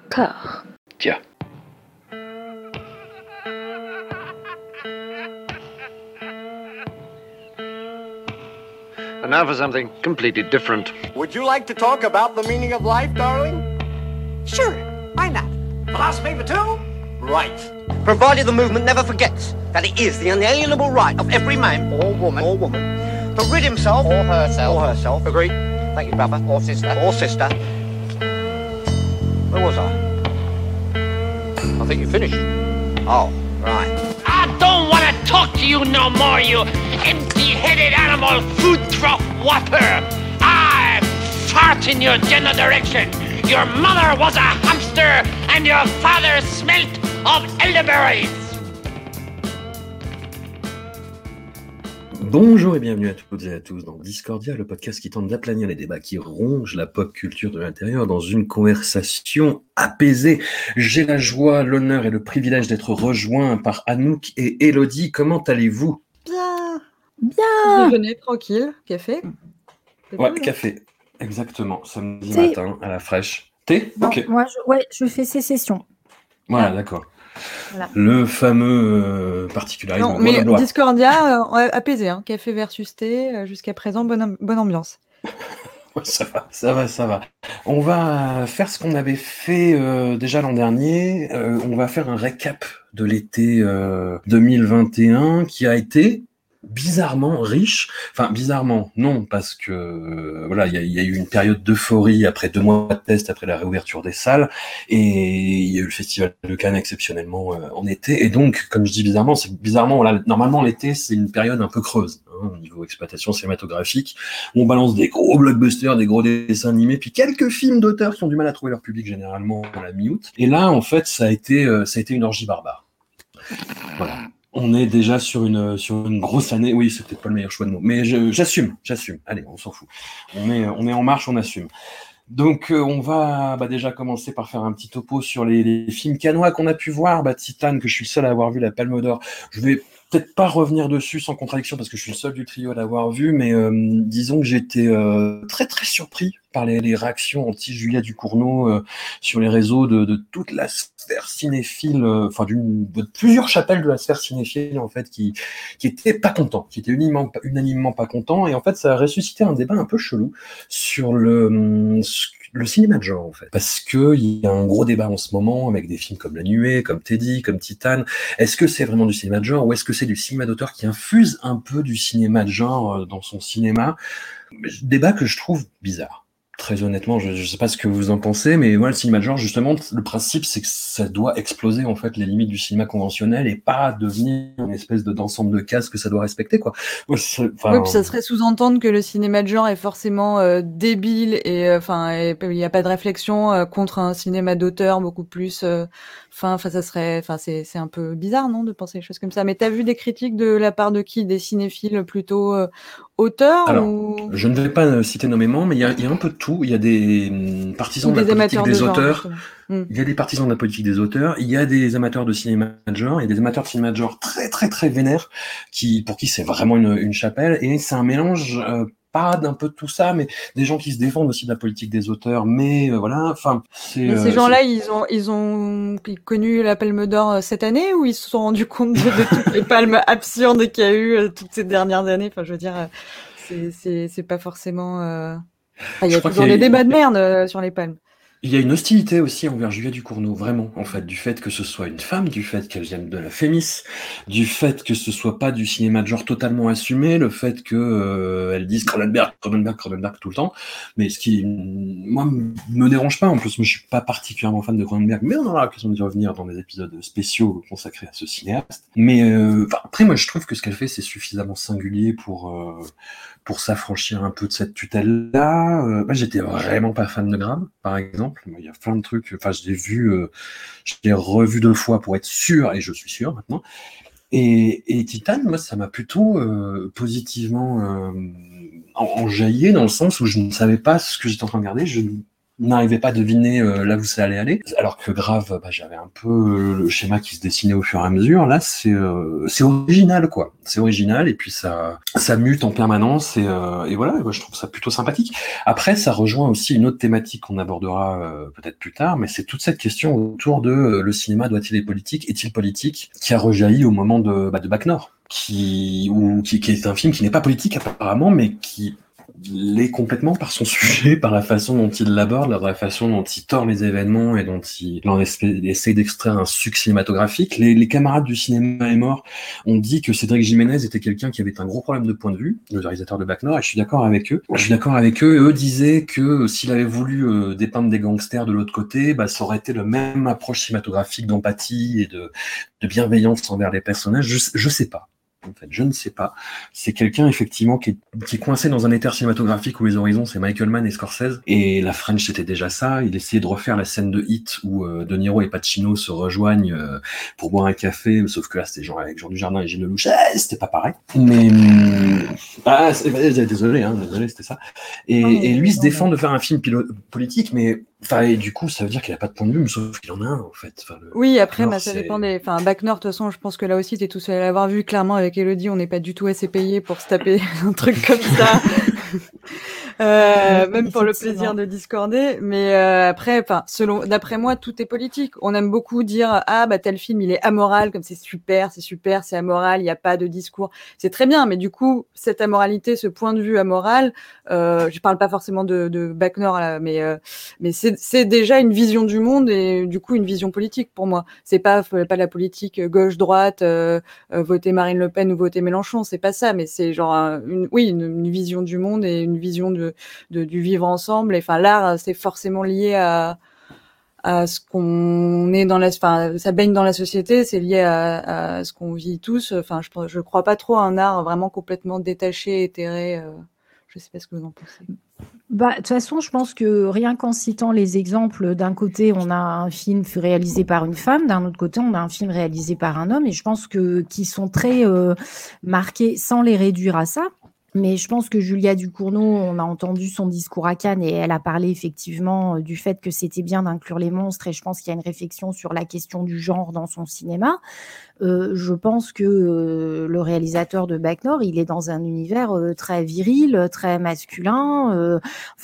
D'accord. Tiens. And now for something completely different. Would you like to talk about the meaning of life, darling? Sure, why not? Philosophy for two? Right. Provided the movement never forgets that it is the unalienable right of every man or woman to rid himself or herself. Agreed. Thank you, brother or sister. Where was I? I think you finished. Oh, right. I don't want to talk to you no more, you empty-headed animal food trough whopper. I fart in your general direction. Your mother was a hamster and your father smelt of elderberries. Bonjour et bienvenue à toutes et à tous dans Discordia, le podcast qui tente d'aplanir les débats qui rongent la pop culture de l'intérieur dans une conversation apaisée. J'ai la joie, l'honneur et le privilège d'être rejoint par Anouk et Elodie. Comment allez-vous ? Bien. Déjeuner tranquille, café. C'est Ouais, cool, hein. café, exactement, samedi Thé. matin à la fraîche. Thé ? Non, Ok, moi, je fais sécession. voilà, d'accord. Voilà. Le fameux particularisme Non, mais grenoblois. Discordia, apaisé, hein. Café versus thé, jusqu'à présent, bonne ambiance. Ouais, ça va. On va faire ce qu'on avait fait déjà l'an dernier. On va faire un récap de l'été 2021 qui a été bizarrement riche. Enfin, bizarrement, non, parce que voilà, il y a eu une période d'euphorie après 2 mois de test, après la réouverture des salles, et il y a eu le Festival de Cannes exceptionnellement en été. Et donc, comme je dis bizarrement, c'est bizarrement, voilà, normalement l'été c'est une période un peu creuse au niveau exploitation cinématographique. On balance des gros blockbusters, des gros dessins animés, puis quelques films d'auteurs qui ont du mal à trouver leur public généralement à la mi-août. Et là, en fait, ça a été une orgie barbare. Voilà. On est déjà sur une grosse année. Oui, c'est peut-être pas le meilleur choix de mots, mais j'assume. Allez, on s'en fout. On est en marche, on assume. Donc, on va déjà commencer par faire un petit topo sur les films cannois qu'on a pu voir. Titane, que je suis le seul à avoir vu, la Palme d'Or. Je vais peut-être pas revenir dessus sans contradiction parce que je suis le seul du trio à l'avoir vu, mais disons que j'ai été très très surpris par les réactions anti-Julia Ducournau sur les réseaux de toute la sphère cinéphile, de plusieurs chapelles de la sphère cinéphile en fait qui étaient pas contents, qui étaient unanimement pas contents, et en fait ça a ressuscité un débat un peu chelou sur le cinéma de genre en fait, parce que il y a un gros débat en ce moment avec des films comme La Nuée, comme Teddy, comme Titane. Est-ce que c'est vraiment du cinéma de genre ou est-ce que c'est du cinéma d'auteur qui infuse un peu du cinéma de genre dans son cinéma ? Débat que je trouve bizarre. Très honnêtement, je sais pas ce que vous en pensez, mais moi, le cinéma de genre, justement, le principe, c'est que ça doit exploser, en fait, les limites du cinéma conventionnel et pas devenir une espèce d'ensemble de cases que ça doit respecter, quoi. Oui, puis ça serait sous-entendre que le cinéma de genre est forcément débile et il n'y a pas de réflexion contre un cinéma d'auteur beaucoup plus. C'est un peu bizarre, non, de penser des choses comme ça. Mais t'as vu des critiques de la part de qui ? Des cinéphiles plutôt auteurs Alors, ou je ne vais pas citer nommément, mais il y a un peu de tout. Il y a des partisans ou de la des politique amateurs des de genre, auteurs. justement. Mm. Il y a des partisans de la politique des auteurs, il y a des amateurs de cinéma de genre, il y a des amateurs de cinéma de genre très très très vénères, pour qui c'est vraiment une chapelle, et c'est un mélange pas d'un peu de tout ça, mais des gens qui se défendent aussi de la politique des auteurs, mais voilà, enfin, c'est... Mais ces gens-là, ils ont connu la Palme d'Or cette année, ou ils se sont rendus compte de toutes les palmes absurdes qu'il y a eu toutes ces dernières années. Enfin, je veux dire, c'est pas forcément... il y a toujours les débats de merde sur les palmes. Il y a une hostilité aussi envers Julia Ducournau, vraiment, en fait, du fait que ce soit une femme, du fait qu'elle vienne de la Fémis, du fait que ce soit pas du cinéma de genre totalement assumé, le fait que elle dise Cronenberg tout le temps, mais ce qui, moi, me dérange pas. En plus, moi, je suis pas particulièrement fan de Cronenberg, mais on aura l'occasion d'y revenir dans des épisodes spéciaux consacrés à ce cinéaste. Mais après, moi, je trouve que ce qu'elle fait, c'est suffisamment singulier pour s'affranchir un peu de cette tutelle-là. Moi, j'étais vraiment pas fan de Grave, par exemple. Il y a plein de trucs. Enfin, je l'ai revu 2 fois pour être sûr, et je suis sûr maintenant. Et Titane, moi, ça m'a plutôt positivement enjaillé, dans le sens où je ne savais pas ce que j'étais en train de regarder. Je n'arrivais pas à deviner là où ça allait aller. Alors que Grave, j'avais un peu le schéma qui se dessinait au fur et à mesure. Là, c'est original, quoi. C'est original, et puis ça mute en permanence, et voilà, je trouve ça plutôt sympathique. Après, ça rejoint aussi une autre thématique qu'on abordera peut-être plus tard, mais c'est toute cette question autour de le cinéma doit-il être politique, est-il politique, qui a rejailli au moment de Bac Nord, qui est un film qui n'est pas politique apparemment, mais qui l'est complètement par son sujet, par la façon dont il l'aborde, la façon dont il tord les événements et dont il essaie d'extraire un suc cinématographique. Les camarades du cinéma est mort ont dit que Cédric Jiménez était quelqu'un qui avait un gros problème de point de vue, le réalisateur de Bac Nord, et je suis d'accord avec eux. Eux disaient que s'il avait voulu dépeindre des gangsters de l'autre côté, ça aurait été le même approche cinématographique d'empathie et de bienveillance envers les personnages. Je sais pas. En fait, je ne sais pas. C'est quelqu'un, effectivement, qui est coincé dans un éther cinématographique où les horizons, c'est Michael Mann et Scorsese. Et La French, c'était déjà ça. Il essayait de refaire la scène de Hit où De Niro et Pacino se rejoignent pour boire un café, sauf que là, c'était genre avec Jean Dujardin et Gilles Lelouch. C'était pas pareil. Mais... désolé, c'était ça. Et lui se défend de faire un film politique, mais... et du coup, ça veut dire qu'il a pas de point de vue, mais sauf qu'il en a un, en fait. Oui, après, ça dépend des... Bac Nord, de toute façon, je pense que là aussi, t'es tout seul à l'avoir vu, clairement, avec Elodie, on n'est pas du tout assez payé pour se taper un truc comme ça. Même pour le plaisir de discorder, mais après, d'après moi, tout est politique. On aime beaucoup dire tel film il est amoral, comme c'est super, c'est amoral, il n'y a pas de discours, c'est très bien, mais du coup cette amoralité, ce point de vue amoral, je parle pas forcément de Bac Nord là, mais c'est déjà une vision du monde et du coup une vision politique pour moi. C'est pas la politique gauche-droite, voter Marine Le Pen ou voter Mélenchon, c'est pas ça, mais c'est genre une vision du monde et une vision du vivre ensemble. Et l'art, c'est forcément lié à ce qu'on est ça baigne dans la société, c'est lié à ce qu'on vit tous. Je crois pas trop à un art vraiment complètement détaché, éthéré. Je sais pas ce que vous en pensez. De toute façon, je pense que rien qu'en citant les exemples, d'un côté, on a un film réalisé par une femme, d'un autre côté, on a un film réalisé par un homme, et je pense qu'ils sont très marqués, sans les réduire à ça. Mais je pense que Julia Ducournau, on a entendu son discours à Cannes et elle a parlé effectivement du fait que c'était bien d'inclure les monstres, et je pense qu'il y a une réflexion sur la question du genre dans son cinéma. Je pense que le réalisateur de Bac Nord, il est dans un univers très viril, très masculin.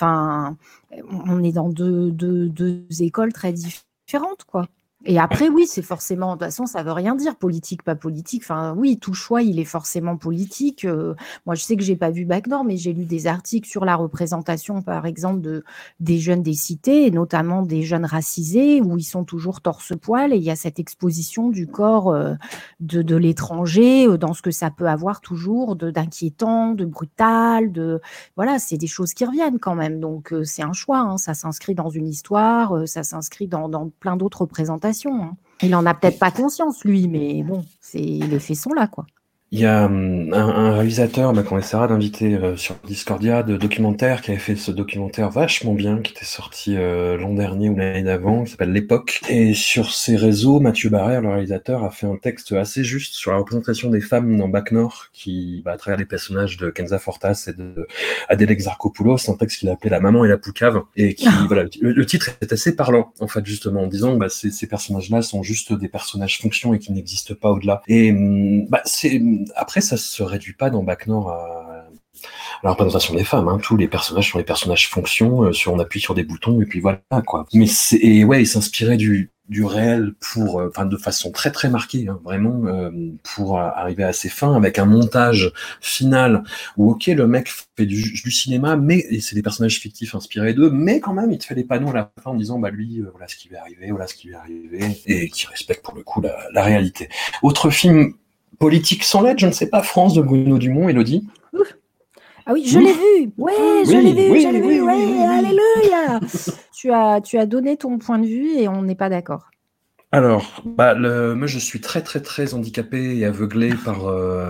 On est dans deux écoles très différentes, quoi. Et après, oui, c'est forcément, de toute façon, ça veut rien dire, politique, pas politique. Oui, tout choix, il est forcément politique. Moi, je sais que j'ai pas vu Bac Nord, mais j'ai lu des articles sur la représentation, par exemple, des jeunes des cités, et notamment des jeunes racisés, où ils sont toujours torse-poil, et il y a cette exposition du corps de l'étranger, dans ce que ça peut avoir toujours d'inquiétant, de brutal, voilà, c'est des choses qui reviennent quand même. Donc, c'est un choix, hein. Ça s'inscrit dans une histoire, ça s'inscrit dans plein d'autres représentations. Il en a peut-être pas conscience, lui, mais bon, les faits sont là, quoi. Il y a un réalisateur qu'on essaiera d'inviter sur Discordia, de documentaire, qui avait fait ce documentaire vachement bien, qui était sorti l'an dernier ou l'année d'avant, qui s'appelle L'Époque. Et sur ses réseaux, Mathieu Barrère, le réalisateur, a fait un texte assez juste sur la représentation des femmes dans Bac Nord, qui, à travers les personnages de Kenza Fortas et de Adèle Exarchopoulos, un texte qu'il a appelé La Maman et la Poucave, et qui, voilà, le titre est assez parlant, en fait, justement, en disant, ces personnages-là sont juste des personnages fonctions et qui n'existent pas au-delà. Et, après, ça se réduit pas dans Bac Nord à la représentation des femmes, hein. Tous les personnages sont les personnages fonctions, on appuie sur des boutons et puis voilà, quoi. Mais il s'inspirait du réel de façon très très marquée, hein, vraiment, pour arriver à ses fins, avec un montage final où ok, le mec fait du cinéma, mais c'est des personnages fictifs inspirés d'eux, mais quand même il te fait des panneaux à la fin en disant lui, voilà ce qui va arriver, et qui respecte pour le coup la réalité. Autre film politique sans lettres, je ne sais pas, France de Bruno Dumont, Elodie. Ah oui, je l'ai vu. Ouais, je l'ai vu. Alléluia. Tu as donné ton point de vue et on n'est pas d'accord. Alors, moi je suis très très très handicapé et aveuglé par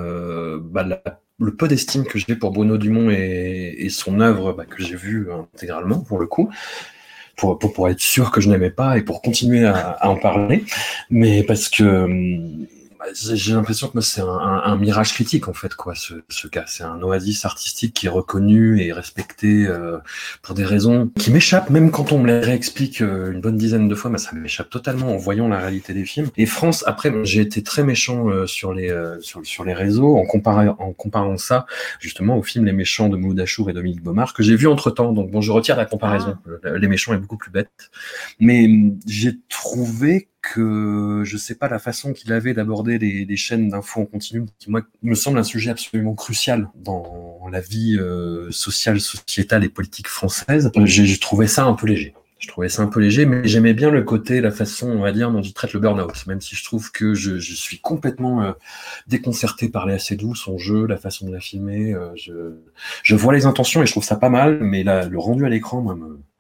le peu d'estime que j'ai pour Bruno Dumont et son œuvre que j'ai vue intégralement pour le coup. Pour être sûr que je n'aimais pas et pour continuer à en parler, mais parce que J'ai l'impression que moi, c'est un mirage critique, en fait, quoi, ce cas. C'est un oasis artistique qui est reconnu et respecté pour des raisons qui m'échappent, même quand on me les réexplique une bonne dizaine de fois, ça m'échappe totalement en voyant la réalité des films. Et France, après, j'ai été très méchant sur les réseaux en comparant ça, justement, au film Les Méchants de Mouloud Achour et Dominique Baumard, que j'ai vu entre-temps. Donc bon, je retire la comparaison. Les Méchants est beaucoup plus bête. Mais j'ai trouvé que, je sais pas, la façon qu'il avait d'aborder les chaînes d'infos en continu, qui, moi, me semble un sujet absolument crucial dans la vie sociale, sociétale et politique française, j'ai trouvé ça un peu léger. Je trouvais ça un peu léger, mais j'aimais bien le côté, la façon, on va dire, dont il traite le burn-out, même si je trouve que je suis complètement déconcerté par Léa Seydoux, son jeu, la façon de la filmer. Je vois les intentions et je trouve ça pas mal, mais là, le rendu à l'écran, moi,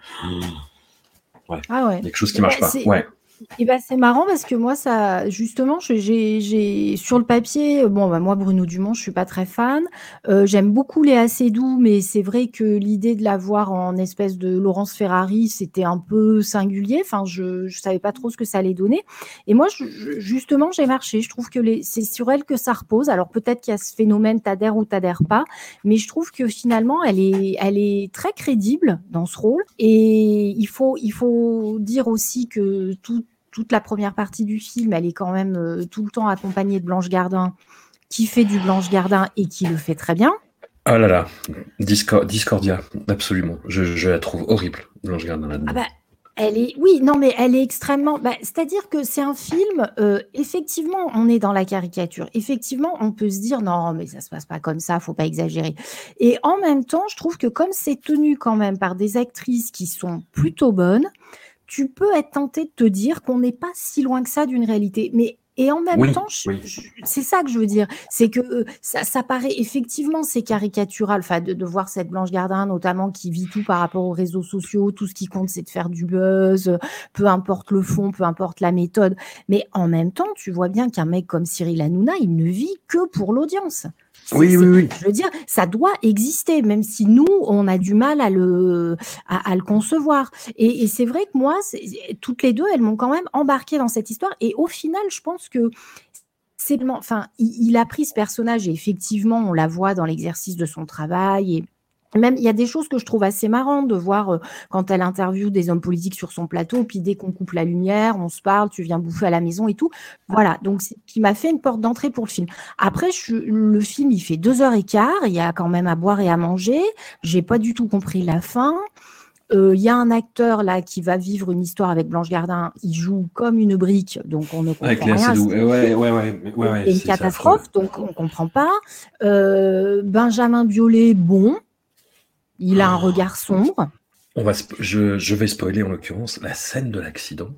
ouais. Ah ouais. Il y a quelque chose qui marche pas. Ouais. Et c'est marrant parce que moi, ça, justement, j'ai sur le papier, moi, Bruno Dumont, je suis pas très fan. J'aime beaucoup Léa Seydoux, mais c'est vrai que l'idée de la voir en espèce de Laurence Ferrari, c'était un peu singulier. Enfin, je savais pas trop ce que ça allait donner. Et moi, justement, j'ai marché. Je trouve que c'est sur elle que ça repose. Alors peut-être qu'il y a ce phénomène, t'adhères ou t'adhères pas, mais je trouve que finalement, elle est très crédible dans ce rôle. Et il faut dire aussi que toute la première partie du film, elle est quand même tout le temps accompagnée de Blanche Gardin, qui fait du Blanche Gardin et qui le fait très bien. Ah là là, Discordia, absolument. Je la trouve horrible, Blanche Gardin là-dedans. Elle est extrêmement. C'est-à-dire que c'est un film. Effectivement, on est dans la caricature. Effectivement, on peut se dire non, mais ça se passe pas comme ça. Faut pas exagérer. Et en même temps, je trouve que comme c'est tenu quand même par des actrices qui sont plutôt bonnes, tu peux être tenté de te dire qu'on n'est pas si loin que ça d'une réalité. Et en même temps, c'est ça que je veux dire. C'est que ça paraît effectivement, c'est caricatural, de voir cette Blanche Gardin, notamment, qui vit tout par rapport aux réseaux sociaux. Tout ce qui compte, c'est de faire du buzz, peu importe le fond, peu importe la méthode. Mais en même temps, tu vois bien qu'un mec comme Cyril Hanouna, il ne vit que pour l'audience. Oui. Je veux dire, ça doit exister, même si nous, on a du mal à le concevoir. Et c'est vrai que moi, toutes les deux, elles m'ont quand même embarquée dans cette histoire. Et au final, je pense que il a pris ce personnage et effectivement, on la voit dans l'exercice de son travail. Et même, il y a des choses que je trouve assez marrantes de voir quand elle interviewe des hommes politiques sur son plateau, puis dès qu'on coupe la lumière, on se parle, tu viens bouffer à la maison et tout. Voilà, donc c'est ce qui m'a fait une porte d'entrée pour le film. Après, le film, il fait 2h15, il y a quand même à boire et à manger. J'ai pas du tout compris la fin. Il y a un acteur là qui va vivre une histoire avec Blanche Gardin, il joue comme une brique, donc on ne comprend avec rien. Ouais, c'est une catastrophe, donc on ne comprend pas. Benjamin Biolay, bon. Il a un regard sombre. Je vais spoiler en l'occurrence la scène de l'accident.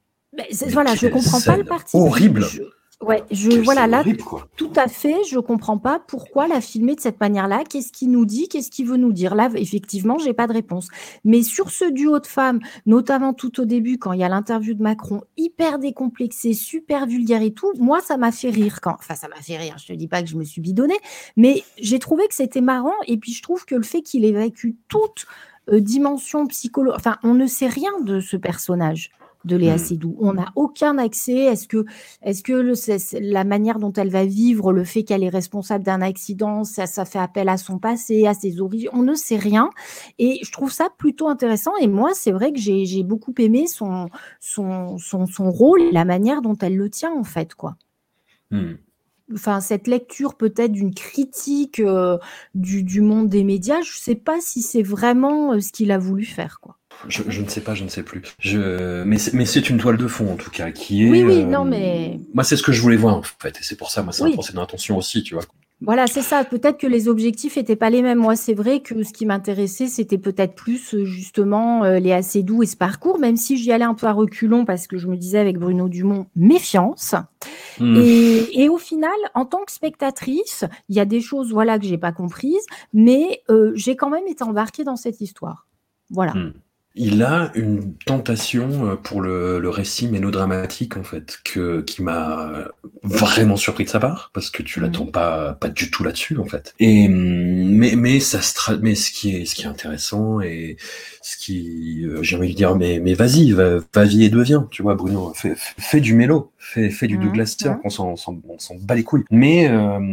Je comprends pas le parti. Horrible. Horrible, quoi. Tout à fait, je comprends pas pourquoi la filmer de cette manière-là. Qu'est-ce qu'il nous dit? Qu'est-ce qu'il veut nous dire? Là, effectivement, j'ai pas de réponse. Mais sur ce duo de femmes, notamment tout au début, quand il y a l'interview de Macron, hyper décomplexée, super vulgaire et tout, moi, ça m'a fait rire. Ça m'a fait rire. Je te dis pas que je me suis bidonnée, mais j'ai trouvé que c'était marrant. Et puis, je trouve que le fait qu'il évacue toute dimension psychologique, on ne sait rien de ce personnage de Léa Seydoux. On n'a aucun accès. Est-ce que la manière dont elle va vivre, le fait qu'elle est responsable d'un accident, ça fait appel à son passé, à ses origines? On ne sait rien. Et je trouve ça plutôt intéressant. Et moi, c'est vrai que j'ai beaucoup aimé son rôle et la manière dont elle le tient, en fait, quoi. Cette lecture peut-être d'une critique du monde des médias, je ne sais pas si c'est vraiment ce qu'il a voulu faire, quoi. Je ne sais pas, je ne sais plus. Mais c'est une toile de fond en tout cas qui est. Oui, non mais. Moi, c'est ce que je voulais voir en fait, et c'est pour ça, moi, c'est un procès d'intention aussi, tu vois. Voilà, c'est ça. Peut-être que les objectifs n'étaient pas les mêmes. Moi, c'est vrai que ce qui m'intéressait, c'était peut-être plus justement Léa Seydoux et ce parcours, même si j'y allais un peu à reculons parce que je me disais avec Bruno Dumont, méfiance. Et au final, en tant que spectatrice, il y a des choses que j'ai pas comprises, mais j'ai quand même été embarquée dans cette histoire. Voilà. Il a une tentation pour le récit mélodramatique, en fait, qui m'a vraiment surpris de sa part, parce que tu l'attends pas du tout là-dessus, en fait. Et, mais ce qui est intéressant et ce qui, j'ai envie de dire, mais vas-y, vas-y et deviens, tu vois, Bruno, fais du mélo, fais du Douglas Sirk, on s'en bat les couilles. Mais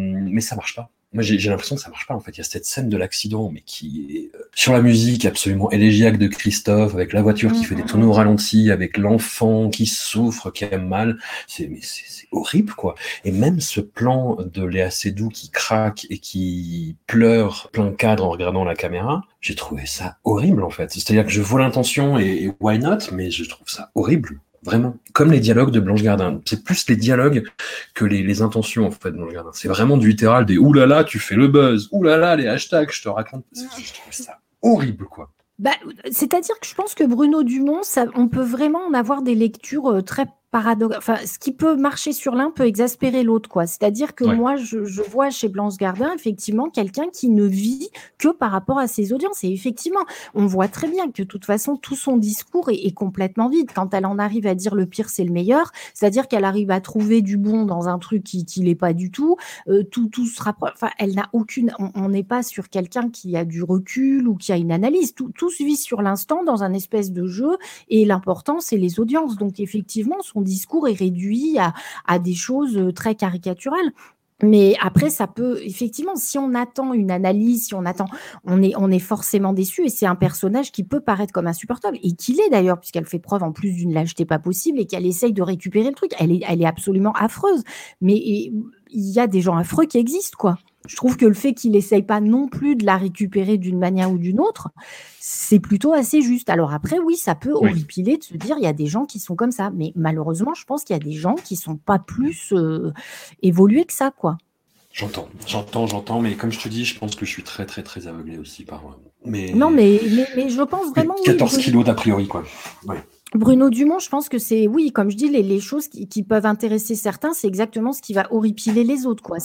ça marche pas. Moi, j'ai l'impression que ça marche pas, en fait. Il y a cette scène de l'accident, mais qui est sur la musique absolument élégiaque de Christophe, avec la voiture qui fait des tonneaux ralentis, avec l'enfant qui souffre, qui a mal. C'est horrible, quoi. Et même ce plan de Léa Seydoux qui craque et qui pleure plein cadre en regardant la caméra, j'ai trouvé ça horrible, en fait. C'est-à-dire que je vois l'intention et why not, mais je trouve ça horrible. Vraiment. Comme les dialogues de Blanche Gardin. C'est plus les dialogues que les intentions, en fait, de Blanche Gardin. C'est vraiment du littéral, des oulala, tu fais le buzz, oulala, les hashtags, je te raconte. Je trouve ça horrible, quoi. Bah, c'est-à-dire que je pense que Bruno Dumont, on peut vraiment en avoir des lectures très paradoxales. Enfin, ce qui peut marcher sur l'un peut exaspérer l'autre, quoi. C'est-à-dire que moi, je vois chez Blanche Gardin, effectivement, quelqu'un qui ne vit que par rapport à ses audiences. Et effectivement, on voit très bien que de toute façon, tout son discours est complètement vide. Quand elle en arrive à dire le pire, c'est le meilleur, c'est-à-dire qu'elle arrive à trouver du bon dans un truc qui l'est pas du tout. Tout se rapproche. Enfin, elle n'a aucune. On n'est pas sur quelqu'un qui a du recul ou qui a une analyse. Tout se vit sur l'instant dans un espèce de jeu. Et l'important, c'est les audiences. Donc, effectivement, son discours est réduit à des choses très caricaturales. Mais après, ça peut, effectivement, si on attend une analyse, on est forcément déçu. Et c'est un personnage qui peut paraître comme insupportable. Et qu'il est d'ailleurs, puisqu'elle fait preuve en plus d'une lâcheté pas possible et qu'elle essaye de récupérer le truc. Elle est absolument affreuse. Mais il y a des gens affreux qui existent, quoi. Je trouve que le fait qu'il essaye pas non plus de la récupérer d'une manière ou d'une autre, c'est plutôt assez juste. Alors après, oui, ça peut horripiler de se dire il y a des gens qui sont comme ça. Mais malheureusement, je pense qu'il y a des gens qui sont pas plus évolués que ça, quoi. J'entends, mais comme je te dis, je pense que je suis très, très, très aveuglé aussi par... Non, mais je pense vraiment... 14 kilos d'a priori, quoi. Ouais. Bruno Dumont, je pense que c'est, oui, comme je dis, les choses qui peuvent intéresser certains, c'est exactement ce qui va horripiler les autres, quoi.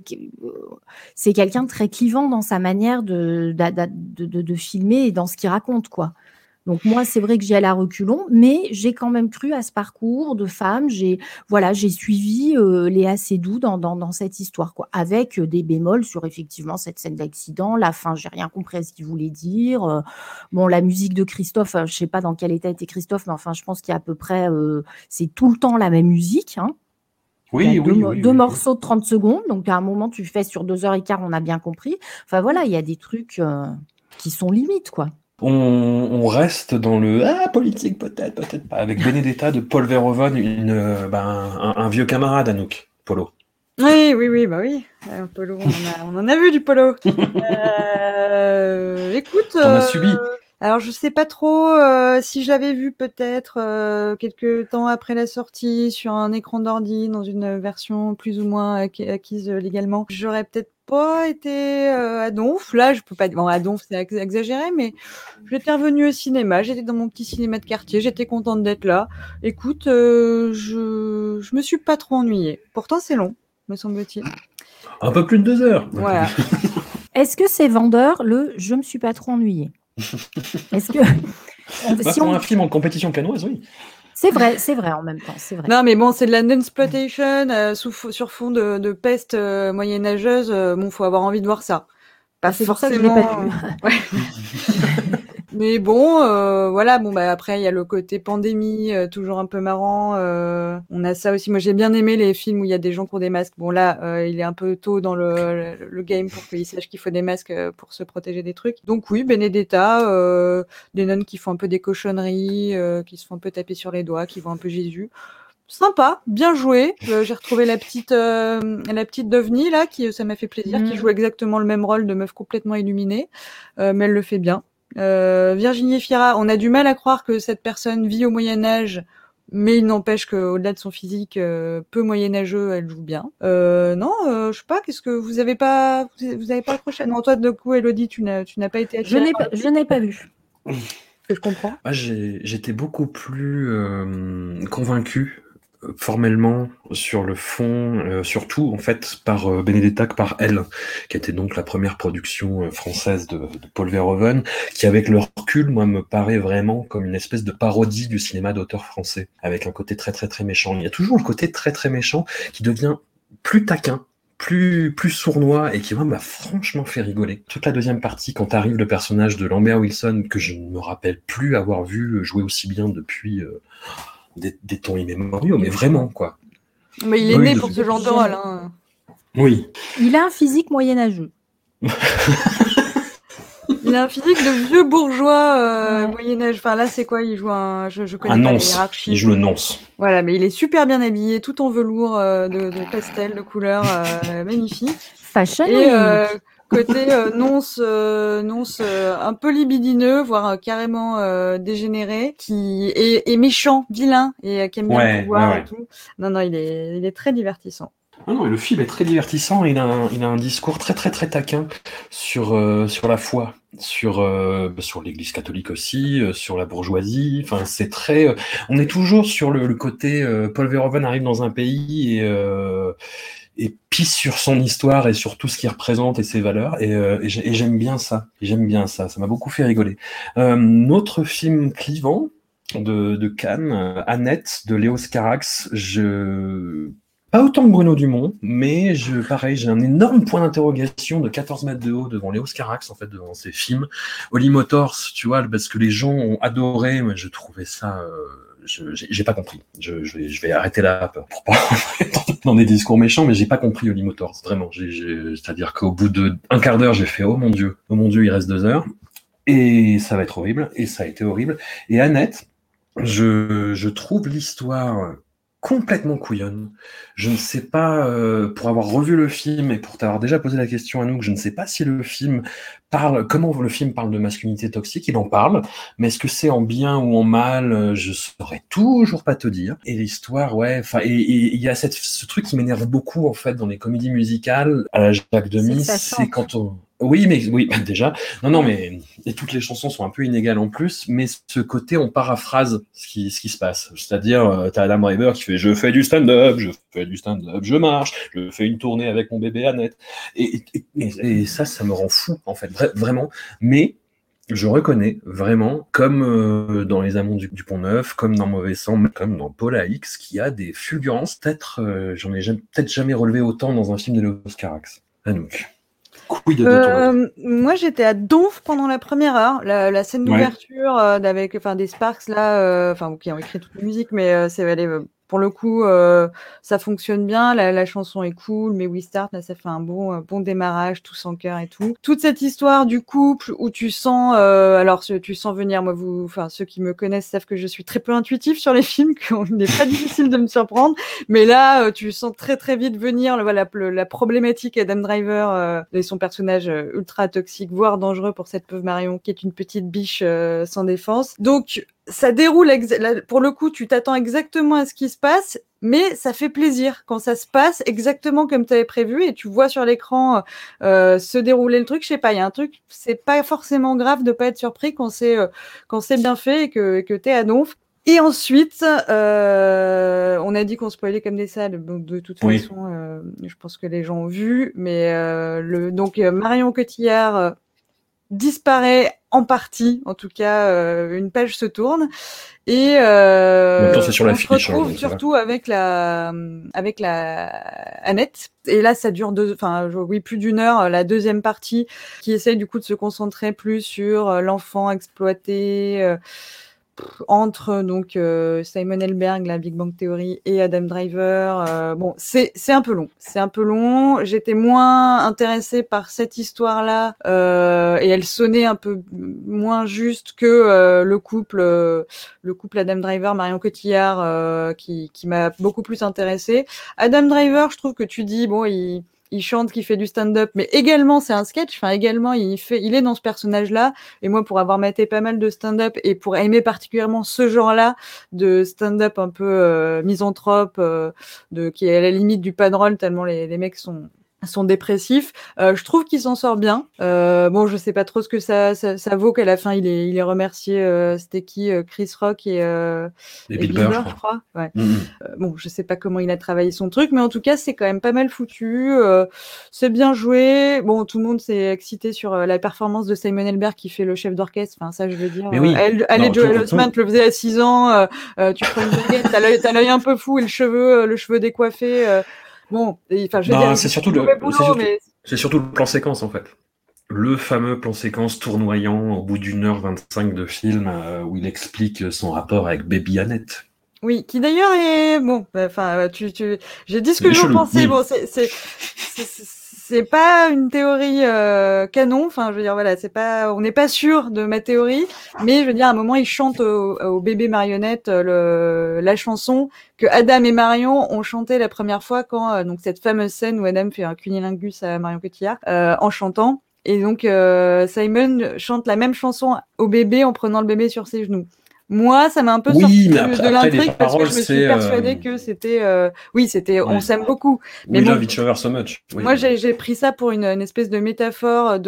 C'est quelqu'un de très clivant dans sa manière de filmer et dans ce qu'il raconte, quoi. Donc moi, c'est vrai que j'y allais à reculons, mais j'ai quand même cru à ce parcours de femme. J'ai suivi Léa Seydoux dans cette histoire, quoi, avec des bémols sur effectivement cette scène d'accident. La fin, j'ai rien compris à ce qu'il voulait dire. Bon, la musique de Christophe, je sais pas dans quel état était Christophe, mais enfin, je pense qu'il y a à peu près, c'est tout le temps la même musique, hein. Oui, deux morceaux de 30 secondes, donc à un moment, tu fais sur 2h15, on a bien compris. Enfin voilà, il y a des trucs qui sont limites, quoi. On reste dans le politique, peut-être pas. Avec Benedetta de Paul Verhoeven, un vieux camarade, Anouk, Polo. Oui, Polo, on en a vu du Polo. Écoute, t'en as subi. Alors je sais pas trop si je l'avais vu peut-être quelques temps après la sortie sur un écran d'ordi dans une version plus ou moins acquise légalement. J'aurais peut-être pas été à Donf. Là, je peux pas dire. Bon, à Donf, c'est exagéré, mais j'étais revenue au cinéma. J'étais dans mon petit cinéma de quartier. J'étais contente d'être là. Écoute, je me suis pas trop ennuyée. Pourtant, c'est long, me semble-t-il. Un peu plus de 2 heures. Voilà. Est-ce que c'est vendeur je me suis pas trop ennuyée? Est-ce que un film en compétition canoise, oui. C'est vrai en même temps, c'est vrai. Non, mais bon, c'est de la non-exploitation sur fond de peste moyenâgeuse. Bon, faut avoir envie de voir ça. Pas c'est forcément. Pour ça que je l'ai pas vu. Ouais. Mais bon, voilà. Bon, bah après, il y a le côté pandémie, toujours un peu marrant. On a ça aussi. Moi, j'ai bien aimé les films où il y a des gens qui ont des masques. Bon, là, il est un peu tôt dans le game pour qu'ils sachent qu'il faut des masques pour se protéger des trucs. Donc oui, Benedetta, des nonnes qui font un peu des cochonneries, qui se font un peu taper sur les doigts, qui voient un peu Jésus. Sympa, bien joué. J'ai retrouvé la petite Dovni là, ça m'a fait plaisir, qui joue exactement le même rôle de meuf complètement illuminée, mais elle le fait bien. Virginie Efira, on a du mal à croire que cette personne vit au Moyen-Âge, mais il n'empêche qu'au-delà de son physique peu moyenâgeux, elle joue bien. Non, je sais pas, qu'est-ce que vous avez pas accroché? Non, toi, de coup, Elodie, tu n'as pas été attirée. Je n'ai pas vu. Que je comprends. J'étais beaucoup plus convaincu formellement, sur le fond, surtout en fait par Benedetta que par Elle, qui était donc la première production française de Paul Verhoeven, qui avec le recul, moi, me paraît vraiment comme une espèce de parodie du cinéma d'auteur français, avec un côté très très très méchant. Il y a toujours le côté très très méchant qui devient plus taquin, plus sournois, et qui m'a franchement fait rigoler. Toute la deuxième partie, quand arrive le personnage de Lambert Wilson, que je ne me rappelle plus avoir vu jouer aussi bien depuis des temps immémoriaux, mais vraiment, quoi. Mais il est né pour ce genre de rôle. Hein. Oui. Il a un physique moyenâgeux. Il a un physique de vieux bourgeois Moyen-Âge. Enfin là, c'est quoi? Il joue je connais pas la hiérarchie. Il joue le nonce. Voilà, mais il est super bien habillé, tout en velours de pastel, de couleurs magnifiques. Fashion. Et côté nonce un peu libidineux, voire carrément dégénéré, qui est méchant, vilain et qui aime bien le pouvoir et tout. Non, il est très divertissant. Ah non, et le film est très divertissant. Il a un discours très très très taquin sur la foi, sur l'Église catholique aussi, sur la bourgeoisie. Enfin, c'est très. On est toujours sur le côté. Paul Verhoeven arrive dans un pays et pisse sur son histoire et sur tout ce qu'il représente et ses valeurs. Et j'aime bien ça. Ça m'a beaucoup fait rigoler. Notre film clivant de Cannes, Annette de Léos Carax. Pas autant que Bruno Dumont, mais j'ai un énorme point d'interrogation de 14 mètres de haut devant Léos Carax, en fait, devant ces films. Holly Motors, tu vois, parce que les gens ont adoré, mais je trouvais ça, j'ai pas compris. Je vais arrêter là pour pas dans des discours méchants, mais j'ai pas compris Holly Motors, vraiment. C'est-à-dire qu'au bout de un quart d'heure, j'ai fait, oh mon Dieu, il reste 2 heures. Et ça va être horrible, et ça a été horrible. Et Annette, je trouve l'histoire complètement couillonne. Je ne sais pas, pour avoir revu le film et pour t'avoir déjà posé la question à nous, je ne sais pas si le film comment le film parle de masculinité toxique. Il en parle, mais est-ce que c'est en bien ou en mal, je saurais toujours pas te dire. Et l'histoire, et il y a ce truc qui m'énerve beaucoup, en fait, dans les comédies musicales, à la Jacques Demy, c'est quand on... Oui, déjà. Non, mais et toutes les chansons sont un peu inégales en plus, mais ce côté, on paraphrase ce qui se passe. C'est-à-dire, t'as Adam Driver qui fait « Je fais du stand-up, je marche, je fais une tournée avec mon bébé Annette. » Et ça me rend fou, en fait, vraiment. Mais je reconnais vraiment, comme dans Les Amants du Pont-Neuf, comme dans Mauvais Sang, comme dans Paul AX, qui a des fulgurances. Peut-être, j'en ai peut-être jamais relevé autant dans un film de Léos Carax. Anouk. Moi, j'étais à Donf pendant la première heure, la scène d'ouverture avec des Sparks là, qui ont écrit toute la musique, mais pour le coup, ça fonctionne bien. La chanson est cool, mais We Start, là, ça fait un bon démarrage, tout sans cœur et tout. Toute cette histoire du couple où tu sens, tu sens venir. Moi, ceux qui me connaissent savent que je suis très peu intuitif sur les films, qu'il n'est pas difficile de me surprendre. Mais là, tu sens très très vite venir la problématique Adam Driver et son personnage ultra toxique, voire dangereux pour cette pauvre Marion, qui est une petite biche sans défense. Donc ça déroule, pour le coup, tu t'attends exactement à ce qui se passe, mais ça fait plaisir quand ça se passe exactement comme tu avais prévu et tu vois sur l'écran se dérouler le truc. Je sais pas, il y a un truc, c'est pas forcément grave de pas être surpris quand c'est bien fait et que t'es à donf. Et ensuite, on a dit qu'on spoilait comme des salles, donc de toute façon, je pense que les gens ont vu, mais Marion Cotillard disparaît en partie, en tout cas, une page se tourne et c'est sur on l'affiche, se retrouve surtout avec la Annette. Et là, ça dure plus d'1 heure, la deuxième partie, qui essaye du coup de se concentrer plus sur l'enfant exploité. Entre Simon Helberg, la Big Bang Theory, et Adam Driver. C'est un peu long. J'étais moins intéressée par cette histoire-là et elle sonnait un peu moins juste que le couple Adam Driver, Marion Cotillard qui m'a beaucoup plus intéressée. Adam Driver, je trouve que tu dis il chante, qu'il fait du stand-up, mais également c'est un sketch. Enfin, également il est dans ce personnage-là. Et moi, pour avoir maté pas mal de stand-up et pour aimer particulièrement ce genre-là de stand-up un peu misanthrope, qui est à la limite du pas drôle tellement les mecs sont sont dépressifs. Je trouve qu'il s'en sort bien. Bon, je sais pas trop ce que ça vaut qu'à la fin il est remercié. C'était qui Chris Rock et Bill Burr, je crois. Ouais. Mhm. Bon, je sais pas comment il a travaillé son truc, mais en tout cas c'est quand même pas mal foutu. C'est bien joué. Bon, tout le monde s'est excité sur la performance de Simon Elbert qui fait le chef d'orchestre. Enfin, ça, je veux dire. Mais oui. Elle et Non, Joel tout- Osment le faisait à 6 ans. Tu prends une baguette, t'as l'œil un peu fou et le cheveu décoiffé. Bon, enfin, je veux Non, dire, c'est surtout mauvais boulot, mais c'est surtout le plan séquence en fait. Le fameux plan séquence tournoyant au bout d'1h25 de film où il explique son rapport avec Baby Annette. oui, qui d'ailleurs est bon. Enfin, j'ai dit ce C'est que j'en chelou, pensais. oui. Bon, c'est pas une théorie canon. Enfin, je veux dire, voilà, on n'est pas sûr de ma théorie, mais je veux dire, à un moment, il chante au bébé marionnette la chanson que Adam et Marion ont chanté la première fois quand donc cette fameuse scène où Adam fait un cunilingus à Marion Cotillard en chantant. Et donc Simon chante la même chanson au bébé en prenant le bébé sur ses genoux. Moi, ça m'a un peu Oui, sorti mais de après, les l'intrigue parce que paroles, je me suis c'est, persuadée que c'était oui, c'était on Ouais. s'aime beaucoup. Mais We bon, love each other so much. Oui. moi j'ai pris ça pour une espèce de métaphore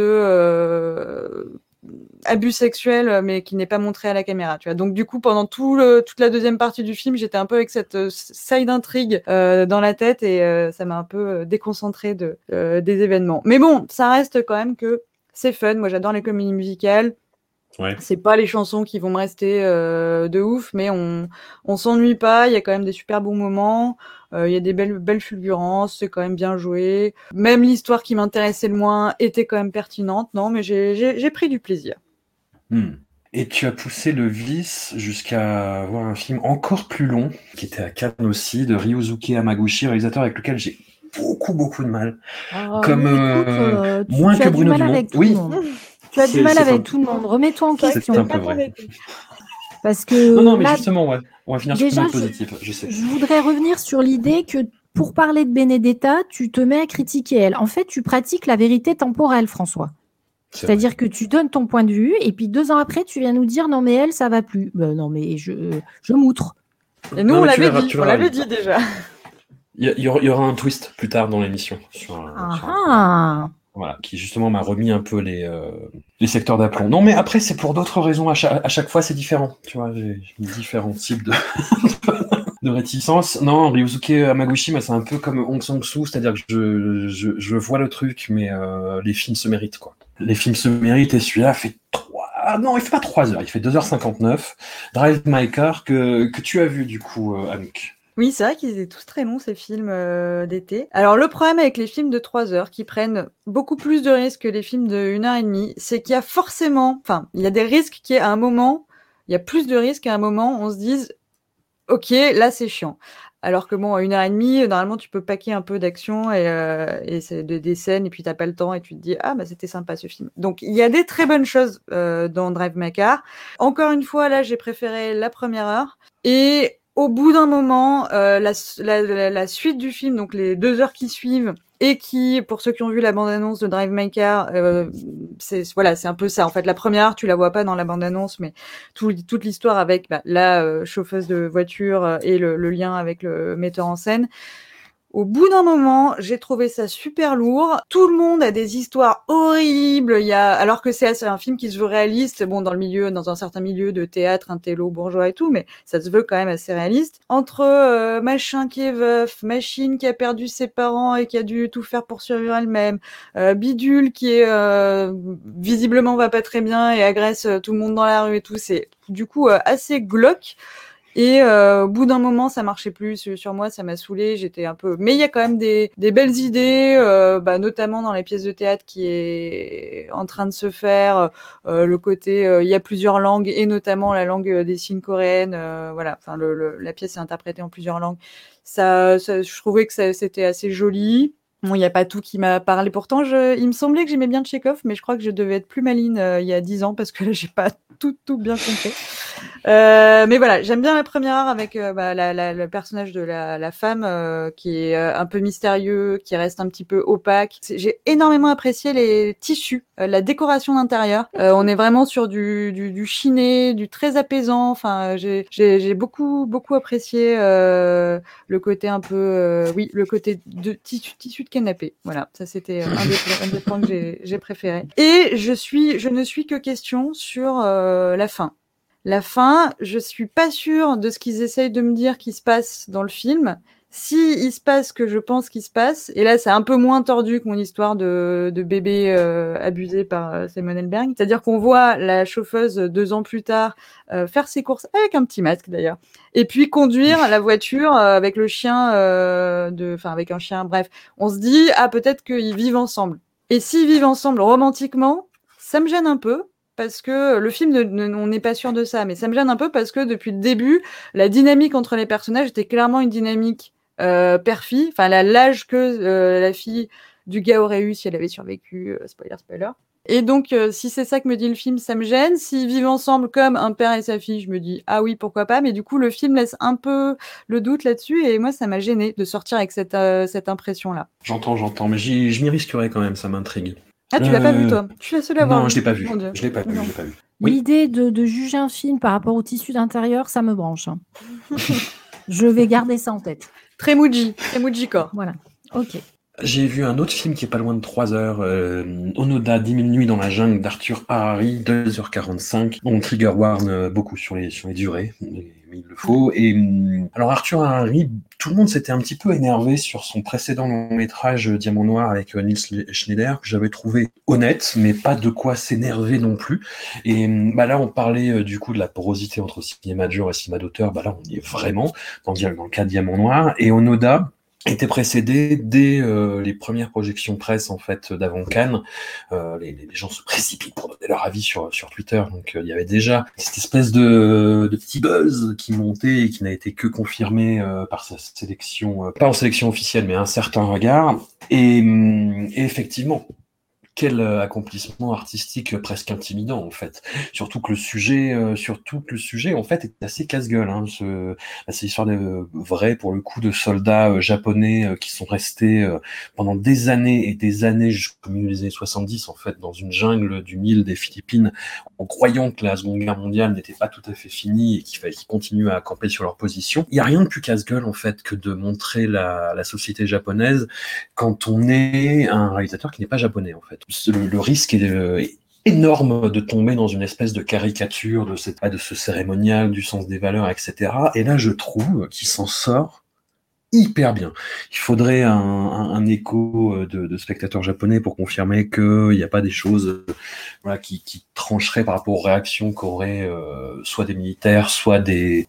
de abus sexuel mais qui n'est pas montré à la caméra, tu vois. Donc du coup pendant toute la deuxième partie du film, j'étais un peu avec cette side intrigue dans la tête et ça m'a un peu déconcentré des événements. Mais bon, ça reste quand même que c'est fun. Moi j'adore les comédies musicales. Ouais. C'est pas les chansons qui vont me rester de ouf, mais on s'ennuie pas. Il y a quand même des super bons moments. Il y a des belles fulgurances. C'est quand même bien joué. Même l'histoire qui m'intéressait le moins était quand même pertinente. Non, mais j'ai pris du plaisir. Et tu as poussé le vice jusqu'à voir un film encore plus long, qui était à Cannes aussi, de Ryusuke Hamaguchi, réalisateur avec lequel j'ai beaucoup de mal. Comme moins que Bruno Dumont. Oui. Tu as du mal avec tout le monde. Remets-toi en question. C'est un peu vrai. Parce que Non, mais là, justement, ouais. On va finir sur déjà, une note positive, je sais. je voudrais revenir sur l'idée que pour parler de Benedetta, tu te mets à critiquer elle. En fait, tu pratiques la vérité temporelle, François. C'est-à-dire que tu donnes ton point de vue et puis 2 ans après, tu viens nous dire non mais elle, ça va plus. Ben, non mais je m'outre. Et nous, on l'avait dit déjà. Il y aura un twist plus tard dans l'émission sur voilà, qui justement m'a remis un peu les secteurs d'aplomb. Non, mais après, c'est pour d'autres raisons. À chaque fois, c'est différent. Tu vois, j'ai différents types de réticence. Non, Ryusuke Hamaguchi, c'est un peu comme Hong Sang-soo, c'est-à-dire que je vois le truc, mais les films se méritent, quoi. Les films se méritent, et celui-là fait 3... Ah non, il fait pas 3 heures, il fait 2h59. Drive My Car, que tu as vu, du coup, Anouk. Oui, c'est vrai qu'ils étaient tous très longs, ces films d'été. Alors, le problème avec les films de 3 heures, qui prennent beaucoup plus de risques que les films de 1h30, c'est qu'il y a forcément... Enfin, il y a des risques qui, à un moment... Il y a plus de risques qu'à un moment, on se dise « Ok, là, c'est chiant ». Alors que bon, à 1h30, normalement, tu peux paquer un peu d'action et c'est des scènes, et puis t'as pas le temps, et tu te dis « Ah, bah c'était sympa, ce film ». Donc, il y a des très bonnes choses dans Drive My Car. Encore une fois, là, j'ai préféré la première heure. Et... Au bout d'un moment, la suite du film, donc les 2 heures qui suivent, et qui, pour ceux qui ont vu la bande-annonce de Drive My Car, c'est un peu ça. En fait, la première heure, tu la vois pas dans la bande-annonce, mais toute l'histoire avec la chauffeuse de voiture et le lien avec le metteur en scène. Au bout d'un moment, j'ai trouvé ça super lourd. Tout le monde a des histoires horribles. Alors que c'est un film qui se veut réaliste, bon, dans un certain milieu de théâtre, intello, bourgeois et tout, mais ça se veut quand même assez réaliste. Entre machin qui est veuf, machine qui a perdu ses parents et qui a dû tout faire pour survivre elle-même, bidule qui est visiblement va pas très bien et agresse tout le monde dans la rue et tout, c'est du coup assez glauque. Et au bout d'un moment, ça marchait plus sur moi, ça m'a saoulée, j'étais un peu... Mais il y a quand même des belles idées, notamment dans les pièces de théâtre qui est en train de se faire, le côté... il y a plusieurs langues, et notamment la langue des signes coréennes, voilà, enfin la pièce est interprétée en plusieurs langues. Ça je trouvais que c'était assez joli. Bon, il n'y a pas tout qui m'a parlé. Pourtant, il me semblait que j'aimais bien Tchekhov, mais je crois que je devais être plus maline il y a 10 ans, parce que là, j'ai pas tout bien compris. Mais voilà, j'aime bien la première heure avec le personnage de la femme qui est un peu mystérieux, qui reste un petit peu opaque. J'ai énormément apprécié les tissus, la décoration d'intérieur. On est vraiment sur du chiné, du très apaisant. Enfin, j'ai beaucoup apprécié le côté un peu, le côté de tissu de canapé. Voilà, ça c'était un des points que j'ai préféré. Et je ne suis que question sur la fin. La fin, je suis pas sûre de ce qu'ils essayent de me dire qui se passe dans le film. Si il se passe ce que je pense qu'il se passe, et là c'est un peu moins tordu que mon histoire de bébé abusé par Simon Helberg, c'est-à-dire qu'on voit la chauffeuse 2 ans plus tard faire ses courses avec un petit masque d'ailleurs, et puis conduire la voiture avec le chien, avec un chien, bref, on se dit peut-être qu'ils vivent ensemble. Et s'ils vivent ensemble romantiquement, ça me gêne un peu. Parce que le film, on n'est pas sûr de ça, mais ça me gêne un peu parce que depuis le début, la dynamique entre les personnages était clairement une dynamique père-fille. Enfin, l'âge que la fille du gars aurait eu si elle avait survécu. Spoiler. Et donc, si c'est ça que me dit le film, ça me gêne. S'ils vivent ensemble comme un père et sa fille, je me dis ah oui, pourquoi pas. Mais du coup, le film laisse un peu le doute là-dessus, et moi, ça m'a gêné de sortir avec cette impression-là. J'entends, mais je m'y risquerais quand même, ça m'intrigue. Ah, tu l'as pas vu, toi? Je suis la seule à voir. Non, je l'ai pas vu. Je l'ai pas vu. Oui. L'idée de juger un film par rapport au tissu d'intérieur, ça me branche. Hein. Je vais garder ça en tête. Très Muji corps. Voilà, ok. J'ai vu un autre film qui est pas loin de 3 heures, Onoda, 10 000 nuits dans la jungle d'Arthur Harari, 2h45. On trigger warn beaucoup sur les durées, mais il le faut. Et alors Arthur Harari, tout le monde s'était un petit peu énervé sur son précédent long métrage Diamant Noir avec Nils Schneider, que j'avais trouvé honnête, mais pas de quoi s'énerver non plus. Et là, on parlait du coup de la porosité entre cinéma de genre et cinéma d'auteur. Là, on y est vraiment dans le cas de Diamant Noir. Et Onoda était précédé dès les premières projections presse en fait d'avant Cannes. Les gens se précipitent pour donner leur avis sur Twitter, donc il y avait déjà cette espèce de petit buzz qui montait et qui n'a été que confirmé par sa sélection, pas en sélection officielle, mais un certain regard. Et effectivement, quel accomplissement artistique presque intimidant en fait. Surtout que le sujet en fait est assez casse-gueule. Hein. C'est l'histoire vraie pour le coup de soldats japonais qui sont restés pendant des années et des années jusqu'au milieu des années 70 en fait dans une jungle du Nil des Philippines en croyant que la Seconde Guerre mondiale n'était pas tout à fait finie et qu'il fallait qu'ils continuent à camper sur leur position. Il y a rien de plus casse-gueule en fait que de montrer la société japonaise quand on est un réalisateur qui n'est pas japonais en fait. Le risque est énorme de tomber dans une espèce de caricature de ce cérémonial, du sens des valeurs, etc. Et là, je trouve qu'il s'en sort hyper bien. Il faudrait un écho de spectateurs japonais pour confirmer qu'il n'y a pas des choses qui trancheraient par rapport aux réactions qu'auraient soit des militaires, soit des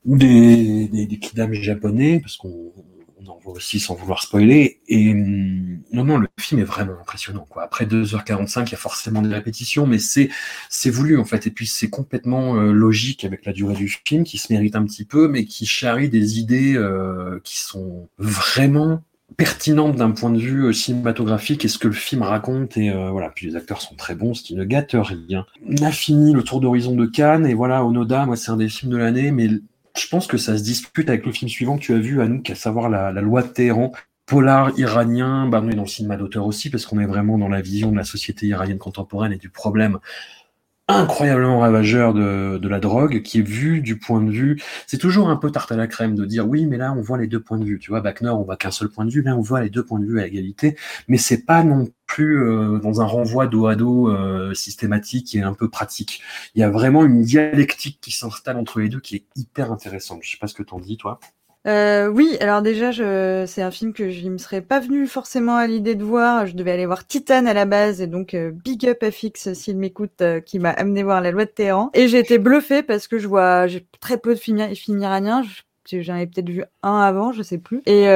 kidams japonais, parce qu'on en voit aussi sans vouloir spoiler. Et non, le film est vraiment impressionnant, quoi. Après 2h45, il y a forcément des répétitions, mais c'est voulu, en fait. Et puis, c'est complètement logique avec la durée du film, qui se mérite un petit peu, mais qui charrie des idées qui sont vraiment pertinentes d'un point de vue cinématographique et ce que le film raconte. Et voilà, puis les acteurs sont très bons, ce qui ne gâte rien. On a fini le tour d'horizon de Cannes, et voilà, Onoda, moi, c'est un des films de l'année, mais je pense que ça se dispute avec le film suivant que tu as vu, Anouk, à savoir la loi de Téhéran, polar iranien. On est dans le cinéma d'auteur aussi, parce qu'on est vraiment dans la vision de la société iranienne contemporaine et du problème incroyablement ravageur de la drogue, qui est vu du point de vue... C'est toujours un peu tarte à la crème de dire, oui, mais là, on voit les deux points de vue. Tu vois, Wagner, on voit qu'un seul point de vue, là, on voit les deux points de vue à égalité, mais c'est pas non plus dans un renvoi dos à dos systématique et un peu pratique. Il y a vraiment une dialectique qui s'installe entre les deux qui est hyper intéressante. Je sais pas ce que t'en dis, toi. Oui, alors déjà, c'est un film que je me serais pas venu forcément à l'idée de voir. Je devais aller voir Titan à la base, et donc big up à Fix s'il m'écoute, qui m'a amené voir La Loi de Téhéran. Et j'ai été bluffée parce que j'ai très peu de films iraniens. J'en avais peut-être vu un avant, je sais plus. Et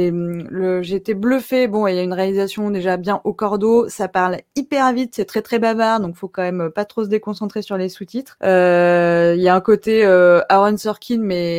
j'ai été bluffée. Bon, il y a une réalisation déjà bien au cordeau. Ça parle hyper vite, c'est très très bavard, donc faut quand même pas trop se déconcentrer sur les sous-titres. Il y a un côté Aaron Sorkin,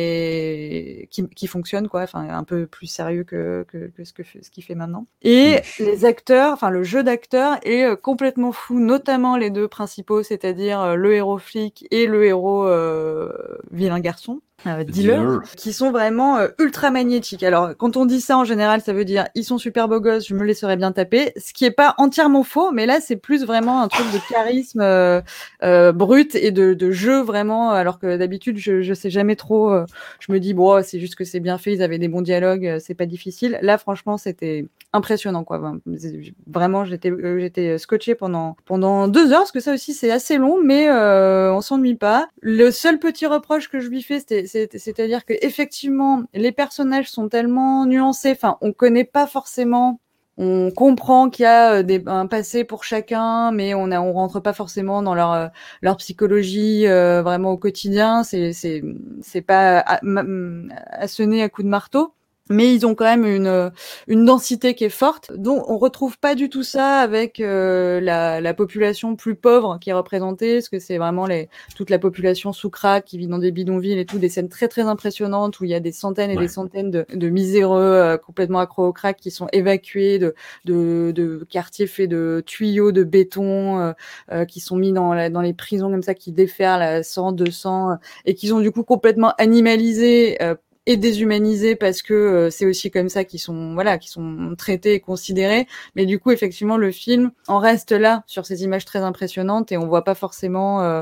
mais qui fonctionne, quoi. Enfin, un peu plus sérieux que ce qu'il fait maintenant. Et les acteurs, enfin le jeu d'acteurs est complètement fou, notamment les deux principaux, c'est-à-dire le héros flic et le héros vilain garçon. dealers, qui sont vraiment ultra magnétiques. Alors, quand on dit ça, en général, ça veut dire ils sont super beaux gosses, je me les serais bien tapés, ce qui est pas entièrement faux, mais là, c'est plus vraiment un truc de charisme brut et de jeu, vraiment, alors que d'habitude, je sais jamais trop, je me dis, bon, c'est juste que c'est bien fait, ils avaient des bons dialogues, c'est pas difficile. Là, franchement, c'était impressionnant, quoi. Vraiment, j'étais scotché pendant 2 heures, parce que ça aussi, c'est assez long, mais on s'ennuie pas. Le seul petit reproche que je lui fais, c'est-à-dire que effectivement les personnages sont tellement nuancés, enfin on connaît pas forcément, on comprend qu'il y a un passé pour chacun, mais on rentre pas forcément dans leur psychologie vraiment au quotidien, c'est pas assené à coups de marteau. Mais ils ont quand même une densité qui est forte, dont on retrouve pas du tout ça avec la population plus pauvre qui est représentée, parce que c'est vraiment toute la population sous crack qui vit dans des bidonvilles et tout, des scènes très très impressionnantes où il y a des centaines et des centaines de miséreux complètement accros au crack qui sont évacués de quartiers faits de tuyaux de béton qui sont mis dans les prisons comme ça, qui déferlent à 100, 200 et qui sont du coup complètement animalisés et déshumanisés, parce que c'est aussi comme ça qu'ils sont traités et considérés. Mais du coup, effectivement, le film en reste là sur ces images très impressionnantes et on voit pas forcément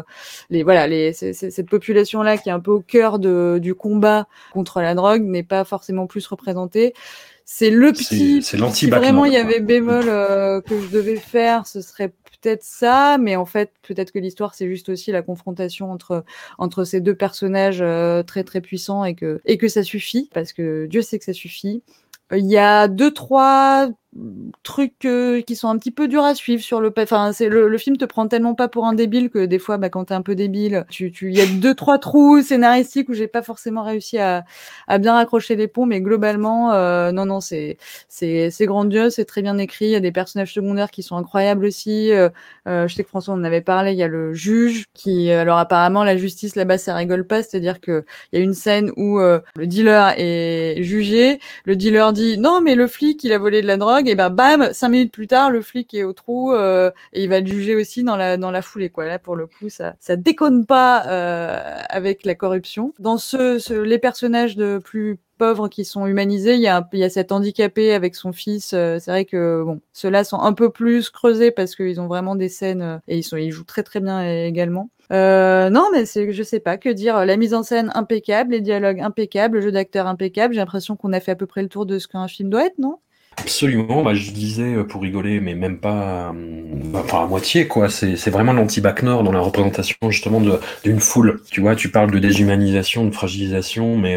cette population là qui est un peu au cœur du combat contre la drogue n'est pas forcément plus représentée. C'est le petit. C'est l'anti-Batman. Si vraiment il y avait bémol que je devais faire, ce serait peut-être ça, mais en fait, peut-être que l'histoire, c'est juste aussi la confrontation entre ces deux personnages très très puissants et que ça suffit, parce que Dieu sait que ça suffit. Il y a 2-3 trucs qui sont un petit peu durs à suivre sur le film te prend tellement pas pour un débile que des fois quand t'es un peu débile, il y a 2-3 trous scénaristiques où j'ai pas forcément réussi à bien raccrocher les ponts, mais globalement non c'est grandiose, c'est très bien écrit, il y a des personnages secondaires qui sont incroyables aussi. Je sais que François en avait parlé, il y a le juge qui, alors apparemment la justice là-bas ça rigole pas, c'est-à-dire que il y a une scène où le dealer est jugé, le dealer dit non mais le flic il a volé de la drogue, et ben bam, 5 minutes plus tard, le flic est au trou et il va le juger aussi dans la foulée, quoi. Là, pour le coup, ça déconne pas avec la corruption. Dans les personnages de plus pauvres qui sont humanisés, il y a cet handicapé avec son fils. C'est vrai que bon, ceux-là sont un peu plus creusés parce qu'ils ont vraiment des scènes et ils jouent très très bien également. Non, mais je sais pas que dire. La mise en scène impeccable, les dialogues impeccables, le jeu d'acteur impeccable. J'ai l'impression qu'on a fait à peu près le tour de ce qu'un film doit être, non ? Absolument, je disais pour rigoler, mais même pas, à moitié, quoi. C'est vraiment l'anti-Bac-Nord dans la représentation justement d'une foule. Tu vois, tu parles de déshumanisation, de fragilisation, mais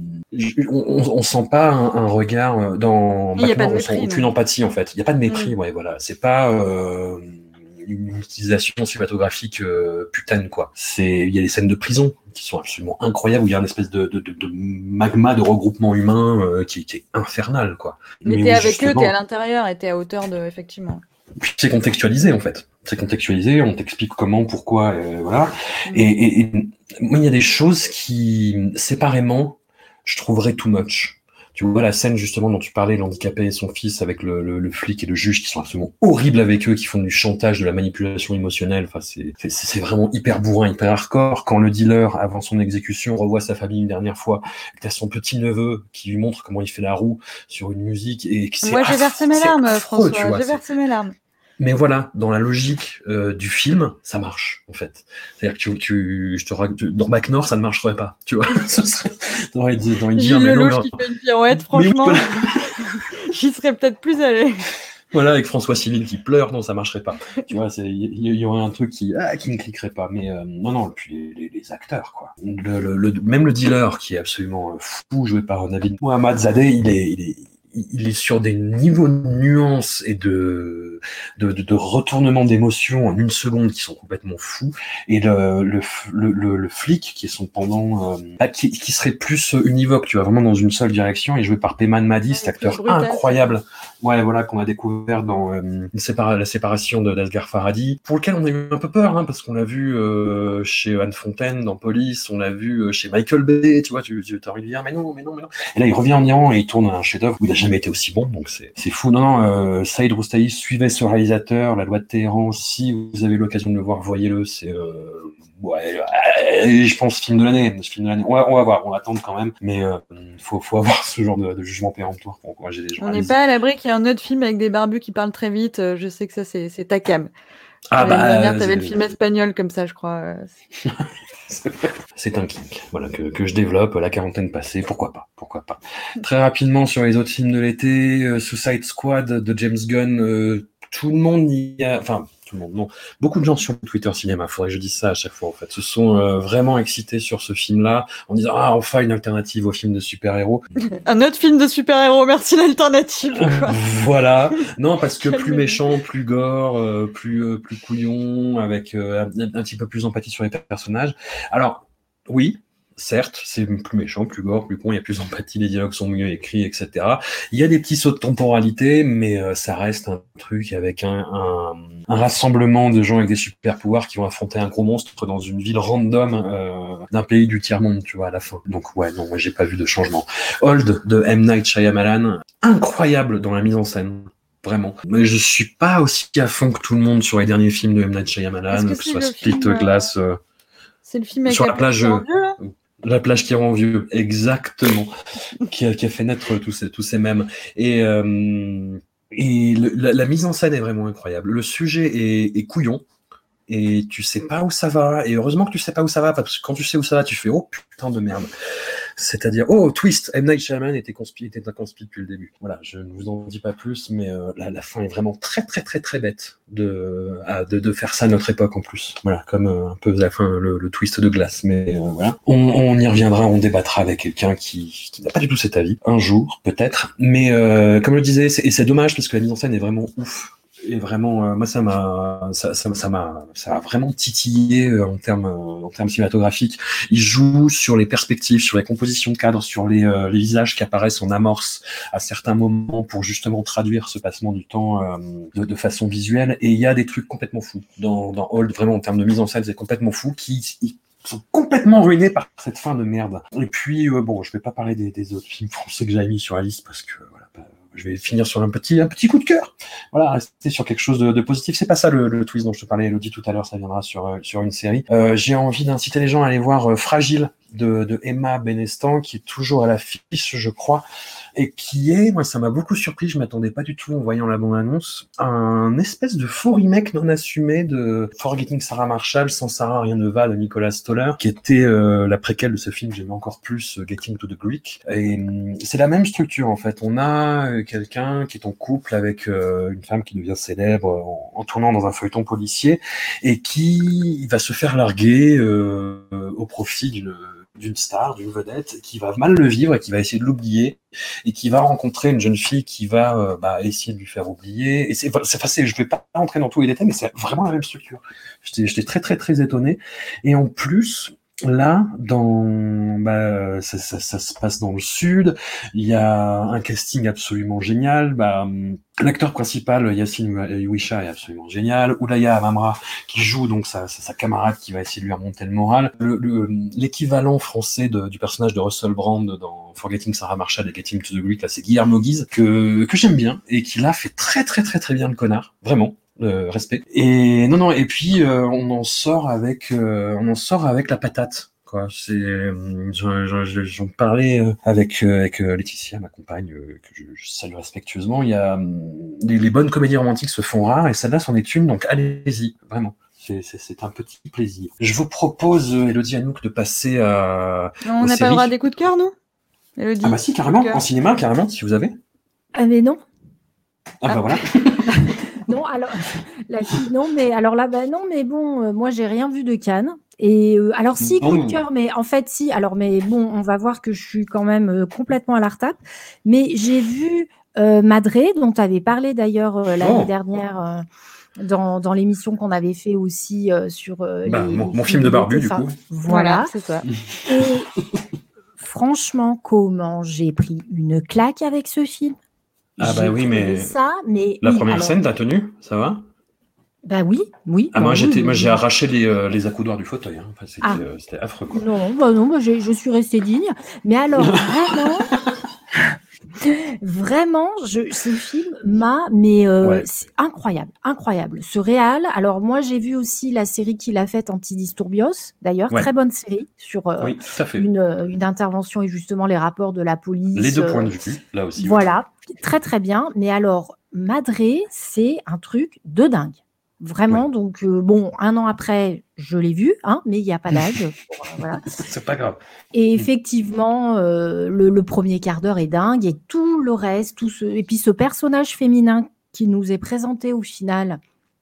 on sent pas un regard dans Bac-Nord, on sent aucune empathie en fait. Il y a pas de mépris, ouais, voilà. C'est pas une utilisation cinématographique putaine, quoi. Il y a des scènes de prison qui sont absolument incroyables, où il y a une espèce de magma de regroupement humain qui est infernal, quoi. Mais t'es avec eux, t'es à l'intérieur et t'es à hauteur effectivement. Puis c'est contextualisé, en fait. C'est contextualisé, on t'explique comment, pourquoi, voilà. Et moi, il y a des choses qui, séparément, je trouverais too much. Tu vois la scène justement dont tu parlais, l'handicapé et son fils avec le flic et le juge qui sont absolument horribles avec eux, qui font du chantage, de la manipulation émotionnelle. Enfin, c'est vraiment hyper bourrin, hyper hardcore. Quand le dealer, avant son exécution, revoit sa famille une dernière fois, que t'as son petit neveu qui lui montre comment il fait la roue sur une musique et que c'est. Moi, j'ai versé mes larmes, François. J'ai versé mes larmes. Mais voilà, dans la logique du film, ça marche en fait. C'est-à-dire que dans Bac-Nord, ça ne marcherait pas, tu vois. T'aurais envie de dire, mais non, qui fait une pirouette, franchement, j'y serais peut-être plus allé. Voilà, avec François Civil qui pleure, non, ça marcherait pas. Tu vois, il y aurait un truc qui ne cliquerait pas. Mais non, puis les acteurs, quoi. Même le dealer qui est absolument fou, joué par Nabil Mohamed Zadeh, il est sur des niveaux de nuances et de retournement d'émotions en une seconde qui sont complètement fous. Et le flic qui est son pendant, qui serait plus univoque, tu vois, vraiment dans une seule direction, est joué par Peyman Madi, cet acteur incroyable. Ouais, voilà, qu'on a découvert dans la séparation d'Asghar Farhadi, pour lequel on a eu un peu peur, parce qu'on l'a vu chez Anne Fontaine dans Police, on l'a vu chez Michael Bay, tu vois, tu as envie de dire, mais non. Et là, il revient en Iran et il tourne un chef-d'œuvre où il n'a jamais été aussi bon, donc c'est fou. Non, Saïd Roustahi suivait ce réalisateur, La Loi de Téhéran. Si vous avez l'occasion de le voir, voyez-le. C'est je pense film de l'année. On va voir, on va attendre quand même, mais faut avoir ce genre de jugement péremptoire pour encourager les gens. On n'est pas à l'abri qu'il y ait un autre film avec des barbus qui parlent très vite. Je sais que ça c'est ta cam. L'année dernière, t'avais le film espagnol comme ça, je crois. C'est un kink, voilà, que je développe, la quarantaine passée, pourquoi pas. Très rapidement sur les autres films de l'été, Suicide Squad de James Gunn, tout le monde y a, enfin, tout le monde, non. Beaucoup de gens sur Twitter Cinéma, faudrait que je dise ça à chaque fois, en fait, se sont vraiment excités sur ce film-là, en disant, enfin, une alternative au film de super-héros. Un autre film de super-héros, merci l'alternative, quoi. Voilà. Non, parce que plus méchant, plus gore, plus couillon, avec un petit peu plus d'empathie sur les personnages. Alors, oui, certes, c'est plus méchant, plus gore, plus con, il y a plus d'empathie, les dialogues sont mieux écrits, etc. Il y a des petits sauts de temporalité, mais ça reste un truc avec un rassemblement de gens avec des super pouvoirs qui vont affronter un gros monstre dans une ville random d'un pays du tiers-monde, tu vois, à la fin. Donc ouais, non, moi j'ai pas vu de changement. Old de M. Night Shyamalan, incroyable dans la mise en scène. Vraiment. Mais je suis pas aussi à fond que tout le monde sur les derniers films de M. Night Shyamalan, que ce soit Split Glass... C'est le film avec sur la plage, vieux, là. La plage qui rend vieux, exactement, qui a fait naître tous ces mèmes. Et la mise en scène est vraiment incroyable. Le sujet est couillon. Et tu sais pas où ça va. Et heureusement que tu sais pas où ça va, parce que quand tu sais où ça va, tu fais oh putain de merde. C'est-à-dire oh twist, M. Night Shyamalan était un conspi depuis le début. Voilà, je ne vous en dis pas plus, mais la fin est vraiment très très très très bête de faire ça à notre époque en plus. Voilà, comme un peu la fin le twist de Glace. Mais voilà, on y reviendra, on débattra avec quelqu'un qui n'a pas du tout cet avis un jour peut-être. Mais comme je le disais, c'est dommage parce que la mise en scène est vraiment ouf. Et vraiment, moi, ça a vraiment titillé en termes cinématographiques. Il joue sur les perspectives, sur les compositions de cadres, sur les visages qui apparaissent en amorce à certains moments pour justement traduire ce passement du temps de façon visuelle. Et il y a des trucs complètement fous dans Old, vraiment en termes de mise en scène, c'est complètement fou, qui sont complètement ruinés par cette fin de merde. Et puis, bon, je vais pas parler des autres films français que j'avais mis sur la liste parce que voilà. Je vais finir sur un petit coup de cœur. Voilà, rester sur quelque chose de positif. C'est pas ça le twist dont je te parlais, Elodie, tout à l'heure. Ça viendra sur une série. J'ai envie d'inciter les gens à aller voir Fragile de Emma Benestan, qui est toujours à l'affiche, je crois, et qui est, moi, ça m'a beaucoup surpris. Je m'attendais pas du tout en voyant la bande-annonce. Un espèce de faux remake non assumé de Forgetting Sarah Marshall, Sans Sarah rien ne va de Nicolas Stoller, qui était la préquelle de ce film que j'aimais encore plus, Getting to the Greek. Et c'est la même structure en fait. On a quelqu'un qui est en couple avec une femme qui devient célèbre en tournant dans un feuilleton policier et qui va se faire larguer au profit d'une star, d'une vedette, qui va mal le vivre et qui va essayer de l'oublier et qui va rencontrer une jeune fille qui va essayer de lui faire oublier. Et je vais pas rentrer dans tous les détails, mais c'est vraiment la même structure. J'étais très très très étonné. Et en plus, là, ça se passe dans le sud. Il y a un casting absolument génial. L'acteur principal, Yassine Ouisha, est absolument génial. Oulaya Amamra, qui joue donc sa camarade qui va essayer de lui remonter le moral. L'équivalent français du personnage de Russell Brand dans Forgetting Sarah Marshall et Getting to the Greek, là, c'est Guillermo Guise, que j'aime bien et qui là fait très très très très bien le connard, vraiment. Respect. Et non, et puis on en sort avec la patate. Quoi. J'en parlais avec Laetitia, ma compagne, que je salue respectueusement. Il y a les bonnes comédies romantiques se font rares et celle-là c'en est une, donc allez-y, vraiment. C'est un petit plaisir. Je vous propose, Elodie Hanouk, de passer à. On n'a pas le droit à des coups de cœur, nous, Elodie? Ah bah si, carrément, en cinéma, carrément, si vous avez. Ah mais non. Ah bah voilà. Non, alors non, mais alors là, non, mais bon, moi j'ai rien vu de Cannes. Et alors si, coup de cœur, mais en fait si. Alors mais bon, on va voir que je suis quand même complètement à la retape. Mais j'ai vu Madré, dont tu avais parlé d'ailleurs l'année dernière. Dans l'émission qu'on avait fait aussi sur mon film de barbu, du coup. Voilà, c'est ça. Et franchement, comment j'ai pris une claque avec ce film. Ah bah oui, mais la première scène, t'as tenu, ça va? Bah oui. Ah moi j'ai arraché les accoudoirs du fauteuil. Hein. Enfin, c'était affreux quoi. Non, je suis restée digne. Mais alors Vraiment, ce film c'est incroyable. Ce réal. Alors moi, j'ai vu aussi la série qu'il a faite Antidisturbios, d'ailleurs, Ouais. très bonne série sur Oui, tout à fait. une intervention et justement les rapports de la police. Les deux points de vue, là aussi. Voilà, très très bien. Mais alors, Madré, c'est un truc de dingue. Vraiment, donc bon, 1 an après, je l'ai vu, hein, mais il n'y a pas d'âge. Voilà. C'est pas grave. Et effectivement, le premier quart d'heure est dingue et tout le reste, et puis ce personnage féminin qui nous est présenté au final,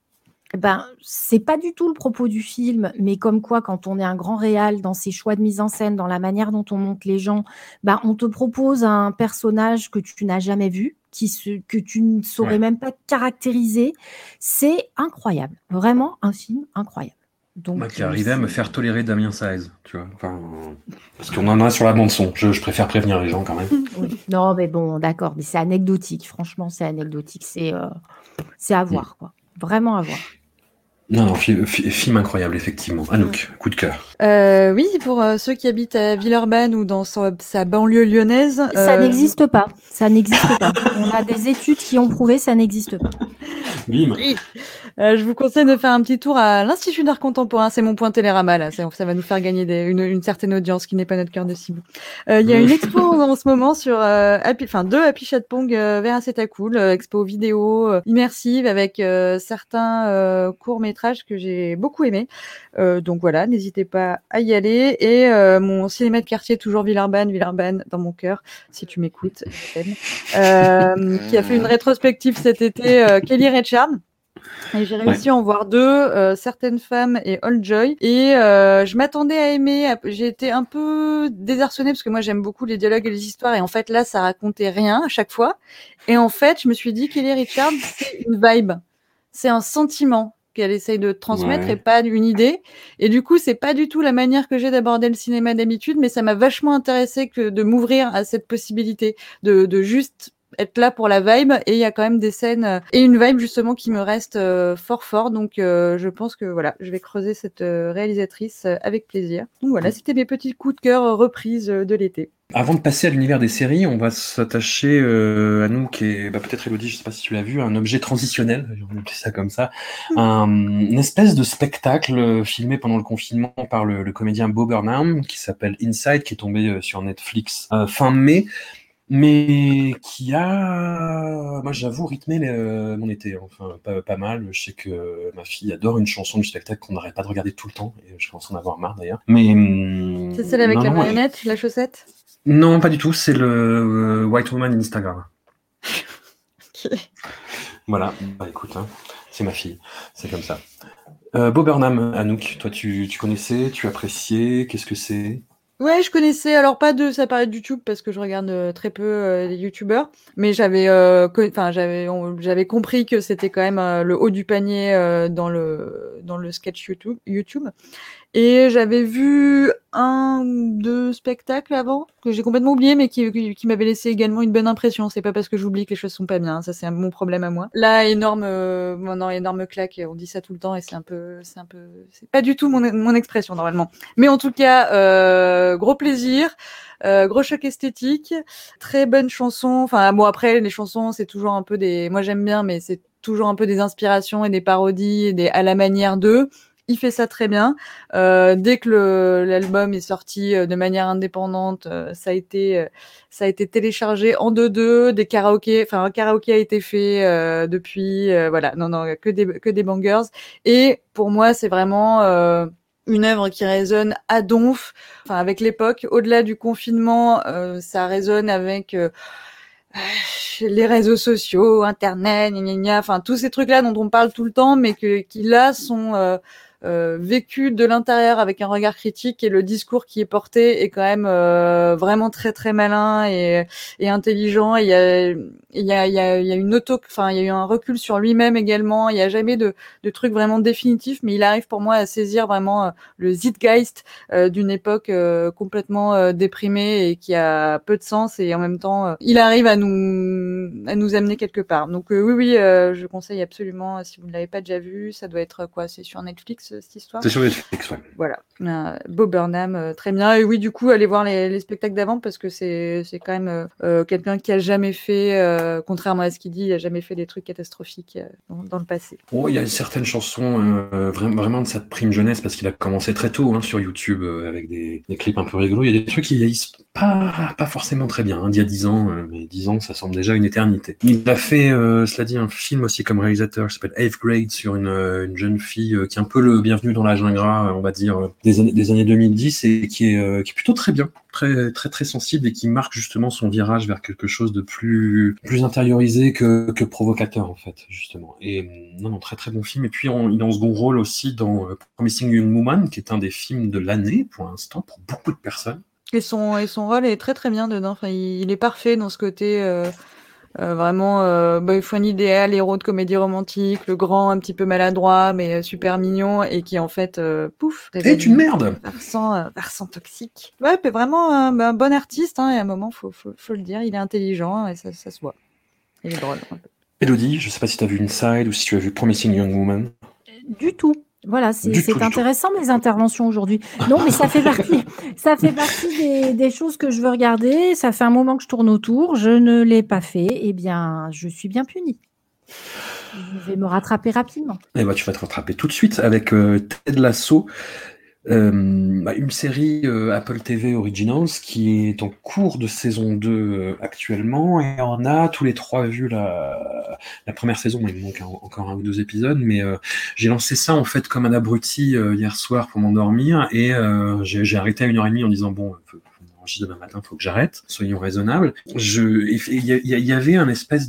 ben c'est pas du tout le propos du film, mais comme quoi quand on est un grand réal dans ses choix de mise en scène, dans la manière dont on monte les gens, ben on te propose un personnage que tu n'as jamais vu, que tu ne saurais même pas caractériser. C'est incroyable, vraiment un film incroyable. Donc, Moi qui arrivais à me faire tolérer Damien Saez, tu vois. Enfin, parce qu'on en a sur la bande son. Je préfère prévenir les gens quand même. Oui. Non, mais bon, d'accord, mais c'est anecdotique. Franchement, c'est anecdotique. C'est à voir, quoi. Vraiment à voir. Non, film incroyable, effectivement. Anouk, coup de cœur. Oui, pour ceux qui habitent à Villeurbanne ou dans sa banlieue lyonnaise. Ça n'existe pas. Ça n'existe pas. On a des études qui ont prouvé ça n'existe pas. Bim. Oui. Je vous conseille de faire un petit tour à l'Institut d'art contemporain. C'est mon point Télérama, là. Ça va nous faire gagner une certaine audience qui n'est pas notre cœur de cible. Il y a une expo en ce moment sur deux Happy Chat Pong vers C'est cool, expo vidéo immersive avec certains courts-métrages que j'ai beaucoup aimés. Donc voilà, n'hésitez pas à y aller. Et mon cinéma de quartier, toujours Villeurbanne dans mon cœur, si tu m'écoutes, je t'aime. Qui a fait une rétrospective cet été, Kelly Richard. Et j'ai réussi à en voir 2, Certaines femmes et Old Joy. Et je m'attendais à aimer. J'ai été un peu désarçonnée parce que moi j'aime beaucoup les dialogues et les histoires. Et en fait là, ça racontait rien à chaque fois. Et en fait, je me suis dit Kelly Richard, c'est une vibe, c'est un sentiment qu'elle essaye de transmettre et pas une idée. Et du coup, c'est pas du tout la manière que j'ai d'aborder le cinéma d'habitude, mais ça m'a vachement intéressée de m'ouvrir à cette possibilité de juste être là pour la vibe. Et il y a quand même des scènes et une vibe justement qui me reste fort. Donc je pense que voilà, je vais creuser cette réalisatrice avec plaisir. Donc voilà, c'était mes petits coups de cœur reprises de l'été. Avant de passer à l'univers des séries, on va s'attacher à nous, peut-être Elodie, je sais pas si tu l'as vu, un objet transitionnel, on appelle ça comme ça, une espèce de spectacle filmé pendant le confinement par le comédien Bo Burnham, qui s'appelle Inside, qui est tombé sur Netflix fin mai, mais qui a, moi j'avoue, rythmé mon été, enfin pas mal. Je sais que ma fille adore une chanson du spectacle qu'on n'arrête pas de regarder tout le temps, et je commence à en avoir marre d'ailleurs. Mais c'est celle avec la marionnette, la chaussette? Non, pas du tout, c'est le White Woman Instagram. Okay. Voilà, bah écoute, hein, c'est ma fille, c'est comme ça. Bo Burnham, Anouk, toi tu connaissais, tu appréciais, qu'est-ce que c'est ? Ouais, je connaissais, alors pas de ça paraît de YouTube parce que je regarde très peu les YouTubeurs, mais j'avais compris que c'était quand même le haut du panier dans le sketch YouTube. Et j'avais vu 1 ou 2 spectacles avant, que j'ai complètement oublié, mais qui m'avaient laissé également une bonne impression. C'est pas parce que j'oublie que les choses sont pas bien, ça c'est mon problème à moi. Là, énorme claque, on dit ça tout le temps et c'est pas du tout mon expression normalement. Mais en tout cas, gros plaisir, gros choc esthétique, très bonne chanson. Enfin bon, après les chansons c'est toujours un peu moi j'aime bien, mais c'est toujours un peu des inspirations et des parodies et à la manière d'eux. Il fait ça très bien. Dès que l'album est sorti de manière indépendante, ça a été téléchargé en 2-2, des karaokés. Enfin, un karaoké a été fait depuis. Voilà, non, que des bangers. Et pour moi, c'est vraiment une œuvre qui résonne à donf. Enfin, avec l'époque, au-delà du confinement, ça résonne avec les réseaux sociaux, Internet, enfin tous ces trucs-là dont on parle tout le temps, mais qui là sont vécu de l'intérieur avec un regard critique, et le discours qui est porté est quand même vraiment très très malin et intelligent. Il y a une il y a eu un recul sur lui-même également. Il y a jamais de trucs vraiment définitifs, mais il arrive pour moi à saisir vraiment le zeitgeist d'une époque complètement déprimée et qui a peu de sens, et en même temps il arrive à nous nous amener quelque part. Donc oui, je conseille absolument, si vous ne l'avez pas déjà vu, ça doit être quoi? C'est sur Netflix, cette histoire? C'est sur Netflix, ouais. Voilà. Bo Burnham, très bien. Et oui, du coup, allez voir les spectacles d'avant parce que c'est quand même quelqu'un qui a jamais fait, contrairement à ce qu'il dit, il a jamais fait des trucs catastrophiques dans le passé. Oh, il y a certaines chansons vraiment de sa prime jeunesse parce qu'il a commencé très tôt sur YouTube avec des clips un peu rigolos. Il y a des trucs qui vieillissent pas forcément très bien. D'il y a 10 ans, mais 10 ans, ça semble déjà une éternité. Il a fait, cela dit, un film aussi comme réalisateur qui s'appelle 8th Grade sur une jeune fille qui est un peu le bienvenu dans l'âge ingrat, on va dire, des années 2010 et qui est plutôt très bien, très très très sensible et qui marque justement son virage vers quelque chose de plus intériorisé que provocateur en fait, justement. Et non, très très bon film. Et puis il est en second rôle aussi dans Promising Young Woman, qui est un des films de l'année pour l'instant pour beaucoup de personnes. Et son rôle est très très bien dedans. Enfin, il est parfait dans ce côté vraiment il faut un idéal héros de comédie romantique, le grand, un petit peu maladroit, mais super mignon et qui en fait est une merde. Versant toxique. Ouais, mais vraiment un bon artiste. Et à un moment, faut le dire, il est intelligent et ça se voit. Il est drôle. Élodie, je sais pas si tu as vu Inside ou si tu as vu Promising Young Woman. Du tout. Voilà, c'est intéressant mes interventions aujourd'hui. Non, mais ça fait partie des choses que je veux regarder. Ça fait un moment que je tourne autour. Je ne l'ai pas fait. Eh bien, je suis bien punie. Je vais me rattraper rapidement. Eh ben, tu vas te rattraper tout de suite avec Ted Lasso. Une série Apple TV Originals qui est en cours de saison 2 actuellement et on a tous les 3 vu la première saison. Il me manque encore 1 ou 2 épisodes, mais j'ai lancé ça en fait comme un abruti hier soir pour m'endormir et j'ai arrêté à 1h30 en disant bon, demain matin, faut que j'arrête, soyons raisonnables. Il y avait un espèce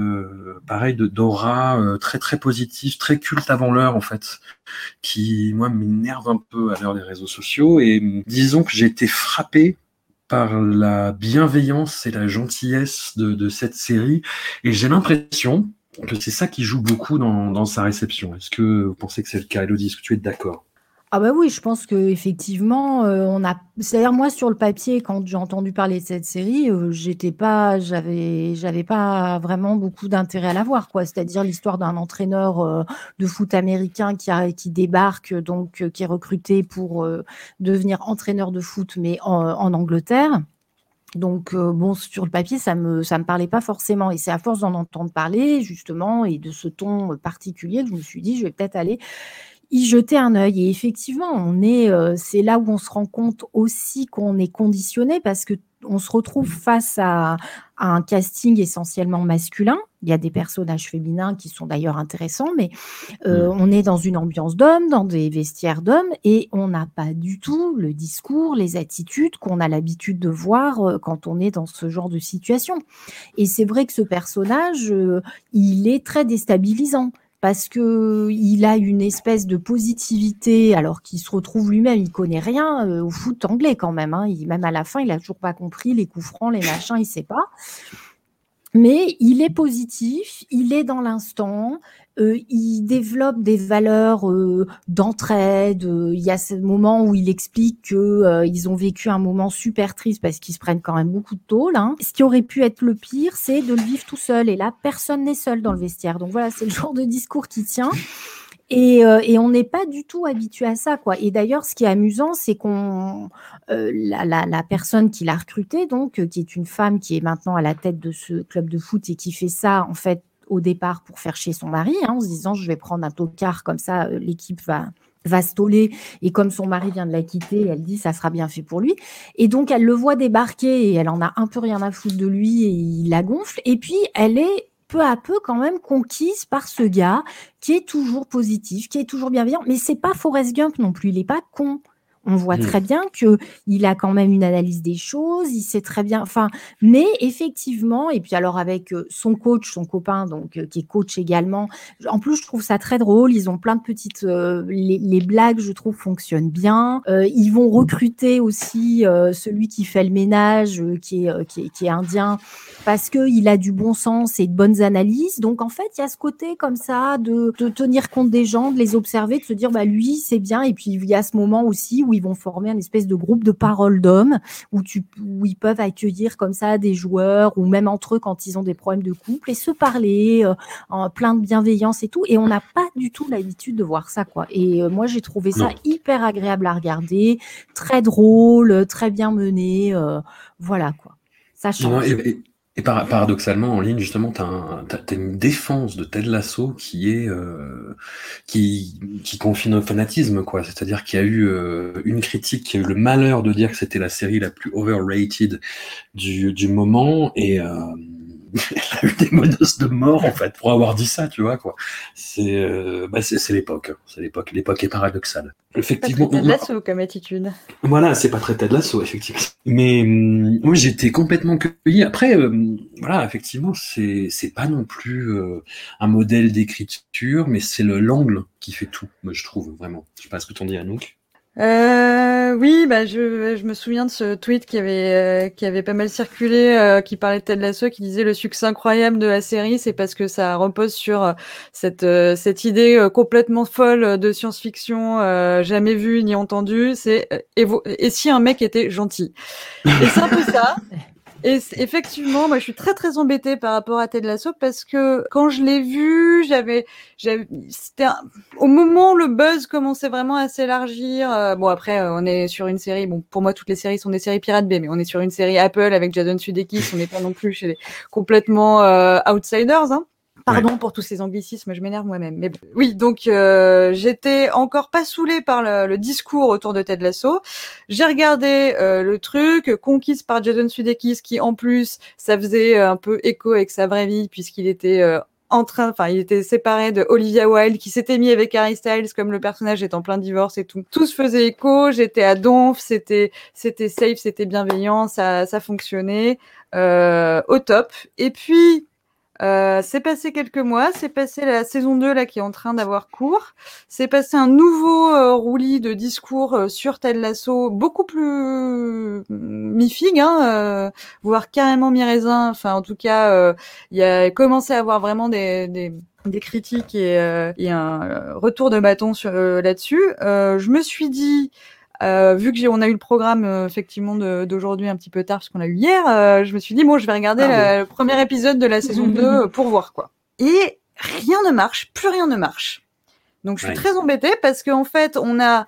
d'aura très très positive, très culte avant l'heure en fait, qui moi m'énerve un peu à l'heure des réseaux sociaux et disons que j'ai été frappé par la bienveillance et la gentillesse de cette série et j'ai l'impression que c'est ça qui joue beaucoup dans sa réception. Est-ce que vous pensez que c'est le cas, Élodie? Est-ce que tu es d'accord? Ah bah oui, je pense qu'effectivement, c'est-à-dire moi sur le papier, quand j'ai entendu parler de cette série, j'avais pas vraiment beaucoup d'intérêt à la voir, quoi. C'est-à-dire l'histoire d'un entraîneur de foot américain qui débarque, donc qui est recruté pour devenir entraîneur de foot, mais en Angleterre. Donc sur le papier, ça me parlait pas forcément. Et c'est à force d'en entendre parler, justement, et de ce ton particulier que je me suis dit, je vais peut-être aller y jeter un œil. Et effectivement, c'est là où on se rend compte aussi qu'on est conditionné parce que on se retrouve face à un casting essentiellement masculin. Il y a des personnages féminins qui sont d'ailleurs intéressants, mais on est dans une ambiance d'hommes, dans des vestiaires d'hommes, et on n'a pas du tout le discours, les attitudes qu'on a l'habitude de voir quand on est dans ce genre de situation. Et c'est vrai que ce personnage, il est très déstabilisant. Parce que il a une espèce de positivité, alors qu'il se retrouve lui-même, il connaît rien au foot anglais quand même. Même à la fin, il a toujours pas compris les coups francs, les machins, il sait pas. Mais il est positif, il est dans l'instant, il développe des valeurs d'entraide. Il y a ce moment où il explique que ils ont vécu un moment super triste parce qu'ils se prennent quand même beaucoup de tôle. Ce qui aurait pu être le pire, c'est de le vivre tout seul. Et là, personne n'est seul dans le vestiaire. Donc voilà, c'est le genre de discours qui tient. Et on n'est pas du tout habitué à ça, quoi. Et d'ailleurs, ce qui est amusant, c'est qu'on la personne qui l'a recruté, donc qui est une femme qui est maintenant à la tête de ce club de foot et qui fait ça en fait au départ pour faire chier son mari, en se disant je vais prendre un tocard comme ça, l'équipe va se toller. Et comme son mari vient de la quitter, elle dit ça sera bien fait pour lui. Et donc elle le voit débarquer et elle en a un peu rien à foutre de lui et il la gonfle. Et puis elle est peu à peu quand même conquise par ce gars qui est toujours positif, qui est toujours bienveillant. Mais c'est pas Forrest Gump non plus, il est pas con. On voit très bien qu'il a quand même une analyse des choses, il sait très bien. Mais effectivement, et puis alors avec son coach, son copain, donc qui est coach également. En plus, je trouve ça très drôle. Ils ont plein de petites, les blagues, je trouve, fonctionnent bien. Ils vont recruter aussi celui qui fait le ménage, qui est indien, parce que il a du bon sens et de bonnes analyses. Donc en fait, il y a ce côté comme ça de tenir compte des gens, de les observer, de se dire lui c'est bien. Et puis il y a ce moment aussi où où ils vont former une espèce de groupe de parole d'hommes où ils peuvent accueillir comme ça des joueurs ou même entre eux quand ils ont des problèmes de couple et se parler en plein de bienveillance et tout. Et on n'a pas du tout l'habitude de voir ça, quoi. Et moi, j'ai trouvé ça hyper agréable à regarder, très drôle, très bien mené. Voilà, quoi. Ça change. Et paradoxalement, en ligne, justement, t'as une défense de Ted Lasso qui est qui confine au fanatisme, quoi. C'est-à-dire qu'il y a eu une critique qui a eu le malheur de dire que c'était la série la plus overrated du moment, et elle a eu des menaces de mort, en fait, pour avoir dit ça, tu vois, quoi. C'est l'époque. Hein. C'est l'époque. L'époque est paradoxale. Effectivement. Pas très Ted Lasso comme attitude. Voilà, c'est pas très Ted Lasso, effectivement. Mais moi, j'étais complètement cueilli. Après, voilà, effectivement, c'est pas non plus un modèle d'écriture, mais c'est l'angle qui fait tout, moi, je trouve, vraiment. Je sais pas ce que t'en dis, Anouk. Oui, je me souviens de ce tweet qui avait pas mal circulé, qui parlait de Ted Lasso, qui disait le succès incroyable de la série, c'est parce que ça repose sur cette idée complètement folle de science-fiction, jamais vue ni entendue. C'est et si un mec était gentil. Et c'est un peu ça. Et effectivement, moi, je suis très très embêtée par rapport à Ted Lasso parce que quand je l'ai vu, c'était au moment où le buzz commençait vraiment à s'élargir. Bon, après, on est sur une série. Bon, pour moi, toutes les séries sont des séries Pirate Bay, mais on est sur une série Apple avec Jason Sudeikis. On n'est pas non plus chez les complètement outsiders, hein. Pardon pour tous ces anglicismes, je m'énerve moi-même. Mais bon. Oui, donc j'étais encore pas saoulée par le discours autour de Ted Lasso. J'ai regardé le truc, conquise par Jason Sudeikis, qui en plus, ça faisait un peu écho avec sa vraie vie, puisqu'il était il était séparé de Olivia Wilde, qui s'était mis avec Harry Styles, comme le personnage est en plein divorce et tout. Tout se faisait écho, j'étais à donf, c'était safe, c'était bienveillant, ça fonctionnait au top. Et puis c'est passé quelques mois, c'est passé la saison 2 là qui est en train d'avoir cours, c'est passé un nouveau roulis de discours sur Ted Lasso, beaucoup plus mi-figue, voire carrément mi-raisin. Enfin, en tout cas, il y a commencé à avoir vraiment des critiques et un retour de bâton là-dessus. Je me suis dit, vu que on a eu le programme effectivement d'aujourd'hui un petit peu tard parce qu'on l'a eu hier, je me suis dit bon, je vais regarder le premier épisode de la saison 2 pour voir, quoi. Et rien ne marche, plus rien ne marche. Donc je suis très embêtée parce qu'en fait on a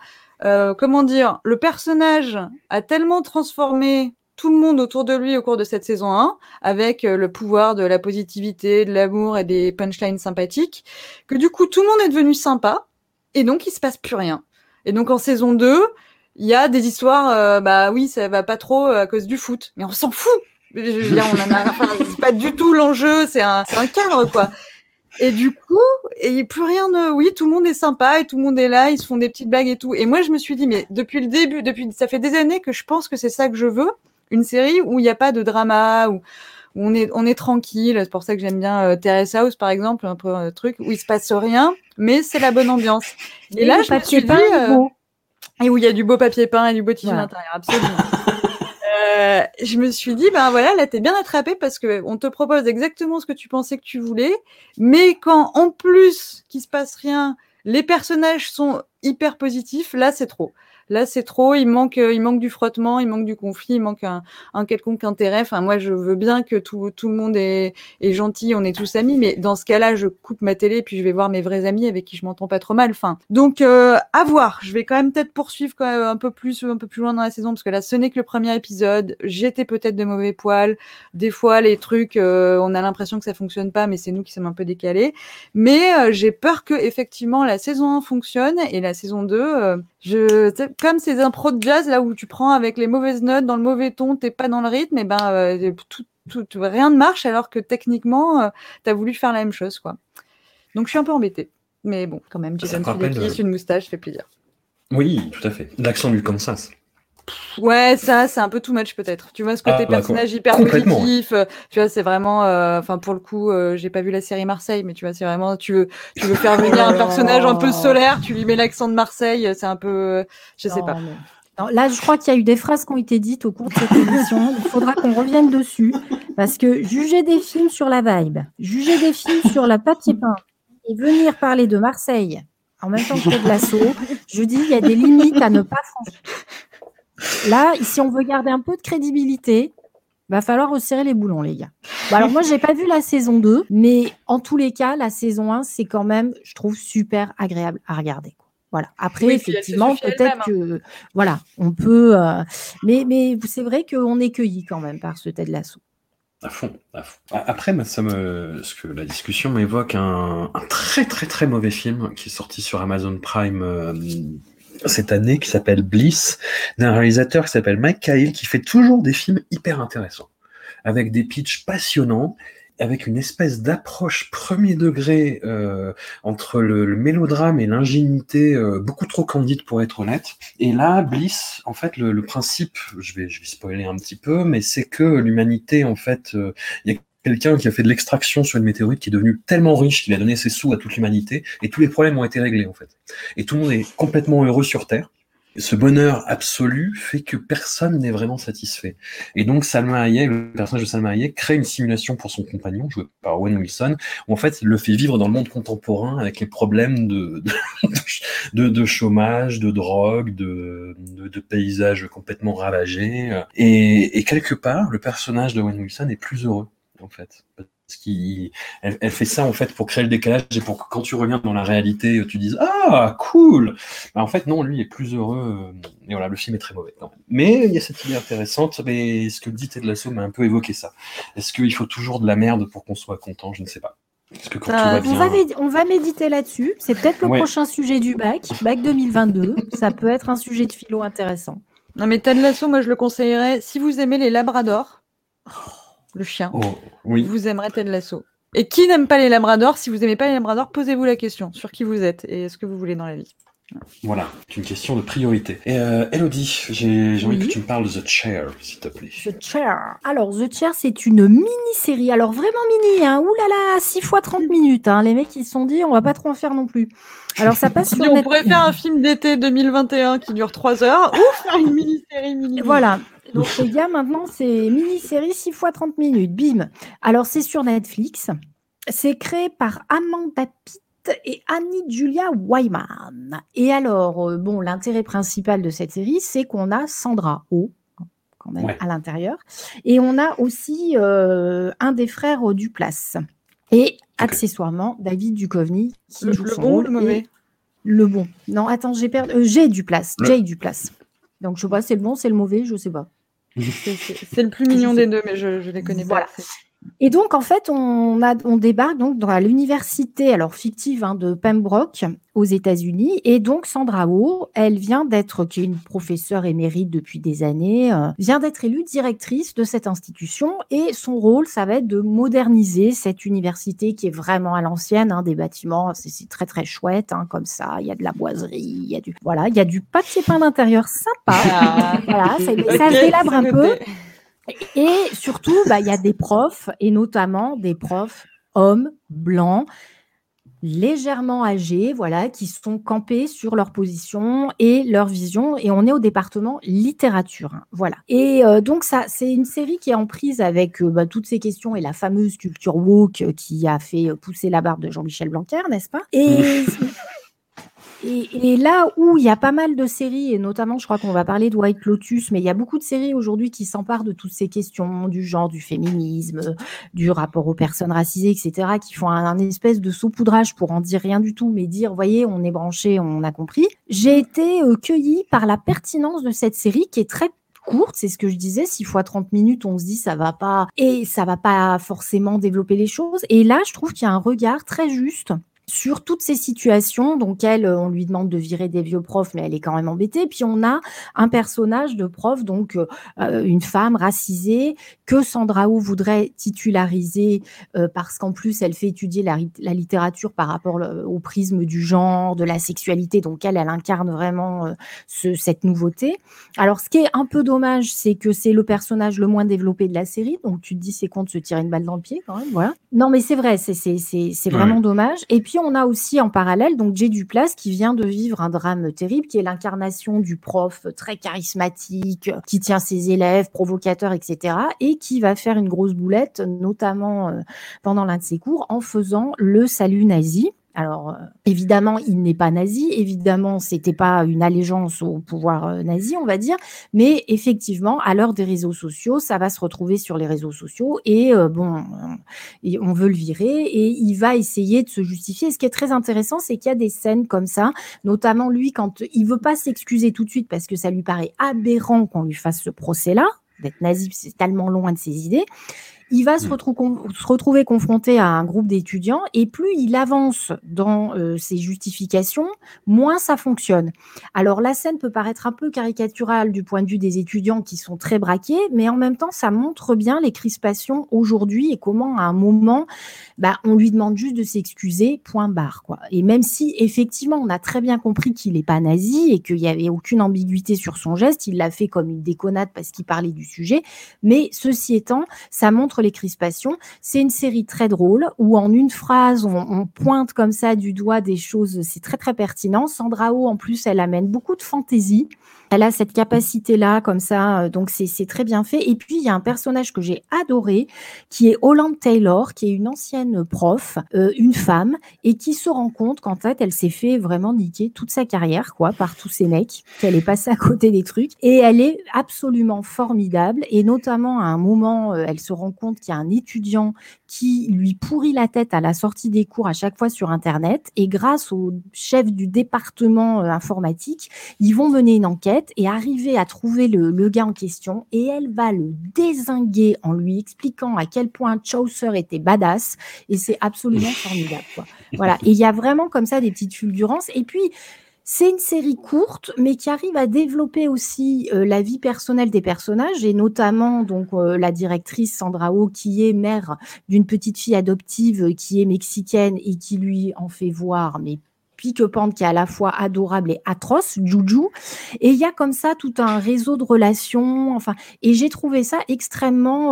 le personnage a tellement transformé tout le monde autour de lui au cours de cette saison 1, avec le pouvoir de la positivité, de l'amour et des punchlines sympathiques, que du coup tout le monde est devenu sympa et donc il se passe plus rien. Et donc en saison 2, il y a des histoires, oui, ça va pas trop à cause du foot, mais on s'en fout. Je veux dire, c'est pas du tout l'enjeu, c'est un cadre, quoi. Et du coup, plus rien oui, tout le monde est sympa et tout le monde est là, ils se font des petites blagues et tout. Et moi, je me suis dit, mais depuis le début, ça fait des années que je pense que c'est ça que je veux, une série où il n'y a pas de drama, où on est tranquille. C'est pour ça que j'aime bien Terrace House, par exemple, un peu un truc où il se passe rien, mais c'est la bonne ambiance. Et là, je me suis dit, et où il y a du beau papier peint et du beau tissu à l'intérieur, absolument. Je me suis dit, voilà, là, t'es bien attrapé parce que on te propose exactement ce que tu pensais que tu voulais, mais quand, en plus, qu'il se passe rien, les personnages sont hyper positifs, là, c'est trop. Là, c'est trop. Il manque du frottement, il manque du conflit, il manque un quelconque intérêt. Enfin, moi, je veux bien que tout le monde est gentil, on est tous amis, mais dans ce cas-là, je coupe ma télé puis je vais voir mes vrais amis avec qui je m'entends pas trop mal. Enfin, donc à voir. Je vais quand même peut-être poursuivre un peu plus loin dans la saison parce que là, ce n'est que le premier épisode. J'étais peut-être de mauvais poil. Des fois, les trucs, on a l'impression que ça fonctionne pas, mais c'est nous qui sommes un peu décalés. Mais j'ai peur que effectivement la saison 1 fonctionne et la saison 2, comme ces impros de jazz là où tu prends avec les mauvaises notes dans le mauvais ton, t'es pas dans le rythme, et rien ne marche alors que techniquement t'as voulu faire la même chose, quoi. Donc je suis un peu embêtée, mais bon, quand même, Jason Sudeikis, une moustache, fait plaisir. Oui, tout à fait. L'accent du Kansas. Ouais, ça c'est un peu too much peut-être. Tu vois ce côté personnage hyper positif. Tu vois, c'est vraiment. Pour le coup, j'ai pas vu la série Marseille, mais tu vois, c'est vraiment. Tu veux faire venir un personnage un peu solaire. Tu lui mets l'accent de Marseille. C'est un peu. Je sais pas. Non, là, je crois qu'il y a eu des phrases qui ont été dites au cours de cette émission. Il faudra qu'on revienne dessus parce que juger des films sur la vibe, juger des films sur la papier peint et venir parler de Marseille en même temps que Ted Lasso. Je dis, il y a des limites à ne pas franchir. Là, si on veut garder un peu de crédibilité, va falloir resserrer les boulons, les gars. Bon, alors moi, j'ai pas vu la saison 2, mais en tous les cas, la saison 1, c'est quand même, je trouve, super agréable à regarder. Voilà. Après, Oui, effectivement, peut-être que, voilà, on peut, mais c'est vrai qu'on est cueilli quand même par ce Ted Lasso. À fond. Après, ce que la discussion m'évoque un très très très mauvais film qui est sorti sur Amazon Prime cette année, qui s'appelle Bliss, d'un réalisateur qui s'appelle Mike Cahill, qui fait toujours des films hyper intéressants, avec des pitchs passionnants, avec une espèce d'approche premier degré entre le mélodrame et l'ingénuité beaucoup trop candide pour être honnête. Et là, Bliss, en fait, le principe, je vais spoiler un petit peu, mais c'est que l'humanité, en fait, il y a quelqu'un qui a fait de l'extraction sur une météorite qui est devenu tellement riche qu'il a donné ses sous à toute l'humanité et tous les problèmes ont été réglés, en fait. Et tout le monde est complètement heureux sur Terre. Ce bonheur absolu fait que personne n'est vraiment satisfait. Et donc Salma Hayek, le personnage de Salma Hayek, crée une simulation pour son compagnon, joué par Owen Wilson, où en fait il le fait vivre dans le monde contemporain avec les problèmes de chômage, de drogue, de paysages complètement ravagés. Et quelque part, le personnage de Owen Wilson est plus heureux, en fait. Parce qu'elle fait ça en fait pour créer le décalage et pour que quand tu reviens dans la réalité, tu dises ah cool. Bah, en fait non, lui il est plus heureux. Et voilà, le film est très mauvais quand même. Mais il y a cette idée intéressante. Mais ce que dit Ted Lasso m'a un peu évoqué ça. Est-ce qu'il faut toujours de la merde pour qu'on soit content? Je ne sais pas. Parce que quand tout va bien... On va méditer là-dessus. C'est peut-être le prochain sujet du bac 2022. Ça peut être un sujet de philo intéressant. Non mais Ted Lasso, moi je le conseillerais si vous aimez les labradors. Le chien. Oh, oui. Vous aimerez Ted Lasso. Et qui n'aime pas les labradors? Si vous n'aimez pas les labradors, posez-vous la question sur qui vous êtes et ce que vous voulez dans la vie. Voilà, c'est une question de priorité. Et Elodie, j'ai envie que tu me parles de The Chair, s'il te plaît. The Chair. Alors, The Chair, c'est une mini-série. Alors, vraiment mini, hein. Ouh là là, 6 fois 30 minutes. Hein. Les mecs, ils se sont dit, on va pas trop en faire non plus. Alors, ça passe sur On pourrait faire un film d'été 2021 qui dure 3 heures ou faire une mini-série mini. Voilà. Donc, les gars, maintenant, c'est mini-série 6 fois 30 minutes. Bim. Alors, c'est sur Netflix. C'est créé par Amanda Pitt et Annie Julia Wyman. Et alors, l'intérêt principal de cette série, c'est qu'on a Sandra Oh, quand même, à l'intérieur. Et on a aussi un des frères Duplass. Et accessoirement, David Duchovny, qui joue son rôle. Le mauvais. Le bon. Non, attends, j'ai perdu. Jay Duplass. Jay Duplass. Donc, je sais pas, c'est le bon, c'est le mauvais, je sais pas. C'est le plus mignon des deux, mais je les connais pas. Et donc, en fait, on débarque donc dans l'université, alors fictive, de Pembroke, aux États-Unis. Et donc, Sandra Oh, elle vient qui est une professeure émérite depuis des années, vient d'être élue directrice de cette institution. Et son rôle, ça va être de moderniser cette université qui est vraiment à l'ancienne, des bâtiments, c'est très, très chouette, comme ça. Il y a de la boiserie, il y a du papier peint d'intérieur sympa. Voilà, ça se délabre un peu. Et surtout, il y a des profs, et notamment des profs hommes, blancs, légèrement âgés, qui sont campés sur leur position et leur vision. Et on est au département littérature. Voilà. Et donc, ça, c'est une série qui est en prise avec toutes ces questions et la fameuse culture woke qui a fait pousser la barbe de Jean-Michel Blanquer, n'est-ce pas? Et là où il y a pas mal de séries, et notamment, je crois qu'on va parler de White Lotus, mais il y a beaucoup de séries aujourd'hui qui s'emparent de toutes ces questions, du genre, du féminisme, du rapport aux personnes racisées, etc., qui font un espèce de saupoudrage pour en dire rien du tout, mais dire, voyez, on est branché, on a compris. J'ai été cueillie par la pertinence de cette série qui est très courte, c'est ce que je disais, 6 fois 30 minutes, on se dit ça va pas forcément développer les choses. Et là, je trouve qu'il y a un regard très juste sur toutes ces situations. Donc elle, on lui demande de virer des vieux profs, mais elle est quand même embêtée. Puis on a un personnage de prof, donc une femme racisée que Sandra Oh voudrait titulariser parce qu'en plus elle fait étudier la littérature par rapport au prisme du genre, de la sexualité. Donc elle incarne vraiment cette nouveauté. Alors ce qui est un peu dommage, c'est que c'est le personnage le moins développé de la série. Donc tu te dis c'est con de se tirer une balle dans le pied quand même. Voilà. Non mais c'est vrai, c'est vraiment dommage. Et puis on a aussi en parallèle donc Jay Duplass qui vient de vivre un drame terrible, qui est l'incarnation du prof très charismatique, qui tient ses élèves, provocateur, etc. et qui va faire une grosse boulette, notamment pendant l'un de ses cours, en faisant le salut nazi. Alors, évidemment, il n'est pas nazi, évidemment, c'était pas une allégeance au pouvoir nazi, on va dire, mais effectivement, à l'heure des réseaux sociaux, ça va se retrouver sur les réseaux sociaux et on veut le virer et il va essayer de se justifier. Et ce qui est très intéressant, c'est qu'il y a des scènes comme ça, notamment lui, quand il veut pas s'excuser tout de suite parce que ça lui paraît aberrant qu'on lui fasse ce procès-là, d'être nazi, c'est tellement loin de ses idées. Il va se retrouver confronté à un groupe d'étudiants et plus il avance dans ses justifications, moins ça fonctionne. Alors la scène peut paraître un peu caricaturale du point de vue des étudiants qui sont très braqués, mais en même temps ça montre bien les crispations aujourd'hui et comment à un moment on lui demande juste de s'excuser, point barre, quoi. Et même si effectivement on a très bien compris qu'il n'est pas nazi et qu'il n'y avait aucune ambiguïté sur son geste, il l'a fait comme une déconnade parce qu'il parlait du sujet, mais ceci étant, ça montre les crispations. C'est une série très drôle où en une phrase, on pointe comme ça du doigt des choses, c'est très très pertinent. Sandra Oh, en plus, elle amène beaucoup de fantaisie. Elle a cette capacité-là, comme ça, donc c'est très bien fait. Et puis, il y a un personnage que j'ai adoré, qui est Holland Taylor, qui est une ancienne prof, une femme, et qui se rend compte qu'en fait, elle s'est fait vraiment niquer toute sa carrière, quoi, par tous ces mecs, qu'elle est passée à côté des trucs. Et elle est absolument formidable. Et notamment, à un moment, elle se rend compte qu'il y a un étudiant qui lui pourrit la tête à la sortie des cours à chaque fois sur Internet. Et grâce au chef du département informatique, ils vont mener une enquête et arriver à trouver le gars en question. Et elle va le dézinguer en lui expliquant à quel point Chaucer était badass. Et c'est absolument formidable, quoi. Voilà. Et il y a vraiment comme ça des petites fulgurances. Et puis, c'est une série courte, mais qui arrive à développer aussi la vie personnelle des personnages, et notamment donc la directrice Sandra Oh, qui est mère d'une petite fille adoptive qui est mexicaine et qui lui en fait voir, mais pique-pente, qui est à la fois adorable et atroce, Juju. Et il y a comme ça tout un réseau de relations. Enfin, et j'ai trouvé ça extrêmement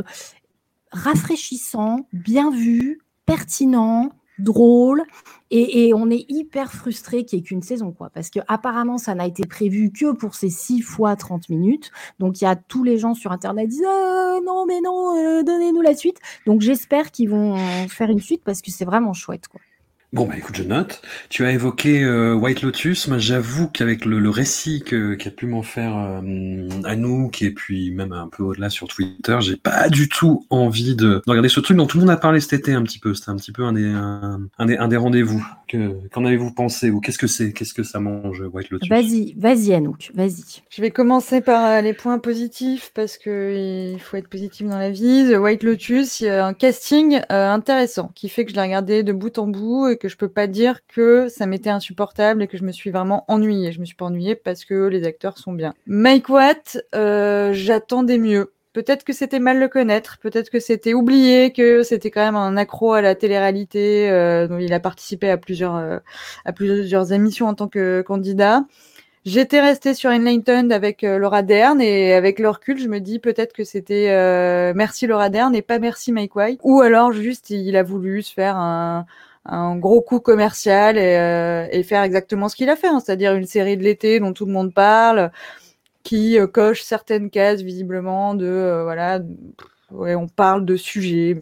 rafraîchissant, bien vu, pertinent, drôle, et on est hyper frustré qu'il n'y ait qu'une saison, quoi, parce que apparemment ça n'a été prévu que pour ces 6 fois 30 minutes, donc il y a tous les gens sur internet qui disent non mais non, donnez-nous la suite, donc j'espère qu'ils vont faire une suite parce que c'est vraiment chouette, quoi. Bon, écoute, je note. Tu as évoqué White Lotus. Moi, j'avoue qu'avec le récit qu'a pu m'en faire Anouk, et puis même un peu au-delà sur Twitter, j'ai pas du tout envie de regarder ce truc dont tout le monde a parlé cet été un petit peu. C'était un petit peu un des rendez-vous. Qu'en avez-vous pensé, ou qu'est-ce que ça mange, White Lotus? Vas-y Anouk, vas-y. Je vais commencer par les points positifs parce que il faut être positif dans la vie. The White Lotus, il y a un casting intéressant qui fait que je l'ai regardé de bout en bout et que je peux pas dire que ça m'était insupportable et que je me suis vraiment ennuyée. Je me suis pas ennuyée parce que les acteurs sont bien. Mike Watt, j'attendais mieux. Peut-être que c'était mal le connaître, peut-être que c'était oublié, que c'était quand même un accro à la télé-réalité, dont il a participé à plusieurs émissions en tant que candidat. J'étais restée sur Enlightened avec Laura Dern, et avec le recul, je me dis peut-être que c'était merci Laura Dern et pas merci Mike White, ou alors juste il a voulu se faire un gros coup commercial et faire exactement ce qu'il a fait, hein, c'est-à-dire une série de l'été dont tout le monde parle, qui coche certaines cases visiblement de on parle de sujets.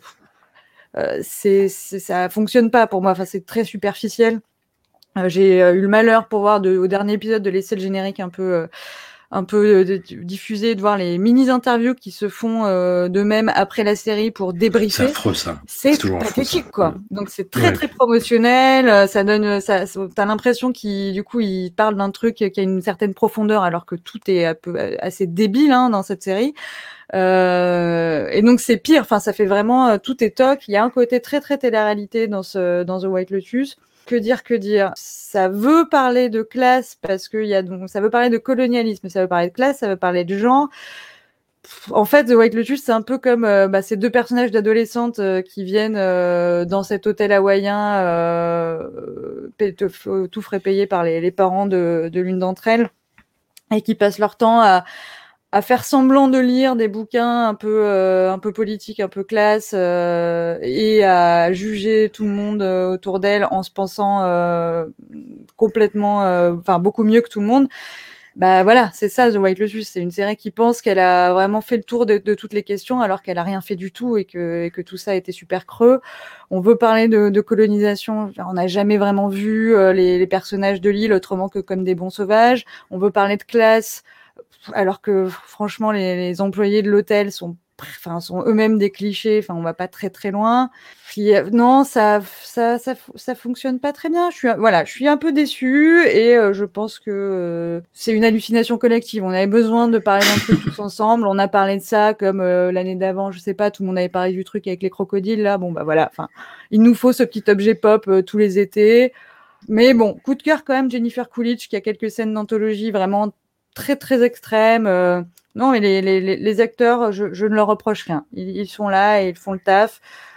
Ça fonctionne pas pour moi. Enfin, c'est très superficiel. J'ai eu le malheur pour voir au dernier épisode de laisser le générique un peu diffusé, de voir les mini-interviews qui se font d'eux-mêmes après la série pour débriefer. C'est affreux, ça. C'est toujours pathétique, quoi. Donc c'est très très promotionnel. Ça donne, t'as l'impression qu'il parle d'un truc qui a une certaine profondeur, alors que tout est assez débile dans cette série. Et donc c'est pire. Enfin, ça fait vraiment tout est toc. Il y a un côté très très télé-réalité dans The White Lotus. Que dire? Ça veut parler de classe parce que ça veut parler de colonialisme, ça veut parler de classe, ça veut parler de genre. En fait, The White Lotus, c'est un peu comme ces deux personnages d'adolescentes qui viennent dans cet hôtel hawaïen, tout frais payé par les parents de l'une d'entre elles, et qui passent leur temps à faire semblant de lire des bouquins un peu politiques, un peu classe, et à juger tout le monde autour d'elle en se pensant complètement, beaucoup mieux que tout le monde. Bah voilà, c'est ça, The White Lotus. C'est une série qui pense qu'elle a vraiment fait le tour de toutes les questions, alors qu'elle a rien fait du tout et que tout ça a été super creux. On veut parler de colonisation. On n'a jamais vraiment vu les personnages de l'île autrement que comme des bons sauvages. On veut parler de classe, alors que franchement, les employés de l'hôtel sont eux-mêmes des clichés. Enfin, on va pas très très loin. Puis non, ça fonctionne pas très bien. Je suis un peu déçue et je pense que c'est une hallucination collective. On avait besoin de parler d'un truc tous ensemble. On a parlé de ça comme l'année d'avant, je sais pas, tout le monde avait parlé du truc avec les crocodiles là. Bon bah voilà. Enfin, il nous faut ce petit objet pop tous les étés. Mais bon, coup de cœur quand même, Jennifer Coolidge qui a quelques scènes d'anthologie vraiment très très extrêmes. Non, mais les acteurs, je ne leur reproche rien. Ils sont là et ils font le taf.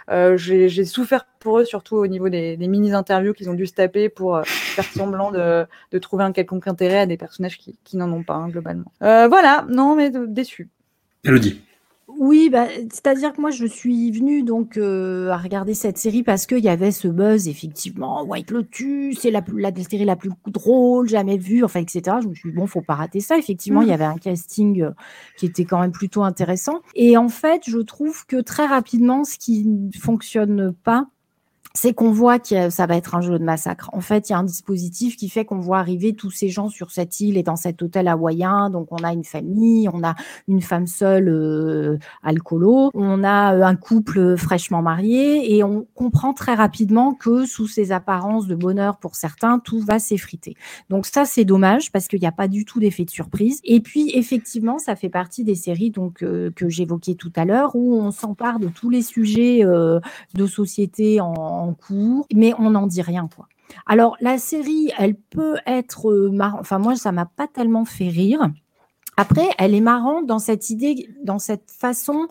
J'ai souffert pour eux, surtout au niveau des mini-interviews qu'ils ont dû se taper pour faire semblant de trouver un quelconque intérêt à des personnages qui n'en ont pas, hein, globalement. Voilà, non, mais déçu. Elodie. Oui, c'est-à-dire que moi, je suis venue donc à regarder cette série parce qu'il y avait ce buzz, effectivement, White Lotus, c'est la série la plus drôle jamais vue, enfin, etc. Je me suis dit, bon, faut pas rater ça. Effectivement, il y avait un casting qui était quand même plutôt intéressant. Et en fait, je trouve que très rapidement, ce qui ne fonctionne pas, c'est qu'on voit que ça va être un jeu de massacre. En fait, il y a un dispositif qui fait qu'on voit arriver tous ces gens sur cette île et dans cet hôtel hawaïen. Donc, on a une famille, on a une femme seule alcoolo, on a un couple fraîchement marié et on comprend très rapidement que sous ces apparences de bonheur pour certains, tout va s'effriter. Donc ça, c'est dommage parce qu'il n'y a pas du tout d'effet de surprise. Et puis, effectivement, ça fait partie des séries que j'évoquais tout à l'heure où on s'empare de tous les sujets de société en cours, mais on n'en dit rien, quoi. Alors, la série, elle peut être marrante. Enfin, moi, ça m'a pas tellement fait rire. Après, elle est marrante dans cette idée, dans cette façon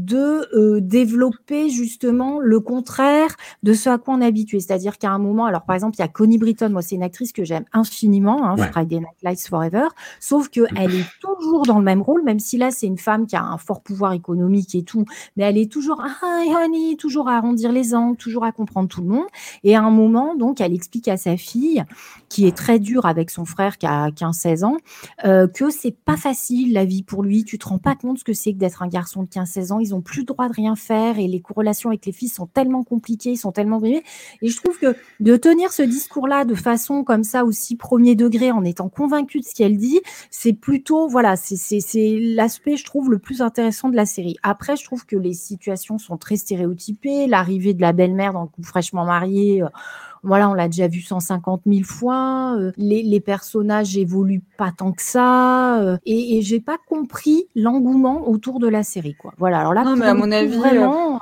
de développer justement le contraire de ce à quoi on est habitué. C'est-à-dire qu'à un moment, alors par exemple, il y a Connie Britton, moi c'est une actrice que j'aime infiniment, hein, Friday Night Lights Forever, sauf qu'elle est toujours dans le même rôle, même si là c'est une femme qui a un fort pouvoir économique et tout, mais elle est toujours « Hi honey », toujours à arrondir les angles, toujours à comprendre tout le monde. Et à un moment, donc, elle explique à sa fille, qui est très dure avec son frère qui a 15-16 ans, que c'est pas facile la vie pour lui, tu te rends pas compte ce que c'est que d'être un garçon de 15-16 ans, ils ont plus le droit de rien faire et les corrélations avec les filles sont tellement compliquées, ils sont tellement brimés. Et je trouve que de tenir ce discours-là de façon comme ça aussi premier degré en étant convaincu de ce qu'elle dit, c'est plutôt, voilà, c'est l'aspect, je trouve, le plus intéressant de la série. Après, je trouve que les situations sont très stéréotypées, l'arrivée de la belle-mère dans le couple fraîchement marié, voilà, on l'a déjà vu 150 000 fois. Les personnages évoluent pas tant que ça. Et j'ai pas compris l'engouement autour de la série, quoi. Voilà. Alors là, non, mais à mon avis, vraiment,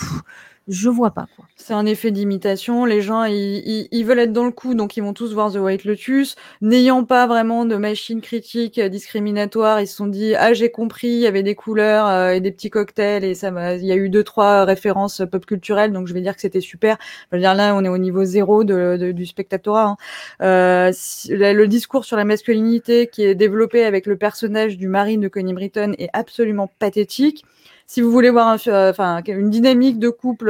je vois pas, quoi. C'est un effet d'imitation. Les gens, ils veulent être dans le coup, donc ils vont tous voir The White Lotus. N'ayant pas vraiment de machine critique discriminatoire, ils se sont dit, ah, j'ai compris, il y avait des couleurs et des petits cocktails et il y a eu 2-3 références pop culturelles, donc je vais dire que c'était super. Je veux dire, là, on est au niveau 0 du spectatorat, hein. Le discours sur la masculinité qui est développé avec le personnage du mari de Connie Britton est absolument pathétique. Si vous voulez voir une dynamique de couple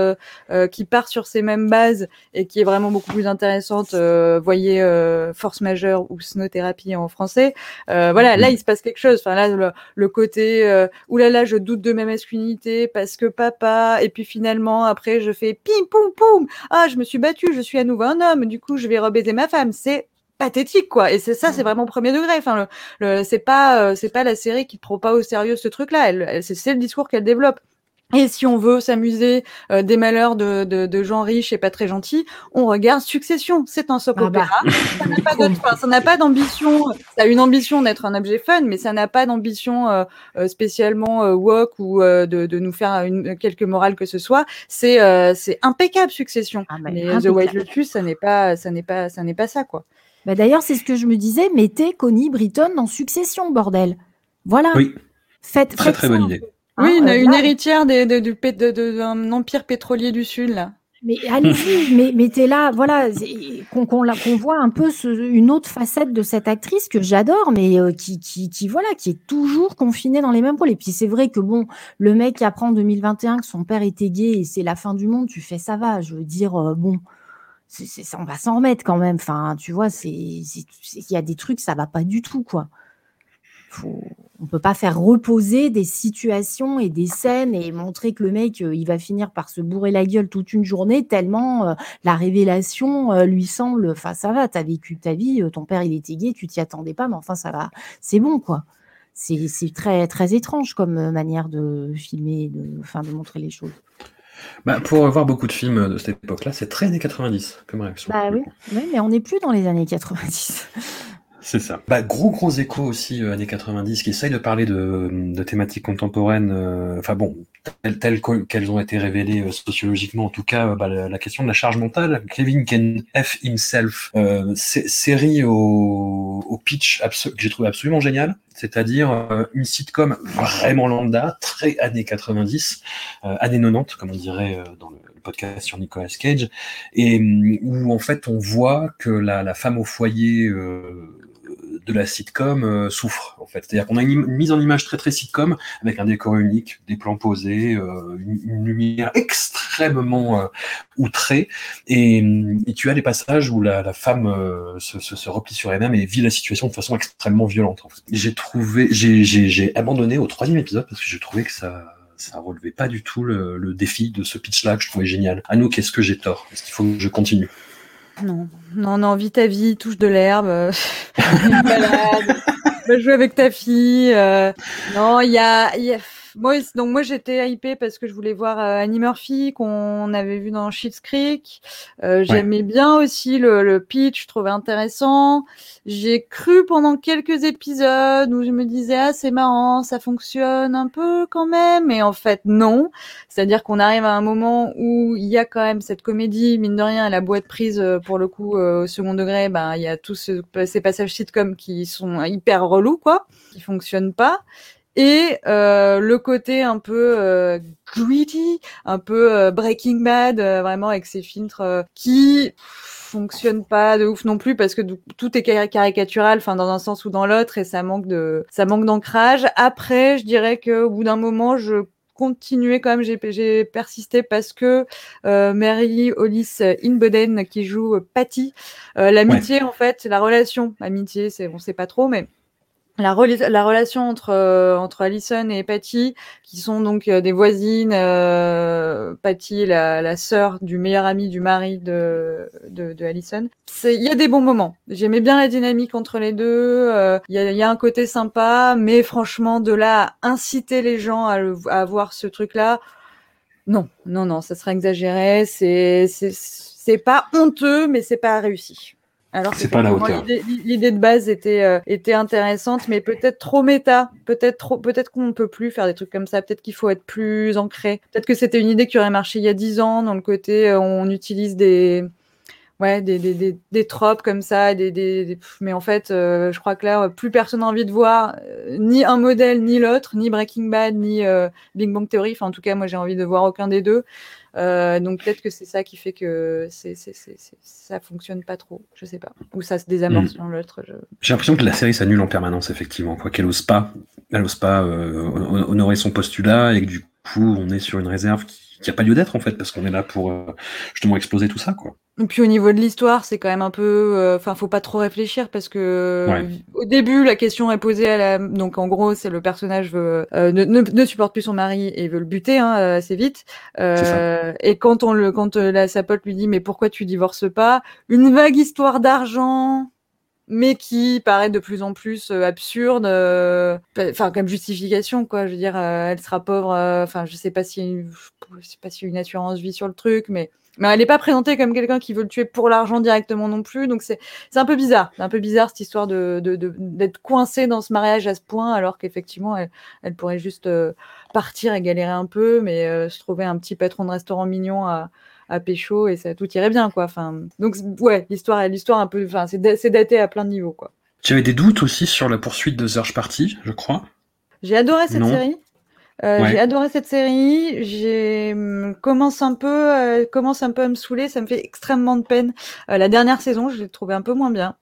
qui part sur ces mêmes bases et qui est vraiment beaucoup plus intéressante, voyez Force majeure ou Snow Therapy en français. Voilà, là il se passe quelque chose. Enfin là le côté oulala, je doute de ma masculinité parce que papa, et puis finalement après je fais pim poum poum, ah je me suis battue, je suis à nouveau un homme, du coup je vais rebaiser ma femme. C'est pathétique, quoi. Et c'est ça, c'est vraiment premier degré. Enfin, c'est pas la série qui prend pas au sérieux ce truc-là. C'est le discours qu'elle développe. Et si on veut s'amuser des malheurs de gens riches et pas très gentils, on regarde Succession. C'est un soap opéra. Ça n'a pas d'ambition. Ça a une ambition d'être un objet fun, mais ça n'a pas d'ambition spécialement woke ou de nous faire quelque morale que ce soit. C'est impeccable Succession. Mais The White Lotus, ça n'est pas ça, quoi. Bah d'ailleurs, c'est ce que je me disais, mettez Connie Britton dans Succession, bordel. Voilà. Oui. Faites très bonne idée. Oui, une héritière d'un empire pétrolier du Sud, là. Mais allez-y, mais mettez là, voilà, qu'on voit un peu une autre facette de cette actrice que j'adore, mais qui est toujours confinée dans les mêmes rôles. Et puis c'est vrai que bon, le mec qui apprend en 2021 que son père était gay et c'est la fin du monde, tu fais ça va, je veux dire, bon. on va s'en remettre quand même. Enfin, tu vois, il y a des trucs, ça va pas du tout, quoi. On peut pas faire reposer des situations et des scènes et montrer que le mec, il va finir par se bourrer la gueule toute une journée tellement la révélation lui semble. Enfin, ça va, t'as vécu ta vie, ton père il était gay, tu t'y attendais pas, mais enfin ça va, c'est bon, quoi. C'est très très étrange comme manière de filmer, de montrer les choses. Pour voir beaucoup de films de cette époque-là, c'est très années 90 comme réaction. Bah oui, mais on n'est plus dans les années 90. C'est ça. Gros écho aussi années 90 qui essaye de parler de thématiques contemporaines, telles qu'elles ont été révélées sociologiquement, en tout cas la question de la charge mentale. Kevin Can F Himself, série au pitch que j'ai trouvé absolument génial, c'est-à-dire une sitcom vraiment lambda, très années 90, années 90 comme on dirait dans le podcast sur Nicolas Cage, et où en fait on voit que la femme au foyer de la sitcom souffre, en fait. C'est-à-dire qu'on a une mise en image très très sitcom, avec un décor unique, des plans posés, une lumière extrêmement outrée, et tu as des passages où la femme se replie sur elle-même et vit la situation de façon extrêmement violente. En fait. J'ai abandonné au 3e épisode parce que j'ai trouvé que ça relevait pas du tout le défi de ce pitch-là que je trouvais génial. Anouk, est-ce que j'ai tort? Est-ce qu'il faut que je continue? Non, vis ta vie, touche de l'herbe, balade, va jouer avec ta fille. Non, moi j'étais hypée parce que je voulais voir Annie Murphy qu'on avait vu dans Schitt's Creek. J'aimais bien aussi le pitch, je trouvais intéressant. J'ai cru pendant quelques épisodes où je me disais c'est marrant, ça fonctionne un peu quand même, mais en fait non. C'est-à-dire qu'on arrive à un moment où il y a quand même cette comédie, mine de rien, elle a beau être prise pour le coup au second degré, il y a tous ces passages sitcom qui sont hyper relous, quoi, qui fonctionnent pas. Et le côté un peu gritty, un peu Breaking Bad, vraiment avec ces filtres qui fonctionnent pas de ouf non plus parce que tout est caricatural, enfin dans un sens ou dans l'autre, et ça manque d'ancrage. Après, je dirais que au bout d'un moment, je continuais quand même, j'ai persisté parce que Mary Hollis Inboden qui joue Patty, l'amitié en fait, la relation, amitié, on sait pas trop, mais la relation entre Allison et Patty, qui sont donc des voisines, Patty la sœur du meilleur ami du mari de Allison. Il y a des bons moments. J'aimais bien la dynamique entre les deux. Il y a un côté sympa, mais franchement, de là à inciter les gens à voir ce truc-là, non, ça serait exagéré. C'est pas honteux, mais c'est pas réussi. Alors c'est pas à la hauteur. L'idée de base était intéressante, mais peut-être trop méta. Peut-être qu'on ne peut plus faire des trucs comme ça. Peut-être qu'il faut être plus ancré. Peut-être que c'était une idée qui aurait marché il y a 10 ans, dans le côté on utilise des tropes comme ça, mais en fait, je crois que là, plus personne n'a envie de voir ni un modèle ni l'autre, ni Breaking Bad, ni Big Bang Theory. Enfin, en tout cas, moi, j'ai envie de voir aucun des deux. Donc peut-être que c'est ça qui fait que ça fonctionne pas trop, je sais pas, ou ça se désamorce l'un l'autre. J'ai l'impression que la série s'annule en permanence, effectivement, quoi qu'elle ose pas honorer son postulat, et que du coup on est sur une réserve qui a pas lieu d'être en fait, parce qu'on est là pour justement exploser tout ça, quoi. Et puis au niveau de l'histoire, c'est quand même un peu, faut pas trop réfléchir parce que au début la question est posée donc en gros c'est le personnage ne supporte plus son mari et veut le buter assez vite. Et quand sa pote lui dit mais pourquoi tu divorces pas, une vague histoire d'argent, mais qui paraît de plus en plus absurde, comme justification, quoi. Je veux dire, elle sera pauvre, je sais pas s'il y a une assurance vie sur le truc, mais elle n'est pas présentée comme quelqu'un qui veut le tuer pour l'argent directement non plus, donc c'est un peu bizarre. C'est un peu bizarre cette histoire d'être coincée dans ce mariage à ce point, alors qu'effectivement elle pourrait juste partir et galérer un peu, mais se trouver un petit patron de restaurant mignon à pécho et ça tout irait bien, quoi. Donc ouais, l'histoire un peu, c'est daté à plein de niveaux, quoi. Tu avais des doutes aussi sur la poursuite de Search Party, je crois. J'ai adoré cette série. J'ai adoré cette série. Commence un peu à me saouler. Ça me fait extrêmement de peine. La dernière saison, je l'ai trouvée un peu moins bien.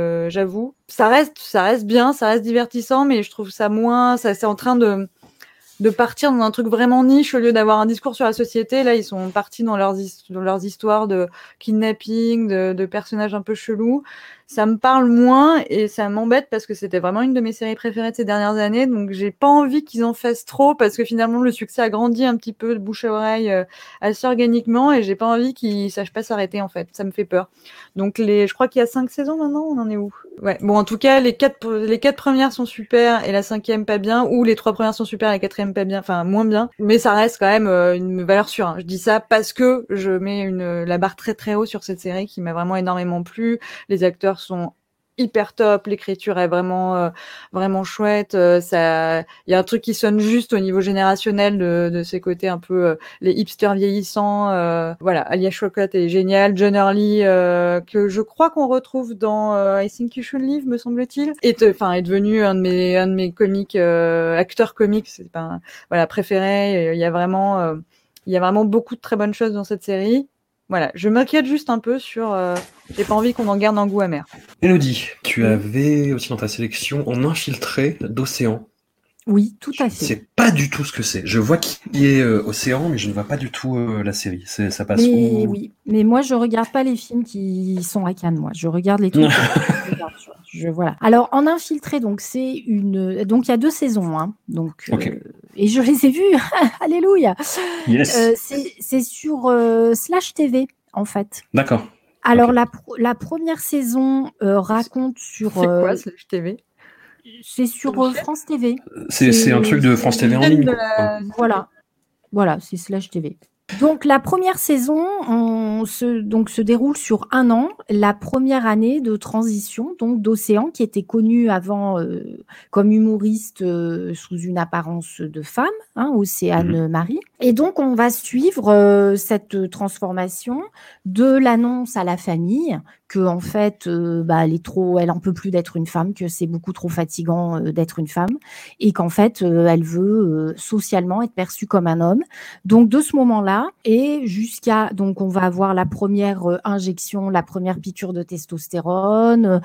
J'avoue. Ça reste bien, ça reste divertissant, mais je trouve ça moins. C'est en train de de partir dans un truc vraiment niche au lieu d'avoir un discours sur la société. Là, ils sont partis dans leurs histoires de kidnapping, de personnages un peu chelous. Ça me parle moins et ça m'embête parce que c'était vraiment une de mes séries préférées de ces dernières années. Donc, j'ai pas envie qu'ils en fassent trop parce que finalement, le succès a grandi un petit peu de bouche à oreille assez organiquement et j'ai pas envie qu'ils sachent pas s'arrêter, en fait. Ça me fait peur. Donc, je crois qu'il y a 5 saisons maintenant. On en est où? Ouais. Bon, en tout cas, les 4 premières sont super et la 5e pas bien, ou les 3 premières sont super et la 4e pas bien, enfin, moins bien. Mais ça reste quand même une valeur sûre, hein. Je dis ça parce que je mets la barre très très haut sur cette série qui m'a vraiment énormément plu. Les acteurs sont hyper top, l'écriture est vraiment vraiment chouette, ça il y a un truc qui sonne juste au niveau générationnel de ces côtés un peu les hipsters vieillissants, voilà, Alia Shawkat est génial, John Hurley que je crois qu'on retrouve dans I Think You Should Leave, me semble-t-il, est devenu un de mes comiques acteurs comiques, c'est pas voilà, préféré, il y a vraiment beaucoup de très bonnes choses dans cette série. Voilà, je m'inquiète juste un peu sur... j'ai pas envie qu'on en garde un goût amer. Élodie, tu avais aussi dans ta sélection En infiltré d'Océan. Oui, tout à fait. Je sais pas du tout ce que c'est. Je vois qui est Océan, mais je ne vois pas du tout la série. Ça passe où? Oui, mais moi je regarde pas les films qui sont à Cannes, moi. Je regarde les trucs. Voilà. Alors En infiltré, donc donc il y a 2 saisons, hein. Donc okay. Et je les ai vues. Alléluia. Yes. C'est sur Slash TV en fait. D'accord. Alors la première saison raconte sur. C'est quoi Slash TV? C'est sur France TV. C'est un truc de France TV en ligne. Voilà, c'est Slash TV. Donc la première saison se déroule sur 1 an, la première année de transition donc d'Océan, qui était connu avant comme humoriste sous une apparence de femme, hein, Océane Marie. Et donc on va suivre cette transformation de l'annonce à la famille que en fait elle en peut plus d'être une femme, que c'est beaucoup trop fatigant d'être une femme et qu'en fait elle veut socialement être perçue comme un homme. Donc de ce moment-là et jusqu'à donc on va avoir la première injection, la première piqûre de testostérone,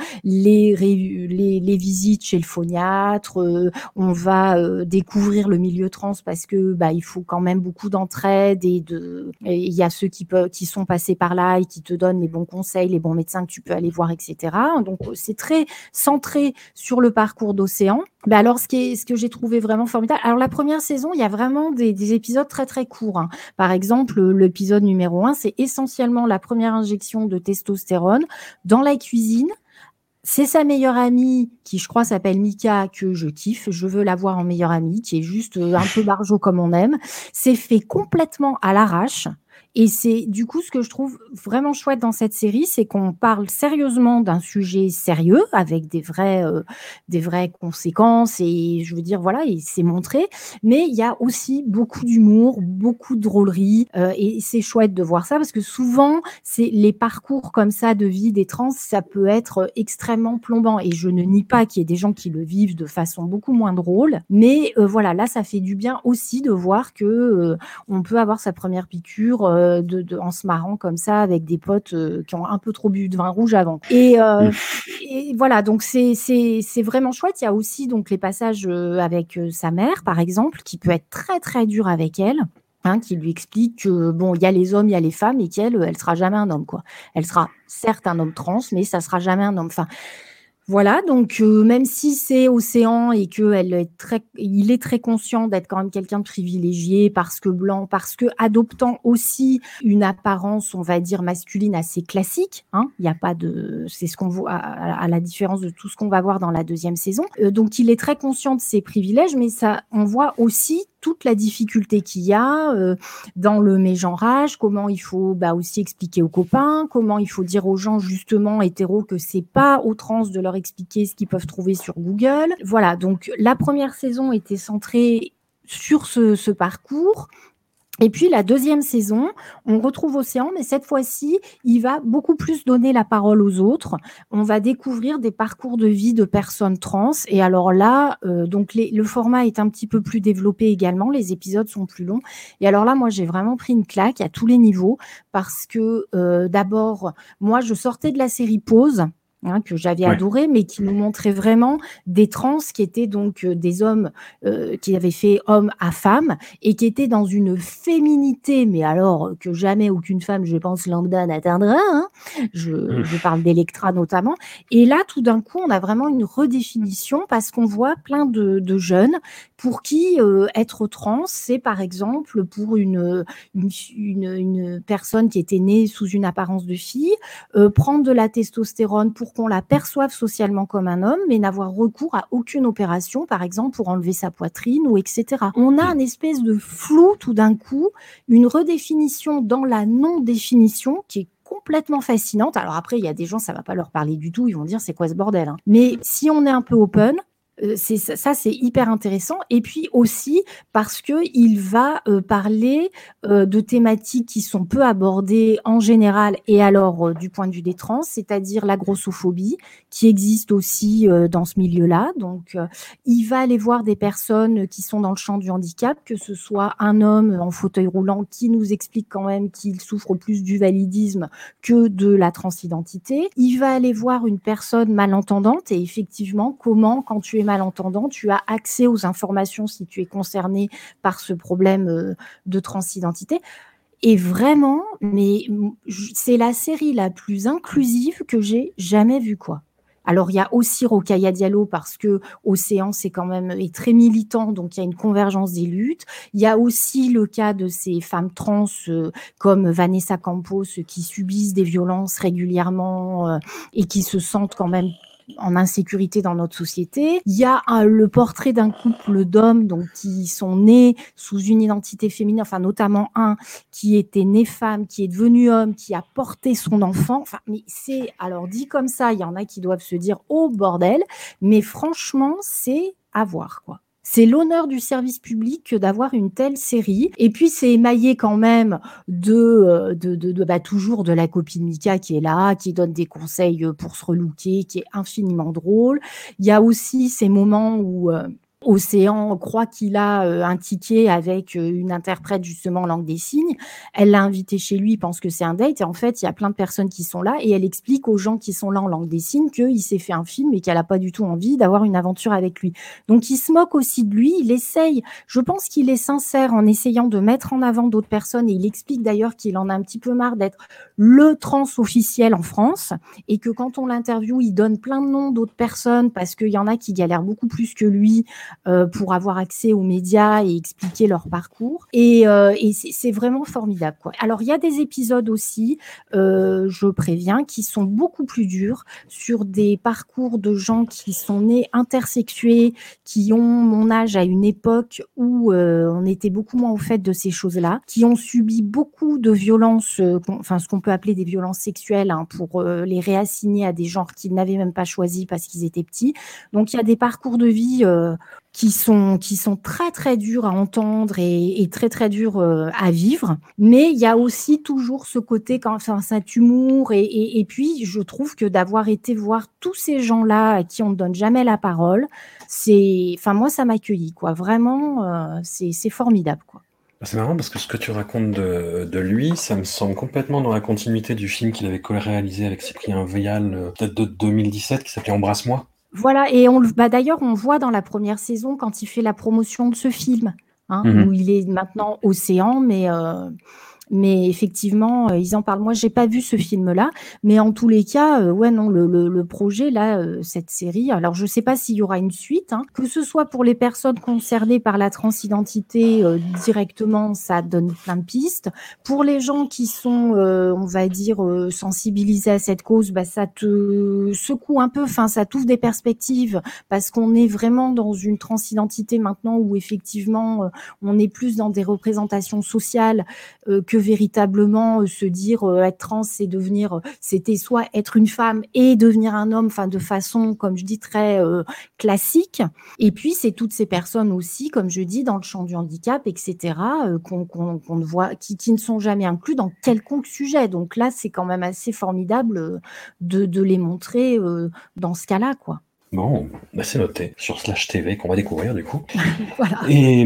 les visites chez le phoniatre, on va découvrir le milieu trans parce que il faut quand même beaucoup d'entraide et il y a ceux qui sont passés par là et qui te donnent les bons conseils, les bons médecins que tu peux aller voir, etc. Donc c'est très centré sur le parcours d'Océan. Alors ce que j'ai trouvé vraiment formidable, alors la première saison, il y a vraiment des épisodes très très courts, hein. Par exemple, l'épisode numéro 1, c'est essentiellement la première injection de testostérone dans la cuisine. C'est sa meilleure amie, qui je crois s'appelle Mika, que je kiffe. Je veux la voir en meilleure amie, qui est juste un peu barjot comme on aime. C'est fait complètement à l'arrache. Et c'est du coup ce que je trouve vraiment chouette dans cette série, c'est qu'on parle sérieusement d'un sujet sérieux avec des vraies conséquences et je veux dire voilà, et c'est montré, mais il y a aussi beaucoup d'humour, beaucoup de drôlerie et c'est chouette de voir ça parce que souvent c'est les parcours comme ça de vie des trans, ça peut être extrêmement plombant et je ne nie pas qu'il y ait des gens qui le vivent de façon beaucoup moins drôle, mais voilà, là ça fait du bien aussi de voir que on peut avoir sa première piqûre en se marrant comme ça avec des potes qui ont un peu trop bu de vin rouge avant. Et voilà, donc c'est vraiment chouette. Il y a aussi donc les passages avec sa mère, par exemple, qui peut être très très dur avec elle. Hein, qui lui explique que bon, il y a les hommes, il y a les femmes, et elle sera jamais un homme, quoi. Elle sera certes un homme trans, mais ça sera jamais un homme. Enfin, voilà, donc même si c'est Océan et il est très conscient d'être quand même quelqu'un de privilégié parce que blanc, parce que adoptant aussi une apparence, on va dire masculine assez classique, hein, il y a pas c'est ce qu'on voit à la différence de tout ce qu'on va voir dans la 2e saison. Donc il est très conscient de ses privilèges, mais ça, on voit aussi toute la difficulté qu'il y a dans le mégenrage, comment il faut aussi expliquer aux copains, comment il faut dire aux gens justement hétéros que c'est pas aux trans de leur expliquer ce qu'ils peuvent trouver sur Google. Voilà, donc la première saison était centrée sur ce parcours. Et puis la 2e saison, on retrouve Océan, mais cette fois-ci, il va beaucoup plus donner la parole aux autres. On va découvrir des parcours de vie de personnes trans. Et alors là, donc le format est un petit peu plus développé également. Les épisodes sont plus longs. Et alors là, moi, j'ai vraiment pris une claque à tous les niveaux parce que d'abord, moi, je sortais de la série Pause. que j'avais Ouais. adoré, mais qui nous montrait vraiment des trans qui étaient donc des hommes qui avaient fait homme à femme et qui étaient dans une féminité, mais alors que jamais aucune femme, je pense, lambda n'atteindra. Hein. Je parle d'Electra notamment. Et là, tout d'un coup, on a vraiment une redéfinition parce qu'on voit plein de jeunes pour qui être trans, c'est par exemple pour une personne qui était née sous une apparence de fille, prendre de la testostérone pour qu'on la perçoive socialement comme un homme, mais n'avoir recours à aucune opération, par exemple pour enlever sa poitrine ou etc. On a un espèce de flou tout d'un coup, une redéfinition dans la non-définition qui est complètement fascinante. Alors après, il y a des gens, ça va pas leur parler du tout, ils vont dire c'est quoi ce bordel, hein. Mais si on est un peu open, c'est hyper intéressant. Et puis aussi parce que il va parler de thématiques qui sont peu abordées en général et alors du point de vue des trans, c'est-à-dire la grossophobie qui existe aussi dans ce milieu-là. Donc il va aller voir des personnes qui sont dans le champ du handicap, que ce soit un homme en fauteuil roulant qui nous explique quand même qu'il souffre plus du validisme que de la transidentité. Il va aller voir une personne malentendante et effectivement comment, quand tu es malentendant, tu as accès aux informations si tu es concerné par ce problème de transidentité. Et vraiment, mais c'est la série la plus inclusive que j'ai jamais vue, quoi. Alors, il y a aussi Rokhaya Diallo parce que Océan, c'est quand même est très militant, donc il y a une convergence des luttes. Il y a aussi le cas de ces femmes trans comme Vanessa Campos qui subissent des violences régulièrement et qui se sentent quand même en insécurité dans notre société. Il y a le portrait d'un couple d'hommes donc qui sont nés sous une identité féminine, enfin notamment un qui était né femme, qui est devenu homme, qui a porté son enfant. Enfin, mais c'est alors dit comme ça, il y en a qui doivent se dire oh bordel, mais franchement c'est à voir quoi. C'est l'honneur du service public que d'avoir une telle série. Et puis, c'est émaillé quand même toujours de la copine Mika qui est là, qui donne des conseils pour se relooker, qui est infiniment drôle. Il y a aussi ces moments où Océan croit qu'il a un ticket avec une interprète justement en langue des signes. Elle l'a invité chez lui, il pense que c'est un date. Et en fait, il y a plein de personnes qui sont là et elle explique aux gens qui sont là en langue des signes qu'il s'est fait un film et qu'elle n'a pas du tout envie d'avoir une aventure avec lui. Donc, il se moque aussi de lui. Il essaye, je pense qu'il est sincère en essayant de mettre en avant d'autres personnes et il explique d'ailleurs qu'il en a un petit peu marre d'être le trans officiel en France et que quand on l'interviewe, il donne plein de noms d'autres personnes parce qu'il y en a qui galèrent beaucoup plus que lui pour avoir accès aux médias et expliquer leur parcours. Et c'est vraiment formidable, quoi. Alors, il y a des épisodes aussi, je préviens, qui sont beaucoup plus durs sur des parcours de gens qui sont nés intersexués, qui ont mon âge à une époque où on était beaucoup moins au fait de ces choses-là, qui ont subi beaucoup de violences, enfin ce qu'on peut appeler des violences sexuelles, hein, pour les réassigner à des genres qu'ils n'avaient même pas choisis parce qu'ils étaient petits. Donc, il y a des parcours de vie qui sont très très durs à entendre et très très durs à vivre, mais il y a aussi toujours ce côté cet humour et puis je trouve que d'avoir été voir tous ces gens-là à qui on ne donne jamais la parole, moi ça m'accueillit quoi, vraiment c'est formidable quoi. C'est marrant parce que ce que tu racontes de lui, ça me semble complètement dans la continuité du film qu'il avait co-réalisé avec Cyprien Vial, peut-être de 2017, qui s'appelait Embrasse-moi. Voilà, et d'ailleurs, on voit dans la première saison quand il fait la promotion de ce film, hein, où il est maintenant Océan, mais effectivement, ils en parlent. Moi, j'ai pas vu ce film-là, mais en tous les cas, le projet là, cette série. Alors, je sais pas s'il y aura une suite, hein, que ce soit pour les personnes concernées par la transidentité directement, ça donne plein de pistes. Pour les gens qui sont, on va dire, sensibilisés à cette cause, ça te secoue un peu. Enfin, ça t'ouvre des perspectives parce qu'on est vraiment dans une transidentité maintenant où effectivement, on est plus dans des représentations sociales que véritablement se dire être trans, c'était soit être une femme et devenir un homme, enfin de façon, comme je dis, très classique. Et puis c'est toutes ces personnes aussi, comme je dis, dans le champ du handicap, etc., qu'on ne voit, qui ne sont jamais inclus dans quelconque sujet. Donc là, c'est quand même assez formidable de les montrer dans ce cas-là, quoi. Bon, bah c'est noté sur Slash TV qu'on va découvrir du coup. Voilà.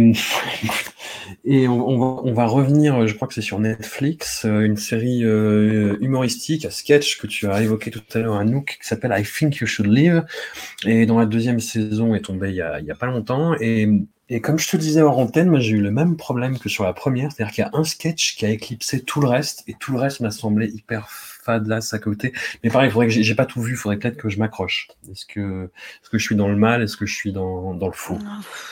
Et on va revenir, je crois que c'est sur Netflix, une série humoristique à sketch que tu as évoqué tout à l'heure, Anouk, qui s'appelle I Think You Should Leave, et dont la deuxième saison est tombée il y a pas longtemps. Et comme je te disais hors antenne, moi j'ai eu le même problème que sur la première, c'est-à-dire qu'il y a un sketch qui a éclipsé tout le reste, et tout le reste m'a semblé hyper fadasse à côté. Mais pareil, il faudrait que j'ai pas tout vu, il faudrait peut-être que je m'accroche. Est-ce que je suis dans le mal, est-ce que je suis dans le faux?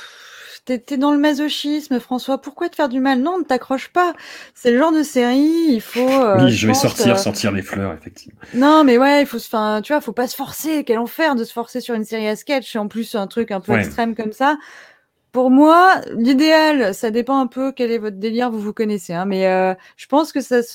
T'es dans le masochisme, François. Pourquoi te faire du mal? Non, ne t'accroche pas. C'est le genre de série, il faut. Oui, je vais sortir les fleurs, effectivement. Non, mais ouais, tu vois, faut pas se forcer. Quel enfer de se forcer sur une série à sketch. En plus, un truc un peu extrême comme ça. Pour moi, l'idéal, ça dépend un peu quel est votre délire, vous connaissez, hein, mais je pense que ça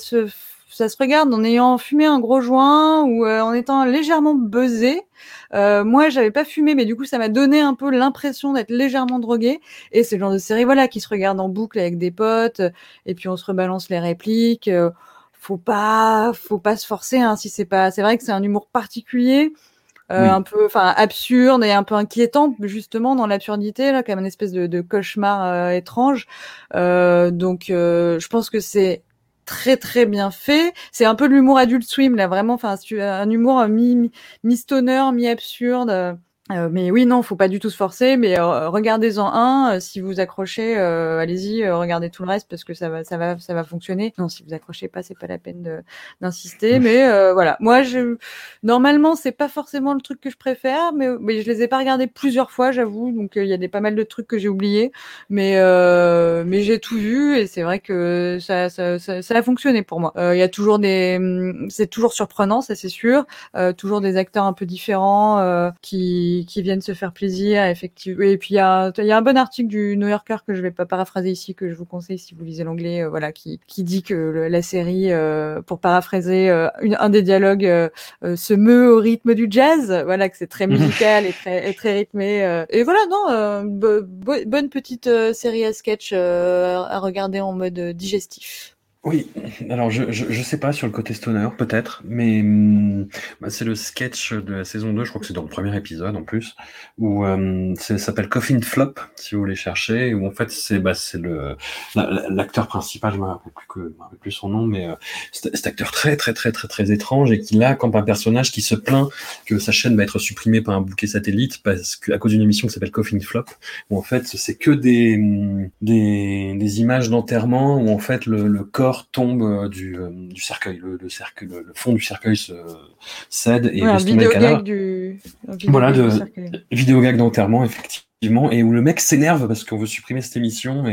se regarde en ayant fumé un gros joint ou en étant légèrement buzzé. Moi, j'avais pas fumé, mais du coup, ça m'a donné un peu l'impression d'être légèrement drogué. Et c'est le genre de série, voilà, qui se regarde en boucle avec des potes, et puis on se rebalance les répliques. Faut pas se forcer, hein, si c'est vrai que c'est un humour particulier. Un peu, absurde et un peu inquiétant, justement, dans l'absurdité, là, comme une espèce de cauchemar étrange. Donc, je pense que c'est très très bien fait. C'est un peu de l'humour Adult Swim, là, vraiment. Enfin, un humour mi-stoner, mi-absurde. Mais oui, non, faut pas du tout se forcer, mais regardez-en un. Si vous accrochez, allez-y, regardez tout le reste parce que ça va fonctionner. Non, si vous accrochez pas, c'est pas la peine d'insister. Mais voilà, moi, normalement, c'est pas forcément le truc que je préfère, mais je les ai pas regardés plusieurs fois, j'avoue. Donc il y a pas mal de trucs que j'ai oubliés, mais j'ai tout vu et c'est vrai que ça a fonctionné pour moi. Il y a toujours c'est toujours surprenant, ça c'est sûr. Toujours des acteurs un peu différents qui viennent se faire plaisir, effectivement. Et puis il y a un bon article du New Yorker que je vais pas paraphraser ici, que je vous conseille si vous lisez l'anglais, voilà, qui dit que la série, pour paraphraser un des dialogues, se meut au rythme du jazz, voilà, que c'est très musical et très rythmé. Et voilà, non, bonne petite série à sketch à regarder en mode digestif. Oui, alors je sais pas sur le côté stoner, peut-être, mais c'est le sketch de la saison 2, je crois que c'est dans le premier épisode en plus, où ça s'appelle Coffin Flop, si vous voulez chercher, où en fait c'est l'acteur principal, je me rappelle plus son nom, mais cet acteur très très très très très étrange et qui là campe un personnage qui se plaint que sa chaîne va être supprimée par un bouquet satellite parce que à cause d'une émission qui s'appelle Coffin Flop, où en fait c'est que des images d'enterrement où en fait le corps tombe du cercueil, le fond du cercueil se cède et laisse tomber le cadavre. Voilà, vidéo gag d'enterrement, effectivement, et où le mec s'énerve parce qu'on veut supprimer cette émission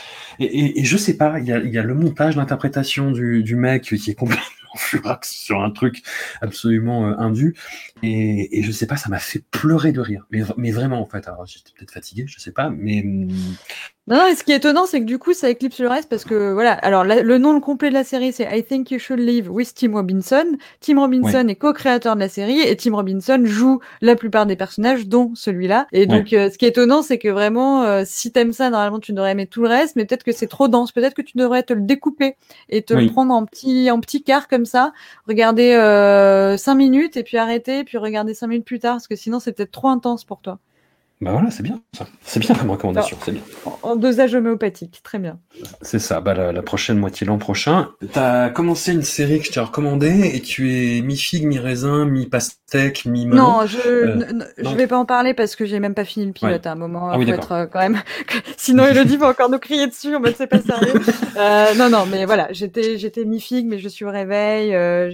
et je sais pas, il y a le montage, l'interprétation du mec qui est complètement furax sur un truc absolument indu et je sais pas, ça m'a fait pleurer de rire, mais vraiment en fait. Alors j'étais peut-être fatigué, je sais pas, mais non, et ce qui est étonnant, c'est que du coup, ça éclipse le reste parce que, voilà, alors le nom complet de la série, c'est I Think You Should Leave with Tim Robinson. Tim Robinson est co-créateur de la série et Tim Robinson joue la plupart des personnages, dont celui-là. Et donc, ce qui est étonnant, c'est que vraiment, si t'aimes ça, normalement, tu devrais aimer tout le reste, mais peut-être que c'est trop dense. Peut-être que tu devrais te le découper et te le prendre en petits quarts comme ça, regarder 5 minutes et puis arrêter, puis regarder 5 minutes plus tard, parce que sinon, c'est peut-être trop intense pour toi. Bah voilà, c'est bien ça. C'est bien comme recommandation, c'est bien. En dosage homéopathique, très bien. C'est ça, la prochaine moitié l'an prochain. T'as commencé une série que je t'ai recommandée et tu es mi-figue, mi-raisin, mi-pastèque, mi-melon. Non, je vais pas en parler parce que j'ai même pas fini le pilote à un moment. Ah oui, faut être quand même. Sinon, Elodie va encore nous crier dessus, en mode c'est pas sérieux. Non, mais voilà, j'étais mi-figue, mais je suis au réveil,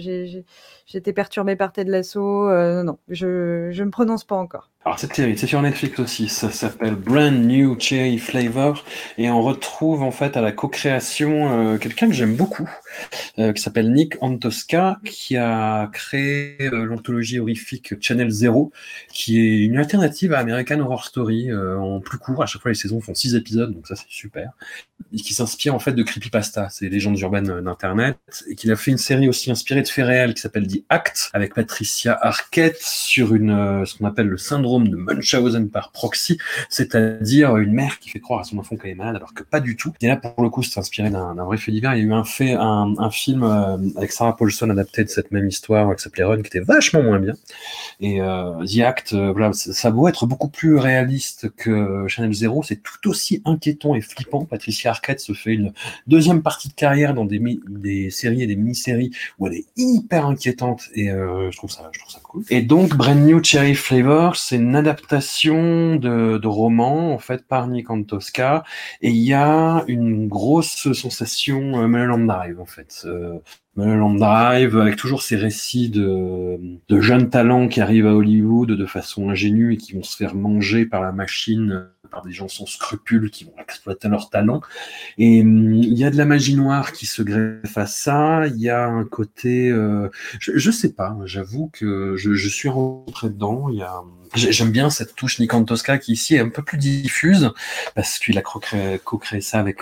j'étais perturbée par Ted Lasso. Non, je me prononce pas encore. Alors cette série, c'est sur Netflix aussi, ça s'appelle Brand New Cherry Flavor et on retrouve en fait à la co-création quelqu'un que j'aime beaucoup, qui s'appelle Nick Antosca, qui a créé l'anthologie horrifique Channel Zero, qui est une alternative à American Horror Story en plus court. À chaque fois les saisons font 6 épisodes, donc ça c'est super, et qui s'inspire en fait de creepypasta, c'est légendes urbaines d'internet, et qu'il a fait une série aussi inspirée de faits réels qui s'appelle The Act avec Patricia Arquette sur ce qu'on appelle le syndrome de Munchausen par proxy, c'est-à-dire une mère qui fait croire à son enfant qu'elle est malade alors que pas du tout. Et là, pour le coup, c'est inspiré d'un vrai fait divers. Il y a eu un film avec Sarah Paulson adapté de cette même histoire qui s'appelait Run, qui était vachement moins bien. Suicide. Et The Act, voilà, ça a beau être beaucoup plus réaliste que Channel Zero, c'est tout aussi inquiétant et flippant. Patricia Arquette se fait une deuxième partie de carrière dans des séries et des mini-séries où elle est hyper inquiétante et je trouve ça cool. Et donc Brand New Cherry Flavor, c'est une adaptation de roman en fait par Nick Antosca et il y a une grosse sensation Mulholland Drive en fait. Mulholland Drive, avec toujours ces récits de jeunes talents qui arrivent à Hollywood de façon ingénue et qui vont se faire manger par la machine, par des gens sans scrupules qui vont exploiter leurs talents. Et il y a de la magie noire qui se greffe à ça. Il y a un côté, je sais pas. J'avoue que je suis rentré dedans. J'aime bien cette touche Nick Antosca qui ici est un peu plus diffuse parce qu'il a co-créé ça avec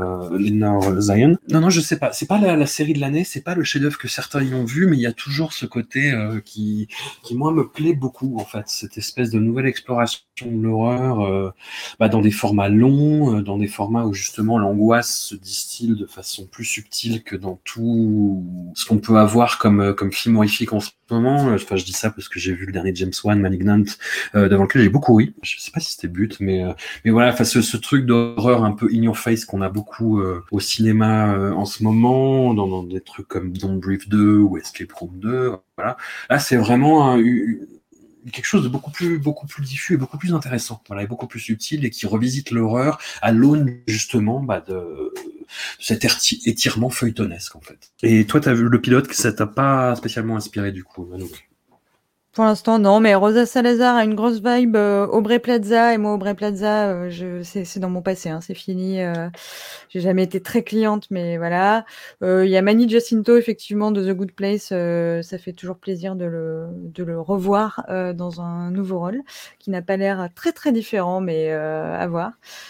Lenore Zion. Non, je sais pas. C'est pas la série de l'année, c'est pas le chef-d'œuvre que certains y ont vu, mais il y a toujours ce côté qui moi me plaît beaucoup en fait. Cette espèce de nouvelle exploration de l'horreur dans des formats longs, dans des formats où justement l'angoisse se distille de façon plus subtile que dans tout ce qu'on peut avoir comme film horrifique en ce moment. Enfin, je dis ça parce que j'ai vu le dernier James Wan, Malignant, devant lequel j'ai beaucoup ri. Je sais pas si c'était but, mais voilà, enfin ce truc d'horreur un peu in your face qu'on a beaucoup au cinéma en ce moment, dans des trucs comme Don't Breathe 2 ou Escape Room 2. Voilà, là c'est vraiment quelque chose de beaucoup plus diffus et beaucoup plus intéressant, voilà, et beaucoup plus subtil et qui revisite l'horreur à l'aune justement de cet étirement feuilletonesque en fait. Et toi, t'as vu le pilote, que ça t'a pas spécialement inspiré du coup, Manu? Pour l'instant, non, mais Rosa Salazar a une grosse vibe Aubrey Plaza, et moi, Aubrey Plaza, c'est dans mon passé, hein, c'est fini. J'ai jamais été très cliente, mais voilà. Il y a Manny Jacinto, effectivement, de The Good Place. Ça fait toujours plaisir de le revoir dans un nouveau rôle, qui n'a pas l'air très très différent, mais à voir.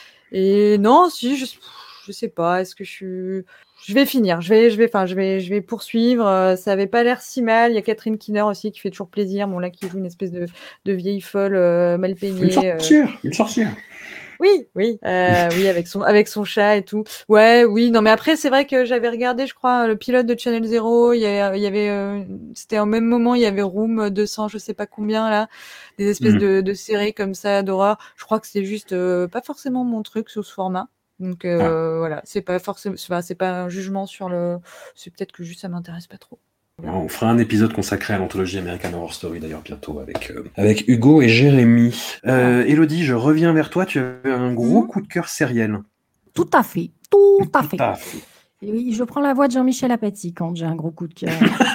Et non, si, je sais pas, est-ce que je vais finir, je vais poursuivre. Ça avait pas l'air si mal. Il y a Catherine Keener aussi qui fait toujours plaisir. Bon là, qui joue une espèce de vieille folle mal peignée. Une sorcière. Oui, avec son chat et tout. Ouais, oui. Non, mais après, c'est vrai que j'avais regardé, je crois, le pilote de Channel Zero. Il y avait, c'était au même moment, il y avait Room 200, je sais pas combien là, des espèces de séries comme ça d'horreur. Je crois que c'est juste pas forcément mon truc sous ce format. Donc voilà, c'est pas forcément, c'est pas un jugement sur c'est peut-être que juste ça m'intéresse pas trop. On fera un épisode consacré à l'anthologie American Horror Story d'ailleurs bientôt avec Hugo et Jérémy. Élodie, je reviens vers toi. Tu as un gros coup de cœur sériel. Tout à fait. Et oui, je prends la voix de Jean-Michel Apathy quand j'ai un gros coup de cœur.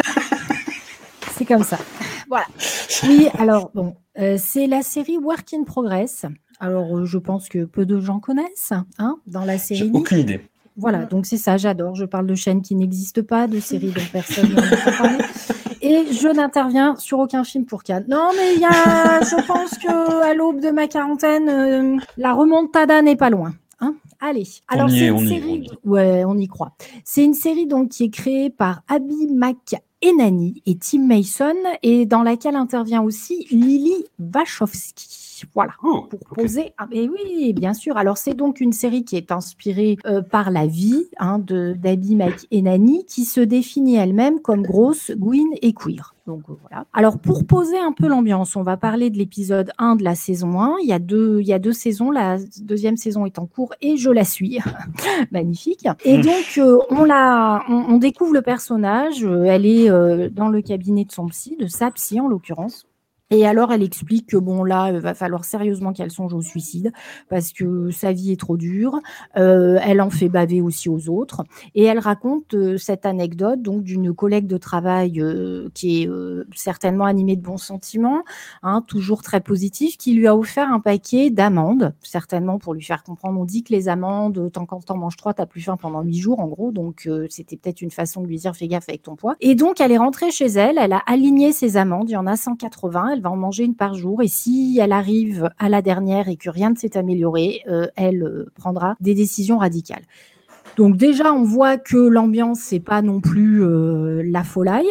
C'est comme ça. Voilà. Oui, alors bon, c'est la série Work in Progress. Alors, je pense que peu de gens connaissent, hein, dans la série. J'ai aucune idée. Voilà, donc c'est ça, j'adore. Je parle de chaînes qui n'existent pas, de séries dont personne n'en a parlé. Et je n'interviens sur aucun film pour Cannes. Non, mais je pense qu'à l'aube de ma quarantaine, la remontada n'est pas loin. Hein, allez. Alors, c'est une série. Ouais, on y croit. C'est une série donc qui est créée par Abby McEnany et Tim Mason et dans laquelle intervient aussi Lily Wachowski. Voilà, pour poser. Ah, mais oui, bien sûr. Alors, c'est donc une série qui est inspirée par la vie d'Abby McEnany, qui se définit elle-même comme grosse, gouine et queer. Donc, voilà. Alors, pour poser un peu l'ambiance, on va parler de l'épisode 1 de la saison 1. Il y a deux saisons. La deuxième saison est en cours et je la suis. Magnifique. Et donc, on découvre le personnage. Elle est dans le cabinet de son psy, de sa psy en l'occurrence. Et alors, elle explique que bon, là, il va falloir sérieusement qu'elle songe au suicide parce que sa vie est trop dure. Elle en fait baver aussi aux autres. Et elle raconte cette anecdote donc d'une collègue de travail qui est certainement animée de bons sentiments, hein, toujours très positive, qui lui a offert un paquet d'amandes, certainement pour lui faire comprendre. On dit que les amandes, tant qu'en t'en manges 3, t'as plus faim pendant 8 jours, en gros. Donc, c'était peut-être une façon de lui dire, fais gaffe avec ton poids. Et donc, elle est rentrée chez elle. Elle a aligné ses amandes. Il y en a 180. Elle va en manger une par jour et si elle arrive à la dernière et que rien ne s'est amélioré, elle prendra des décisions radicales. Donc déjà, on voit que l'ambiance, c'est pas non plus la folie.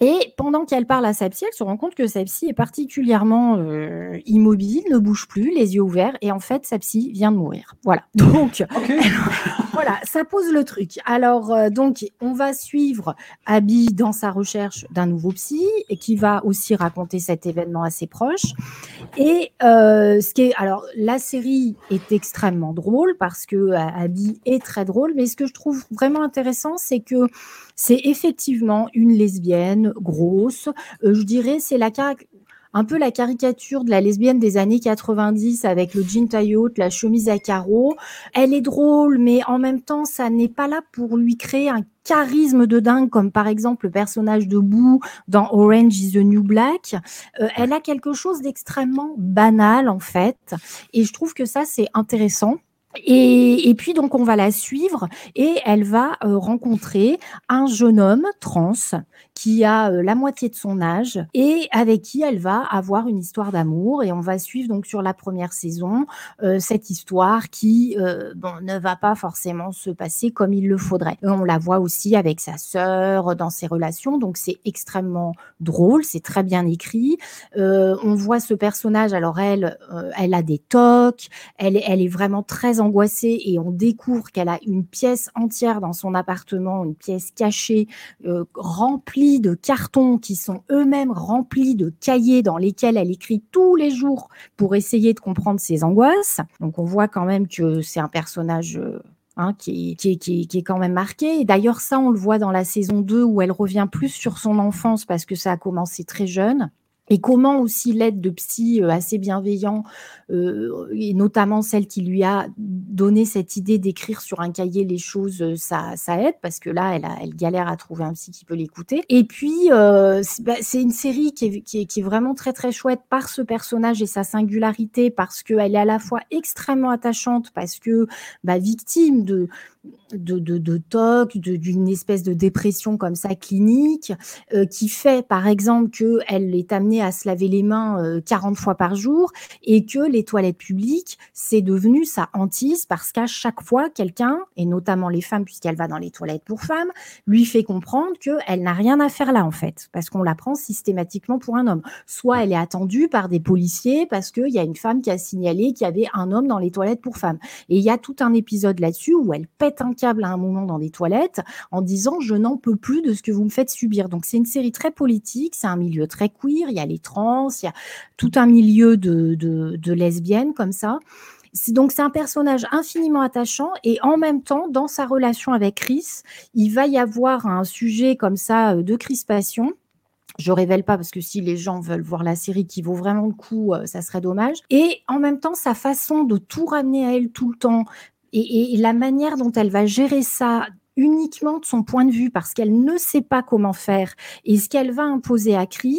Et pendant qu'elle parle à sa psy, elle se rend compte que sa psy est particulièrement immobile, ne bouge plus, les yeux ouverts, et en fait, sa psy vient de mourir. Voilà. Donc, voilà, ça pose le truc. Alors, donc, on va suivre Abby dans sa recherche d'un nouveau psy, et qui va aussi raconter cet événement à ses proches. Et alors, la série est extrêmement drôle parce que Abby est très drôle, mais ce que je trouve vraiment intéressant, c'est que c'est effectivement une lesbienne grosse. Je dirais, c'est un peu la caricature de la lesbienne des années 90 avec le jean taille haute, la chemise à carreaux. Elle est drôle, mais en même temps, ça n'est pas là pour lui créer un charisme de dingue, comme par exemple le personnage de Boo dans Orange is the New Black. Elle a quelque chose d'extrêmement banal, en fait. Et je trouve que ça, c'est intéressant. Et puis donc on va la suivre et elle va rencontrer un jeune homme trans qui a la moitié de son âge et avec qui elle va avoir une histoire d'amour, et on va suivre donc sur la première saison cette histoire qui ne va pas forcément se passer comme il le faudrait. On la voit aussi avec sa sœur dans ses relations, donc c'est extrêmement drôle, c'est très bien écrit. On voit ce personnage, alors elle a des tocs, elle est vraiment très angoissée, et on découvre qu'elle a une pièce entière dans son appartement, une pièce cachée, remplie de cartons qui sont eux-mêmes remplis de cahiers dans lesquels elle écrit tous les jours pour essayer de comprendre ses angoisses. Donc on voit quand même que c'est un personnage qui est quand même marqué. Et d'ailleurs ça, on le voit dans la saison 2 où elle revient plus sur son enfance parce que ça a commencé très jeune. Et comment aussi l'aide de psy assez bienveillant, et notamment celle qui lui a donné cette idée d'écrire sur un cahier les choses, ça aide, parce que là, elle galère à trouver un psy qui peut l'écouter. Et puis, c'est une série qui est vraiment très très chouette par ce personnage et sa singularité, parce qu'elle est à la fois extrêmement attachante, parce que victime de TOC, d'une espèce de dépression comme ça clinique, qui fait par exemple qu'elle est amenée à se laver les mains 40 fois par jour, et que les toilettes publiques, c'est devenu sa hantise, parce qu'à chaque fois, quelqu'un, et notamment les femmes, puisqu'elle va dans les toilettes pour femmes, lui fait comprendre qu'elle n'a rien à faire là en fait, parce qu'on la prend systématiquement pour un homme. Soit elle est attendue par des policiers parce qu'il y a une femme qui a signalé qu'il y avait un homme dans les toilettes pour femmes. Et il y a tout un épisode là-dessus où elle pète un câble à un moment dans des toilettes en disant « je n'en peux plus de ce que vous me faites subir ». Donc c'est une série très politique, c'est un milieu très queer, il y a les trans, il y a tout un milieu de lesbiennes comme ça. Donc c'est un personnage infiniment attachant, et en même temps, dans sa relation avec Chris, il va y avoir un sujet comme ça de crispation. Je révèle pas parce que si les gens veulent voir la série qui vaut vraiment le coup, ça serait dommage. Et en même temps, sa façon de tout ramener à elle tout le temps, et la manière dont elle va gérer ça uniquement de son point de vue, parce qu'elle ne sait pas comment faire, et ce qu'elle va imposer à Chris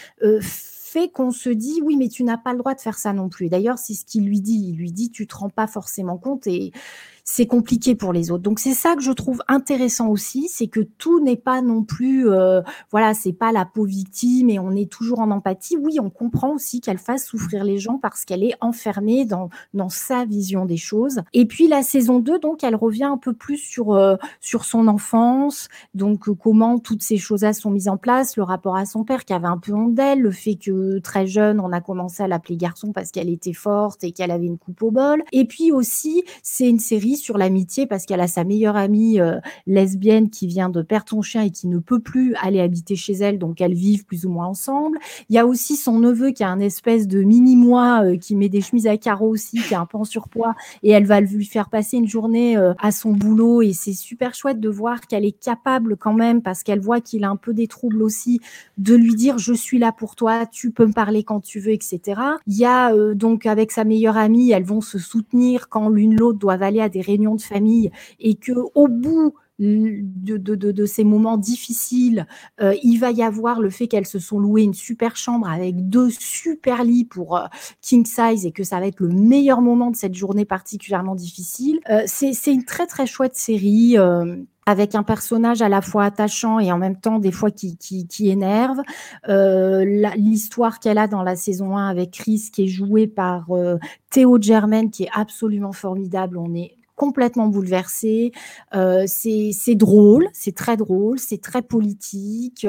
fait qu'on se dit oui, mais tu n'as pas le droit de faire ça non plus. Et d'ailleurs, c'est ce qu'il lui dit. Il lui dit tu te rends pas forcément compte, et c'est compliqué pour les autres. Donc c'est ça que je trouve intéressant aussi, c'est que tout n'est pas non plus, c'est pas la peau victime et on est toujours en empathie. Oui, on comprend aussi qu'elle fasse souffrir les gens parce qu'elle est enfermée dans sa vision des choses. Et puis la saison 2, donc elle revient un peu plus sur son enfance, donc comment toutes ces choses-là sont mises en place, le rapport à son père qui avait un peu honte d'elle, le fait que très jeune on a commencé à l'appeler garçon parce qu'elle était forte et qu'elle avait une coupe au bol. Et puis aussi c'est une série sur l'amitié parce qu'elle a sa meilleure amie lesbienne qui vient de perdre son chien et qui ne peut plus aller habiter chez elle, donc elles vivent plus ou moins ensemble. Il y a aussi son neveu qui a un espèce de mini-moi qui met des chemises à carreaux aussi, qui a un peu en surpoids, et elle va lui faire passer une journée à son boulot, et c'est super chouette de voir qu'elle est capable quand même, parce qu'elle voit qu'il a un peu des troubles aussi, de lui dire je suis là pour toi, tu peux me parler quand tu veux, etc. Il y a donc avec sa meilleure amie, elles vont se soutenir quand l'une l'autre doivent aller à des réunions de famille, et que au bout de ces moments difficiles, il va y avoir le fait qu'elles se sont louées une super chambre avec 2 super lits pour king size, et que ça va être le meilleur moment de cette journée particulièrement difficile. C'est une très très chouette série, avec un personnage à la fois attachant et en même temps des fois qui énerve. L'histoire qu'elle a dans la saison 1 avec Chris, qui est jouée par Théo Germain, qui est absolument formidable. On est complètement bouleversé. C'est drôle, c'est très drôle, c'est très politique.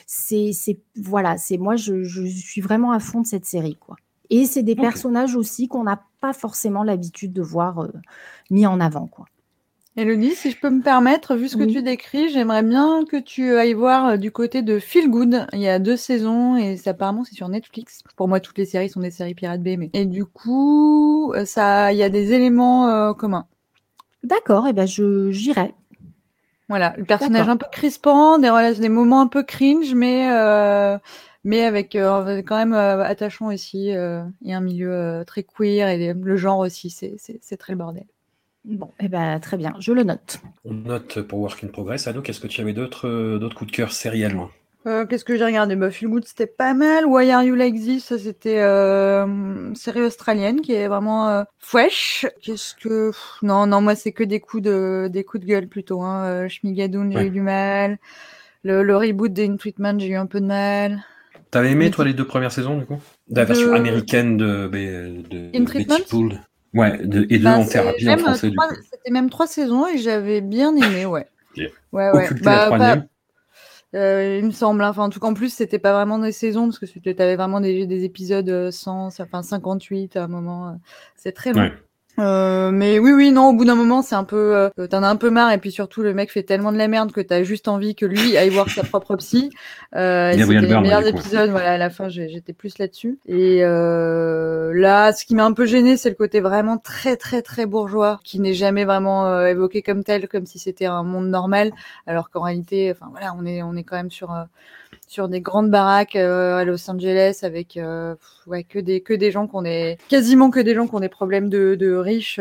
Moi, je suis vraiment à fond de cette série, quoi. Et c'est des personnages aussi qu'on n'a pas forcément l'habitude de voir mis en avant, quoi. Élodie, si je peux me permettre, vu ce que tu décris, j'aimerais bien que tu ailles voir du côté de Feel Good. Il y a 2 saisons et apparemment c'est sur Netflix. Pour moi, toutes les séries sont des séries Pirate Bay. Et du coup, il y a des éléments communs. D'accord, et ben j'irai. Voilà, le personnage un peu crispant, des moments un peu cringe, mais avec quand même attachant aussi, et un milieu très queer et le genre aussi, c'est très le bordel. Bon, très bien, je le note. On note pour Work in Progress. Anouk, est-ce que tu avais d'autres coups de cœur sériels? Qu'est-ce que j'ai regardé? Feel Good, c'était pas mal. Why Are You Like This, ça c'était une série australienne qui est vraiment fresh. Non, moi c'est que des coups de gueule plutôt. Schmigadoon, j'ai eu du mal. Le reboot d'In Treatment, j'ai eu un peu de mal. T'avais aimé toi les 2 premières saisons du coup? De la version américaine de Betty Poole. Ouais, et En thérapie en français du coup. C'était même 3 saisons et j'avais bien aimé, ouais. Okay. Ouais. Occulté la 3e. Il me semble, enfin en tout cas en plus c'était pas vraiment des saisons parce que t'avais vraiment des épisodes 58 à un moment, c'est très long. Ouais. Mais oui, non, au bout d'un moment, c'est un peu, t'en as un peu marre, et puis surtout, le mec fait tellement de la merde que t'as juste envie que lui aille voir sa propre psy. C'était les meilleurs épisodes, voilà, à la fin, j'étais plus là-dessus. Et là, ce qui m'a un peu gêné, c'est le côté vraiment très, très, très bourgeois, qui n'est jamais vraiment évoqué comme tel, comme si c'était un monde normal, alors qu'en réalité, enfin voilà, on est quand même sur des grandes baraques à Los Angeles avec que des gens quasiment que des gens qui ont des problèmes de riches,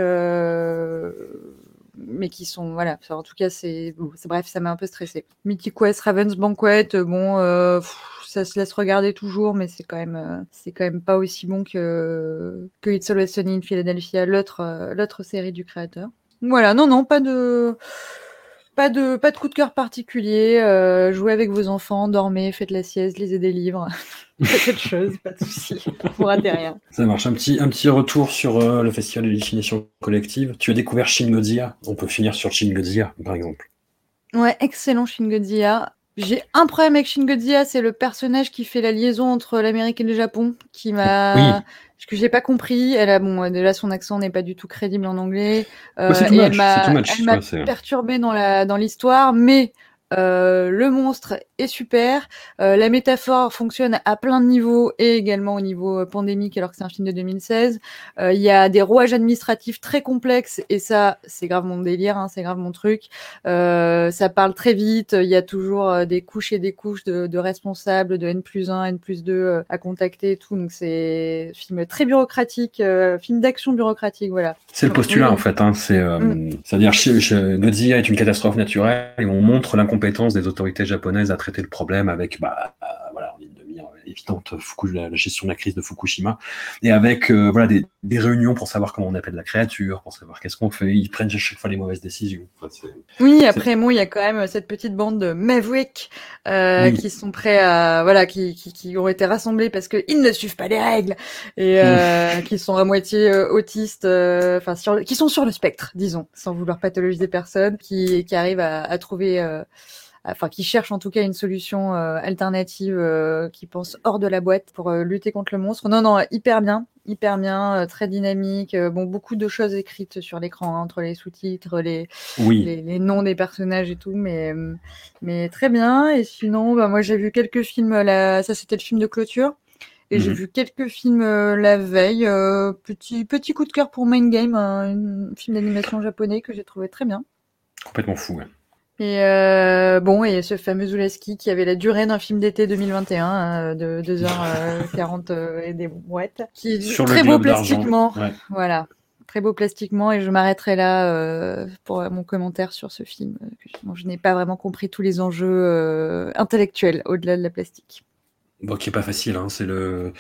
mais qui sont voilà. En tout cas, bref, ça m'a un peu stressée. Mythic Quest, Raven's Banquet, ça se laisse regarder toujours, mais c'est quand même pas aussi bon que It's Always Sunny in Philadelphia, l'autre série du créateur. Voilà, non, pas de coup de cœur particulier. Jouez avec vos enfants, dormez, faites la sieste, lisez des livres, faites autre chose, pas de souci. Vous ratez rien. Ça marche. Un petit retour sur le festival de l'imagination collective. Tu as découvert Shin Godzilla. On peut finir sur Shin Godzilla, par exemple. Ouais, excellent Shin Godzilla. J'ai un problème avec Shin Godzilla, c'est le personnage qui fait la liaison entre l'Amérique et le Japon, que j'ai pas compris. Déjà son accent n'est pas du tout crédible en anglais. C'est elle m'a perturbée dans l'histoire, mais le monstre est super. La métaphore fonctionne à plein de niveaux et également au niveau pandémique, alors que c'est un film de 2016. Il y a des rouages administratifs très complexes et ça, c'est grave mon délire, c'est grave mon truc. Ça parle très vite. Il y a toujours des couches et des couches de responsables, de N+1, N+2 à contacter et tout. Donc c'est un film très bureaucratique, film d'action bureaucratique, voilà. C'est le postulat en fait. C'est-à-dire Godzilla est une catastrophe naturelle et on montre l'incompétence des autorités japonaises à traiter le problème avec, en ligne de mire évidente, la gestion de la crise de Fukushima, et avec des réunions pour savoir comment on appelle la créature, pour savoir qu'est-ce qu'on fait. Ils prennent à chaque fois les mauvaises décisions. Après, il y a quand même cette petite bande de Maverick qui sont prêts à, qui ont été rassemblés parce que ils ne suivent pas les règles et qui sont à moitié autistes, qui sont sur le spectre, disons, sans vouloir pathologiser personne, qui arrivent à trouver. Qui cherche en tout cas une solution alternative, qui pense hors de la boîte pour lutter contre le monstre. Non, hyper bien, très dynamique. Beaucoup de choses écrites sur l'écran, entre les sous-titres, les noms des personnages et tout, mais très bien. Et sinon, moi j'ai vu quelques films. Ça c'était le film de clôture. Et j'ai vu quelques films la veille. Petit coup de cœur pour Main Game, un film d'animation japonais que j'ai trouvé très bien. Complètement fou, ouais. Et et ce fameux Zulaski qui avait la durée d'un film d'été 2021 de 2h40 et des brouettes, qui est très beau plastiquement. Ouais. Voilà, très beau plastiquement, et je m'arrêterai là pour mon commentaire sur ce film. Je n'ai pas vraiment compris tous les enjeux intellectuels au-delà de la plastique. Qui est pas facile, c'est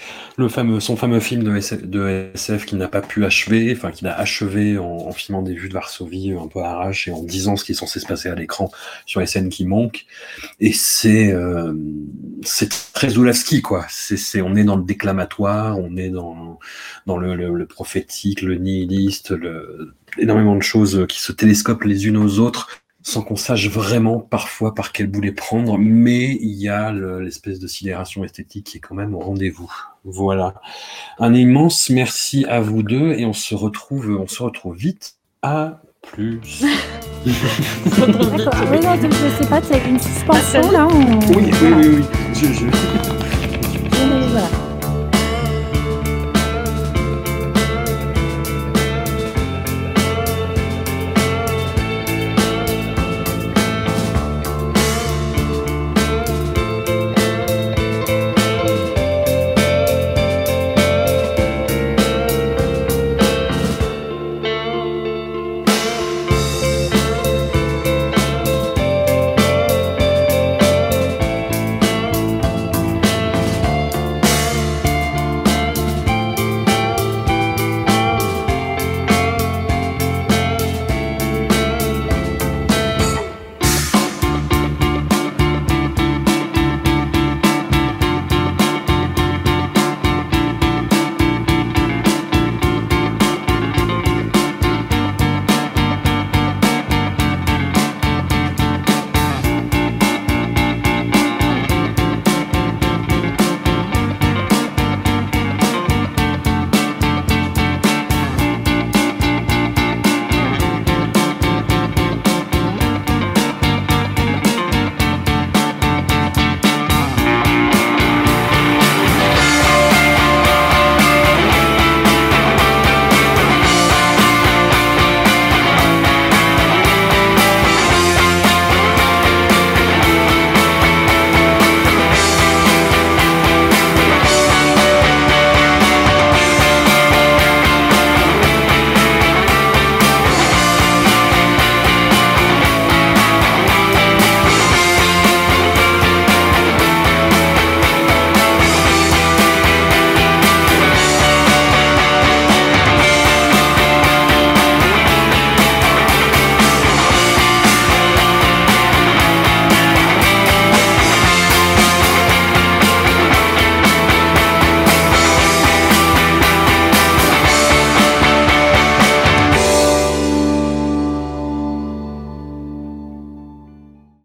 son fameux film de SF qu'il n'a pas pu achever, qu'il a achevé en filmant des vues de Varsovie un peu à l'arrache et en disant ce qui est censé se passer à l'écran sur les scènes qui manquent. Et c'est très Zulawski, quoi. On est dans le déclamatoire, on est dans le prophétique, le nihiliste, énormément de choses qui se télescopent les unes aux autres, sans qu'on sache vraiment parfois par quel bout les prendre, mais il y a l'espèce de sidération esthétique qui est quand même au rendez-vous. Voilà. Un immense merci à vous deux et on se retrouve vite. À plus. D'accord. Oui, non, je sais pas, c'est une suspension là. Oui.